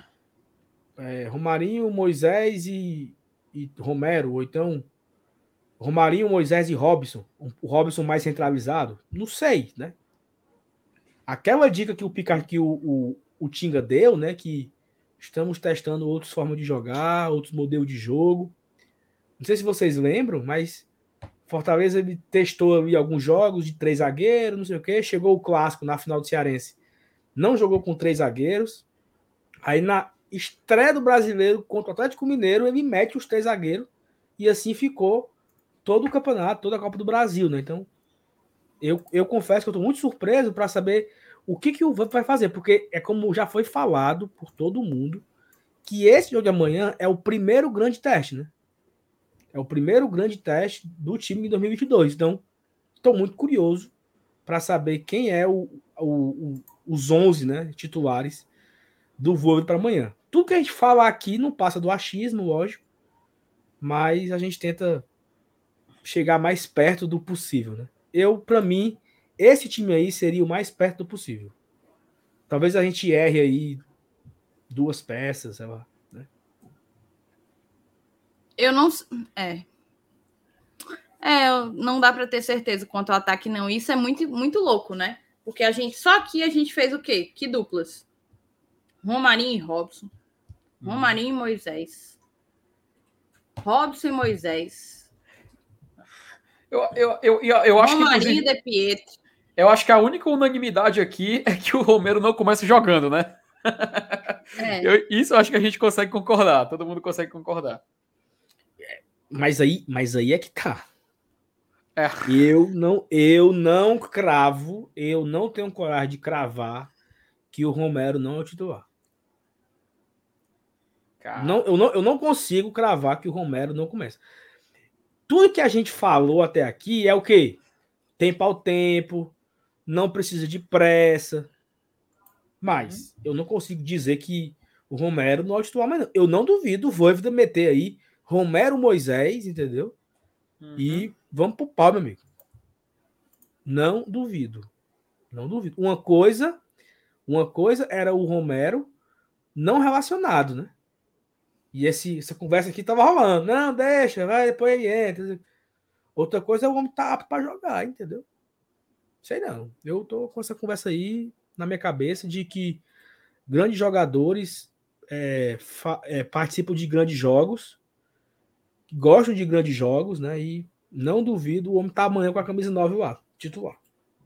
Moisés e Romero. Ou então Romarinho, Moisés e Robson. O Robson mais centralizado. Não sei, né? Aquela dica que o Tinga deu, né? Que estamos testando outras formas de jogar, outros modelos de jogo. Não sei se vocês lembram, mas Fortaleza ele testou ali alguns jogos de 3 zagueiros, não sei o quê. Chegou o clássico na final do Cearense. Não jogou com 3 zagueiros. Aí na estreia do Brasileiro contra o Atlético Mineiro, ele mete os 3 zagueiros. E assim ficou todo o campeonato, toda a Copa do Brasil, né? Então, eu confesso que eu estou muito surpreso para saber o que o Vamp vai fazer. Porque é como já foi falado por todo mundo, que esse jogo de amanhã é o primeiro grande teste, né? É o primeiro grande teste do time em 2022. Então, estou muito curioso para saber quem é os 11, né, titulares do Vôlei para amanhã. Tudo que a gente fala aqui não passa do achismo, lógico, mas a gente tenta chegar mais perto do possível, né? Para mim, esse time aí seria o mais perto do possível. Talvez a gente erre aí 2 peças, sei lá. Eu não. Não dá para ter certeza quanto ao ataque, não. Isso é muito, muito louco, né? Porque só aqui a gente fez o quê? Que duplas? Romarinho e Robson. Romarinho e Moisés. Robson e Moisés. Eu acho que. Romarinho e De Pietri. Eu acho que a única unanimidade aqui é que o Romero não começa jogando, né? Isso eu acho que a gente consegue concordar. Todo mundo consegue concordar. Mas aí é que tá. É. Eu não cravo, eu não tenho coragem de cravar que o Romero não é o titular. Cara, Eu não consigo cravar que o Romero não começa. Tudo que a gente falou até aqui é o quê? Tempo ao tempo, não precisa de pressa. Mas eu não consigo dizer que o Romero não é o titular, mas não. Eu não duvido o Voivoda meter aí Romero Moisés, entendeu? E vamos pro pau, meu amigo. Não duvido. Não duvido. Uma coisa era o Romero não relacionado, né? E essa conversa aqui tava rolando. Não, deixa, vai, depois ele entra. Outra coisa é o homem tá apto pra jogar, entendeu? Sei não. Eu tô com essa conversa aí na minha cabeça de que grandes jogadores participam de grandes jogos, gostam de grandes jogos, né? E não duvido o homem tá amanhã com a camisa 9 lá, titular.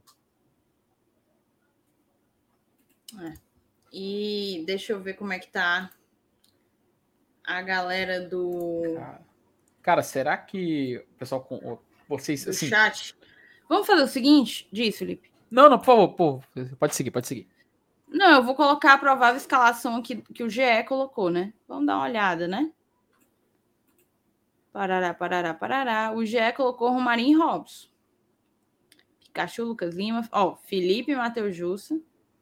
E deixa eu ver como é que tá a galera do Cara, será que o pessoal vocês do assim? chat. Vamos fazer o seguinte, diz, Felipe. Não, por favor, pode seguir. Não, eu vou colocar a provável escalação aqui que o GE colocou, né? Vamos dar uma olhada, né? Parará. O GE colocou Romarinho e Robson. Pikachu, Lucas Lima. Ó, Felipe e Matheus Jussa.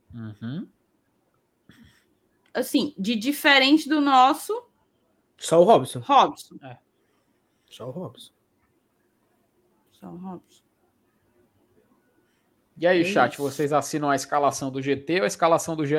Assim, de diferente do nosso... Só o Robson. Só o Robson. E aí, chat, vocês assinam a escalação do GT ou a escalação do GE?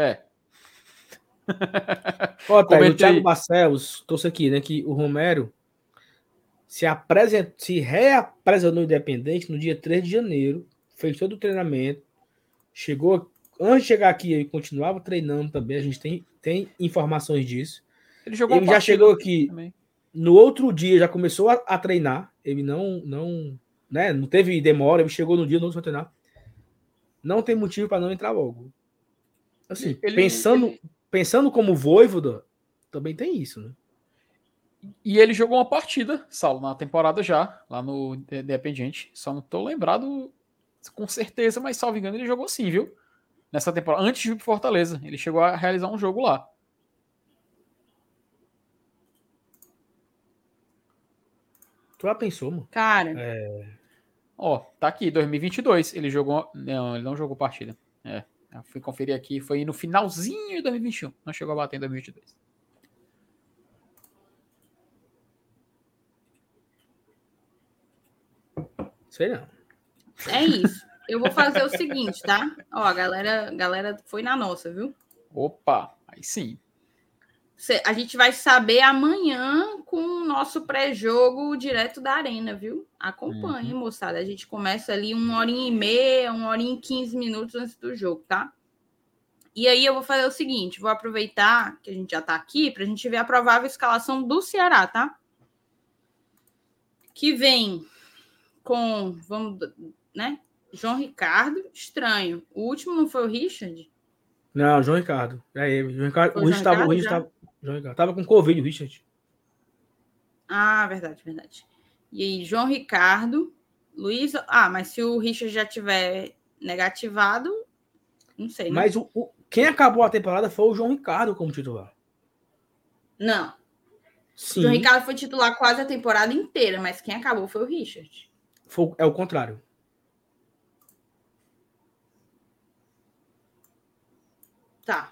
Ó, tá, o Thiago Barcelos trouxe aqui, né, que o Romero se reapresentou no Independente no dia 3 de janeiro, fez todo o treinamento, chegou, antes de chegar aqui, ele continuava treinando também, a gente tem informações disso. Ele já chegou aqui também. No outro dia, já começou a treinar, ele não teve demora, ele chegou no dia, não foi treinar. Não tem motivo para não entrar logo. Assim, pensando como Voivoda, também tem isso, né? E ele jogou uma partida, Saulo, na temporada já, lá no Independiente. Só não tô lembrado com certeza, mas salvo engano, ele jogou sim, viu? Nessa temporada, antes de ir pro Fortaleza. Ele chegou a realizar um jogo lá. Tu já pensou, mano? Cara. Ó, tá aqui, 2022. Ele jogou. Não, ele não jogou partida. Eu fui conferir aqui, foi no finalzinho de 2021. Não chegou a bater em 2022. Sei não. É isso. Eu vou fazer o seguinte, tá? Ó, a galera foi na nossa, viu? Opa, aí sim. A gente vai saber amanhã com o nosso pré-jogo direto da arena, viu? Acompanhe, moçada. A gente começa ali 1h30, 1h15 antes do jogo, tá? E aí eu vou fazer o seguinte, vou aproveitar que a gente já tá aqui pra gente ver a provável escalação do Ceará, tá? Que vem com, né? João Ricardo, estranho. O último não foi o Richard? Não, João Ricardo. É ele. João Ricardo tava com Covid, o Richard. Ah, verdade. E aí, João Ricardo, Luiz... mas se o Richard já tiver negativado, não sei, né? Mas quem acabou a temporada foi o João Ricardo como titular. Não. Sim. O João Ricardo foi titular quase a temporada inteira, mas quem acabou foi o Richard. É o contrário. Tá.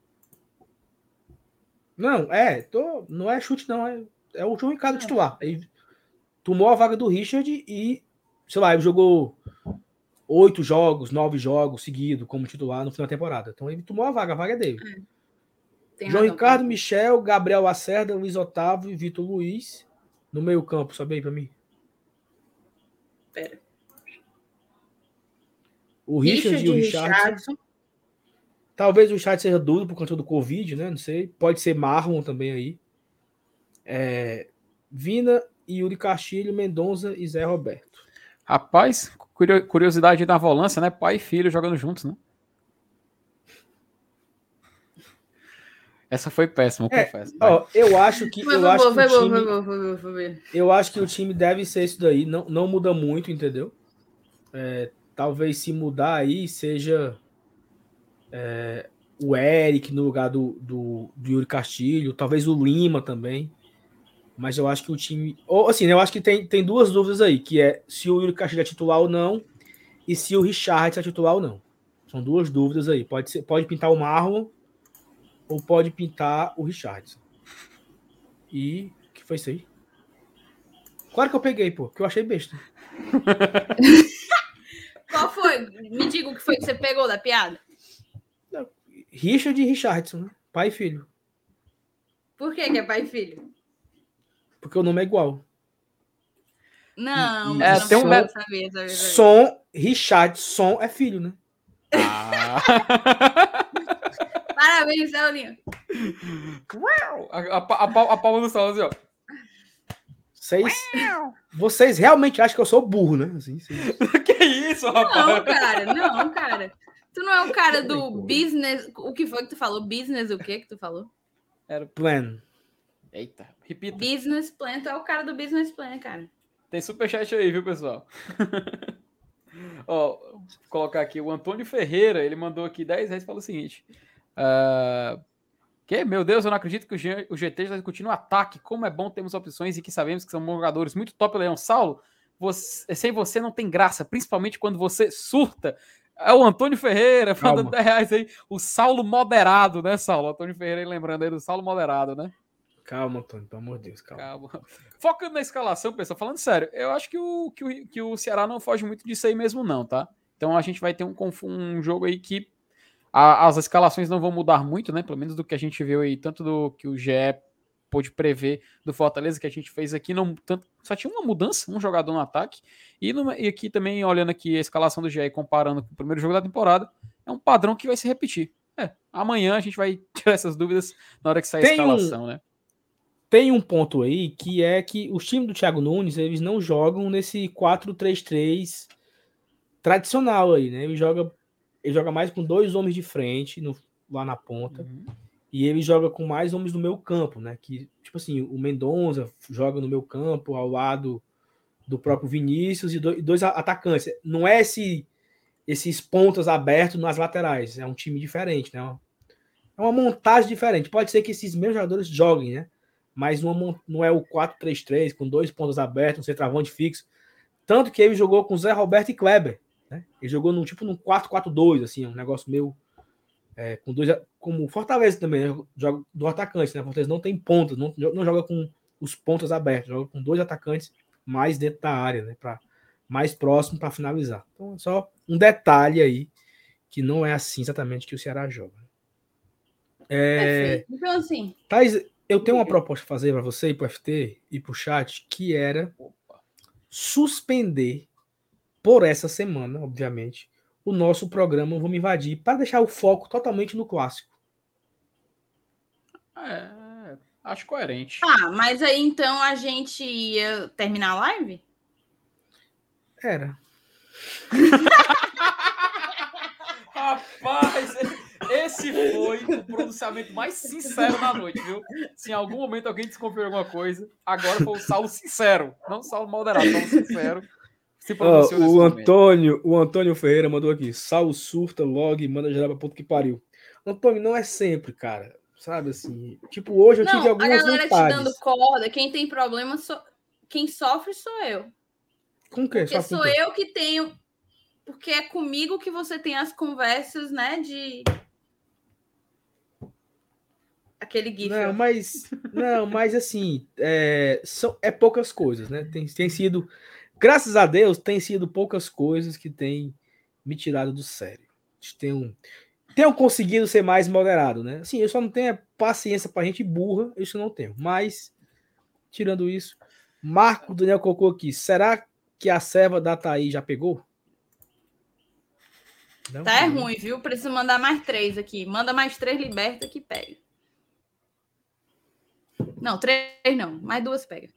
Não, não é chute, não. É o João Ricardo titular. Ele tomou a vaga do Richard e, sei lá, ele jogou 8 jogos, 9 jogos seguidos como titular no final da temporada. Então ele tomou a vaga é dele. João Ricardo, Michel, Gabriel Lacerda, Luiz Otávio e Vitor Luiz no meio campo, sabe aí pra mim? Pera. O Richard e o Richardson. Talvez o Richard seja duro por conta do Covid, né? Não sei. Pode ser Marlon também aí. Vina, Yuri Castilho, Mendonça e Zé Roberto. Rapaz, curiosidade da volância, né? Pai e filho jogando juntos, né? Essa foi péssima, eu confesso. Ó, eu acho que o time deve ser isso daí. Não muda muito, entendeu? Talvez se mudar aí seja o Eric no lugar do Yuri Castilho, talvez o Lima também. Mas eu acho que o time... Ou, assim, eu acho que tem duas dúvidas aí, que é se o Yuri Castilho é titular ou não e se o Richard é titular ou não. São duas dúvidas aí. Pode pintar o Marlon ou pode pintar o Richardson. E o que foi isso aí? Claro que eu peguei, pô, que eu achei besta. Qual foi? Me diga o que foi que você pegou da piada. Richard e Richardson, né? Pai e filho. Por que é pai e filho? Porque o nome é igual. Não, tem um... sabia. Som, Richardson é filho, né? Parabéns, Saulinho. A palma do Saulo, assim, ó. Vocês realmente acham que eu sou burro, né? Assim. Que isso, rapaz? Não, cara. Tu não é o cara do business... O que foi que tu falou? Business o quê que tu falou? Era plan. Eita, repita. Business plan. Tu é o cara do business plan, cara. Tem superchat aí, viu, pessoal? Ó, vou colocar aqui. O Antônio Ferreira, ele mandou aqui 10 reais e falou o seguinte. Meu Deus, eu não acredito que o GT está discutindo um ataque. Como é bom termos opções e que sabemos que são jogadores muito top, Leão. Saulo, sem você não tem graça, principalmente quando você surta. É o Antônio Ferreira, mandando 10 reais aí. O Saulo moderado, né, Saulo? Antônio Ferreira aí, lembrando aí do Saulo moderado, né? Calma, Antônio, pelo amor de Deus, calma. Focando na escalação, pessoal, falando sério, eu acho que o Ceará não foge muito disso aí mesmo, não, tá? Então a gente vai ter um jogo aí que as escalações não vão mudar muito, né? Pelo menos do que a gente viu aí, tanto do que o GE pôde prever do Fortaleza, que a gente fez aqui, só tinha uma mudança, um jogador no ataque. E aqui também, olhando aqui a escalação do GE comparando com o primeiro jogo da temporada, é um padrão que vai se repetir. Amanhã a gente vai tirar essas dúvidas na hora que sair a escalação, né? Tem um ponto aí que é que os times do Thiago Nunes, eles não jogam nesse 4-3-3 tradicional aí, né? Ele joga mais com 2 homens de frente lá na ponta. Uhum. E ele joga com mais homens no meio campo, né? Que, tipo assim, o Mendonça joga no meio campo ao lado do próprio Vinícius e 2 atacantes. Não é esses pontas abertos nas laterais. É um time diferente, né? É uma montagem diferente. Pode ser que esses mesmos jogadores joguem, né? Mas não é o 4-3-3, com 2 pontos abertos, um centroavante fixo. Tanto que ele jogou com Zé Roberto e Kleber. Né? Ele jogou num 4-4-2, assim, um negócio meio... com 2... Como o Fortaleza também, né? Joga do atacante, né? O Fortaleza não tem pontas, não joga com os pontos abertos, joga com 2 atacantes mais dentro da área, né? Mais próximo para finalizar. Então, é só um detalhe aí, que não é assim exatamente que o Ceará joga. Então, assim... Thais, eu tenho uma proposta para fazer para você e para o FT e para o chat, que era suspender por essa semana, obviamente, o nosso programa Vamos Invadir, para deixar o foco totalmente no clássico. Acho coerente. Mas aí então a gente ia terminar a live? Era. Rapaz, esse foi o pronunciamento mais sincero da noite, viu? Se em algum momento alguém desconfiou alguma coisa, agora foi o Saulo sincero, não o Saulo moderado, Saulo sincero. Se pronunciou o Antônio Ferreira mandou aqui, Saulo surta, log, manda geral pra puta que pariu. Antônio, não é sempre, cara. Sabe assim? Tipo, hoje eu tive algumas vontades. A galera te dando corda, quem tem problema, quem sofre sou eu. Com o quê? Porque sou eu que tenho... Porque é comigo que você tem as conversas, né, de... Aquele gif. Não, mas assim, é poucas coisas, né? Tem sido... Graças a Deus, tem sido poucas coisas que tem me tirado do sério. Tenho conseguido ser mais moderado, né? Assim, eu só não tenho paciência pra gente burra, isso eu não tenho. Mas, tirando isso, Marco Daniel colocou aqui, será que a serva da Thaís já pegou? Não, ruim, viu? Preciso mandar mais 3 aqui. Manda mais 3, liberta que pega. Não, 3 não. Mais 2 pega.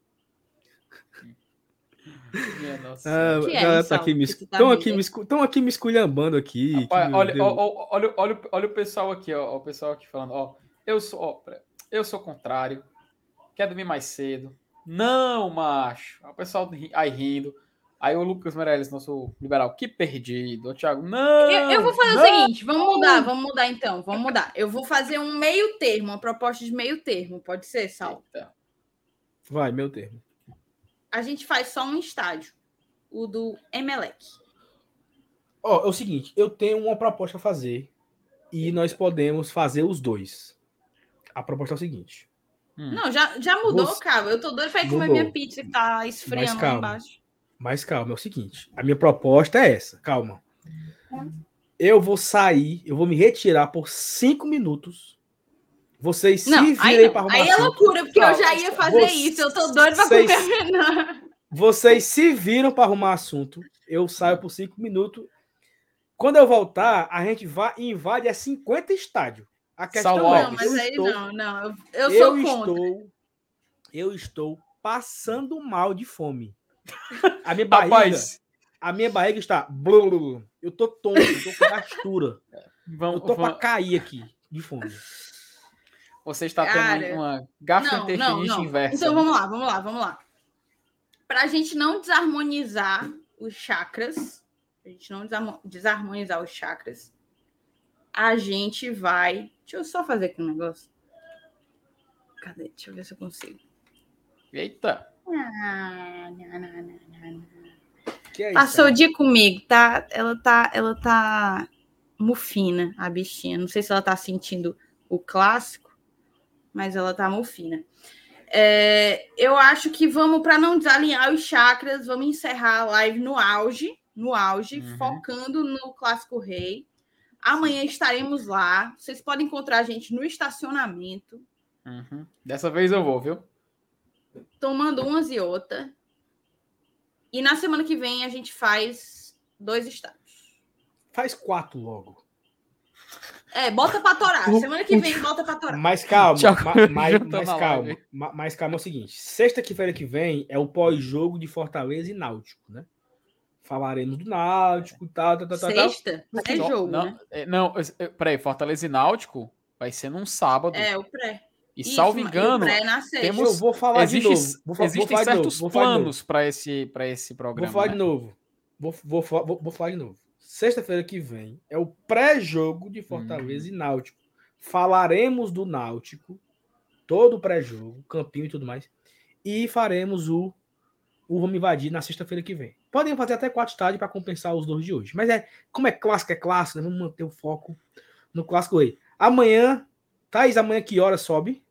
Estão aqui me esculhambando aqui. Rapaz, olha o pessoal aqui, ó. O pessoal aqui falando, ó. Eu sou contrário. Quer dormir mais cedo. Não, macho. O pessoal aí rindo. Aí o Lucas Meirelles, nosso liberal, que perdido. O Thiago, não. Eu vou fazer o seguinte, vamos mudar então, vamos mudar. Eu vou fazer um meio termo, uma proposta de meio termo, pode ser, Sal? Vai, meu termo. A gente faz só um estádio, o do Emelec. Ó, é o seguinte, eu tenho uma proposta a fazer e nós podemos fazer os dois. A proposta é o seguinte. Não, já mudou, cara. Eu tô doido pra ir comer minha pizza que tá esfriando lá embaixo. Mas calma, é o seguinte. A minha proposta é essa, calma. Eu vou sair, eu vou me retirar por 5 minutos. Vocês se virem para arrumar aí é loucura, porque eu já ia fazer isso. Eu tô doido pra comer. Vocês se viram para arrumar assunto. Eu saio por 5 minutos. Quando eu voltar, a gente vai e invade 50 estádios. A questão não, mas aí não. Eu sou contra. Eu estou passando mal de fome. A minha barriga está... Eu tô tonto, eu tô com gastura. Eu tô para cair aqui de fome. Você está tendo uma gastroenterite inversa. Então vamos lá. Pra gente não desarmonizar os chakras, a gente vai... Deixa eu só fazer aqui um negócio. Cadê? Deixa eu ver se eu consigo. Eita! Que é isso, passou o dia comigo, tá? Ela tá mufina, a bichinha. Não sei se ela tá sentindo o clássico, mas ela tá mufina. Eu acho que vamos, para não desalinhar os chakras, vamos encerrar a live no auge, focando no Clássico Rei. Amanhã estaremos lá. Vocês podem encontrar a gente no estacionamento. Dessa vez eu vou, viu? Tomando umas e outras. E na semana que vem a gente faz 2 estádios. Faz 4 logo. Bota pra torar. Semana que vem, bota pra torar. Mas calma, mas calma é o seguinte. Sexta-feira que vem é o pós-jogo de Fortaleza e Náutico, né? Falaremos do Náutico e tal. Sexta? É jogo, né? Peraí, Fortaleza e Náutico vai ser num sábado. O pré. E salvo engano, eu vou falar de novo. Existem certos planos para esse programa. Vou falar de novo. Vou falar de novo. Sexta-feira que vem é o pré-jogo de Fortaleza e Náutico. Falaremos do Náutico, todo o pré-jogo, campinho e tudo mais. E faremos o Vamos Invadir na sexta-feira que vem. Podem fazer até 4 estádios para compensar os 2 de hoje. Mas como é clássico, né? Vamos manter o foco no Clássico Rei. Amanhã, Thaís, amanhã que hora sobe?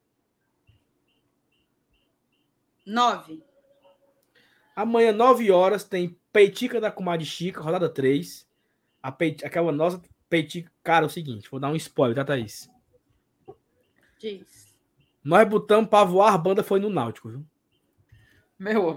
9. Amanhã, 9 horas, tem Peitica da Comadre Chica, rodada 3. Aquela nossa Peitica. Cara, é o seguinte, vou dar um spoiler, tá, Thaís? Diz. Nós botamos pra voar, a banda foi no Náutico, viu? Meu...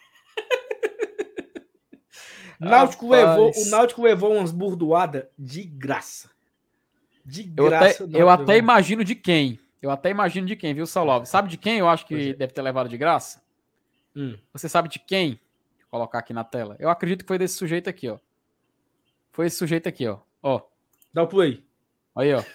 O Náutico levou umas burdoadas de graça. De graça. Eu até imagino de quem. Viu, Salov? Sabe de quem eu acho que deve ter levado de graça? Você sabe de quem? Vou colocar aqui na tela. Eu acredito que foi desse sujeito aqui, ó. Foi esse sujeito aqui, ó. Dá o play. Aí, ó.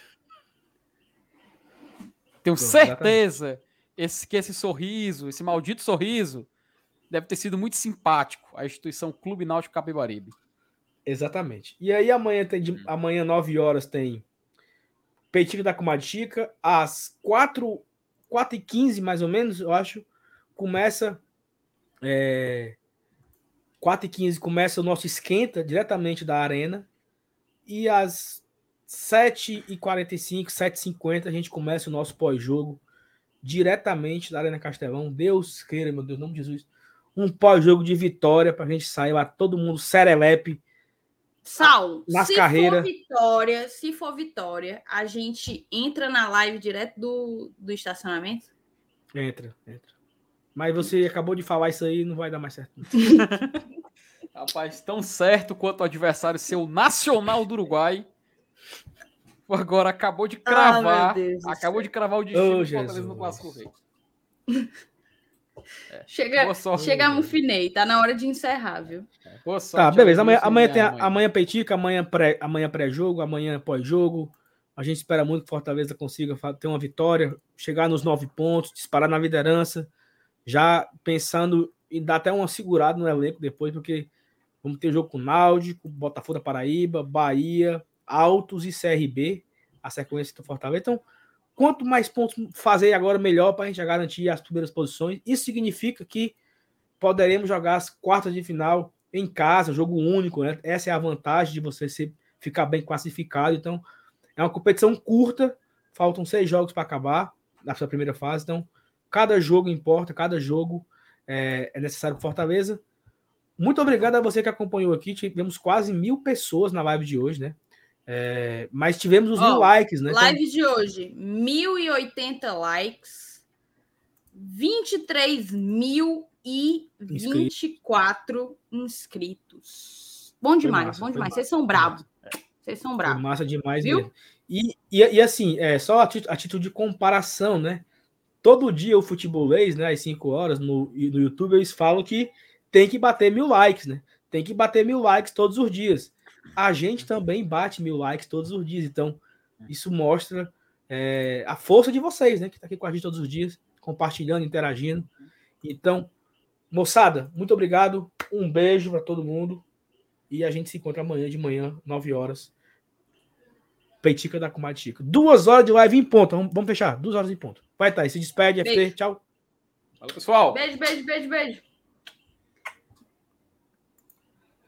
Tenho certeza que esse sorriso, esse maldito sorriso, deve ter sido muito simpático à instituição Clube Náutico Capibaribe. Exatamente. E aí amanhã 9 horas, tem Peitinho da Comadre Chica. Às 4h15, mais ou menos, eu acho, começa... 4h15 começa o nosso esquenta diretamente da arena. E às 7h45, 7h50, a gente começa o nosso pós-jogo diretamente da Arena Castelão. Deus queira, meu Deus, em nome de Jesus. Um pós-jogo de vitória pra gente sair lá, todo mundo serelepe. Sal, nas carreiras. Se for vitória, a gente entra na live direto do estacionamento? Entra. Mas você acabou de falar isso aí, não vai dar mais certo. Rapaz, tão certo quanto o adversário ser o Nacional do Uruguai. Agora acabou de cravar. De cravar o destino do Fortaleza no Clássico Rei. Chega a mufinei, tá na hora de encerrar, viu? Tá, beleza. Amanhã tem amanhã Peitica, amanhã pré-jogo, amanhã pós-jogo. A gente espera muito que o Fortaleza consiga ter uma vitória, chegar nos 9 pontos, disparar na liderança, já pensando em dar até uma segurada no elenco depois, porque vamos ter jogo com o Náutico, Botafogo da Paraíba, Bahia, Altos e CRB, a sequência do Fortaleza. Então, quanto mais pontos fazer agora, melhor para a gente já garantir as primeiras posições. Isso significa que poderemos jogar as quartas de final em casa, jogo único, né? Essa é a vantagem de você ficar bem classificado. Então, é uma competição curta, faltam 6 jogos para acabar na sua primeira fase. Então, cada jogo importa, cada jogo é necessário para Fortaleza. Muito obrigado a você que acompanhou aqui. Tivemos quase 1000 pessoas na live de hoje, né? Mas tivemos os 1000 likes, né? Live de hoje, 1080 likes, 23.024 inscritos. Bom demais, massa, bom demais. Vocês são bravos. Vocês são bravos. Foi massa demais, viu? Mesmo. E assim, só a título de comparação, né? Todo dia o Futebolês, né, às 5 horas, no YouTube, eles falam que tem que bater 1000 likes, né? Tem que bater 1000 likes todos os dias. A gente também bate 1000 likes todos os dias. Então, isso mostra a força de vocês, né? Que tá aqui com a gente todos os dias, compartilhando, interagindo. Então, moçada, muito obrigado. Um beijo para todo mundo. E a gente se encontra amanhã de manhã, 9 horas. Peitica da Comadre Chica. 2 horas de live em ponto. Vamos fechar. 2 horas em ponto. Vai, Thaís. Se despede. FT. Tchau. Valeu, pessoal. Beijo, beijo, beijo, beijo.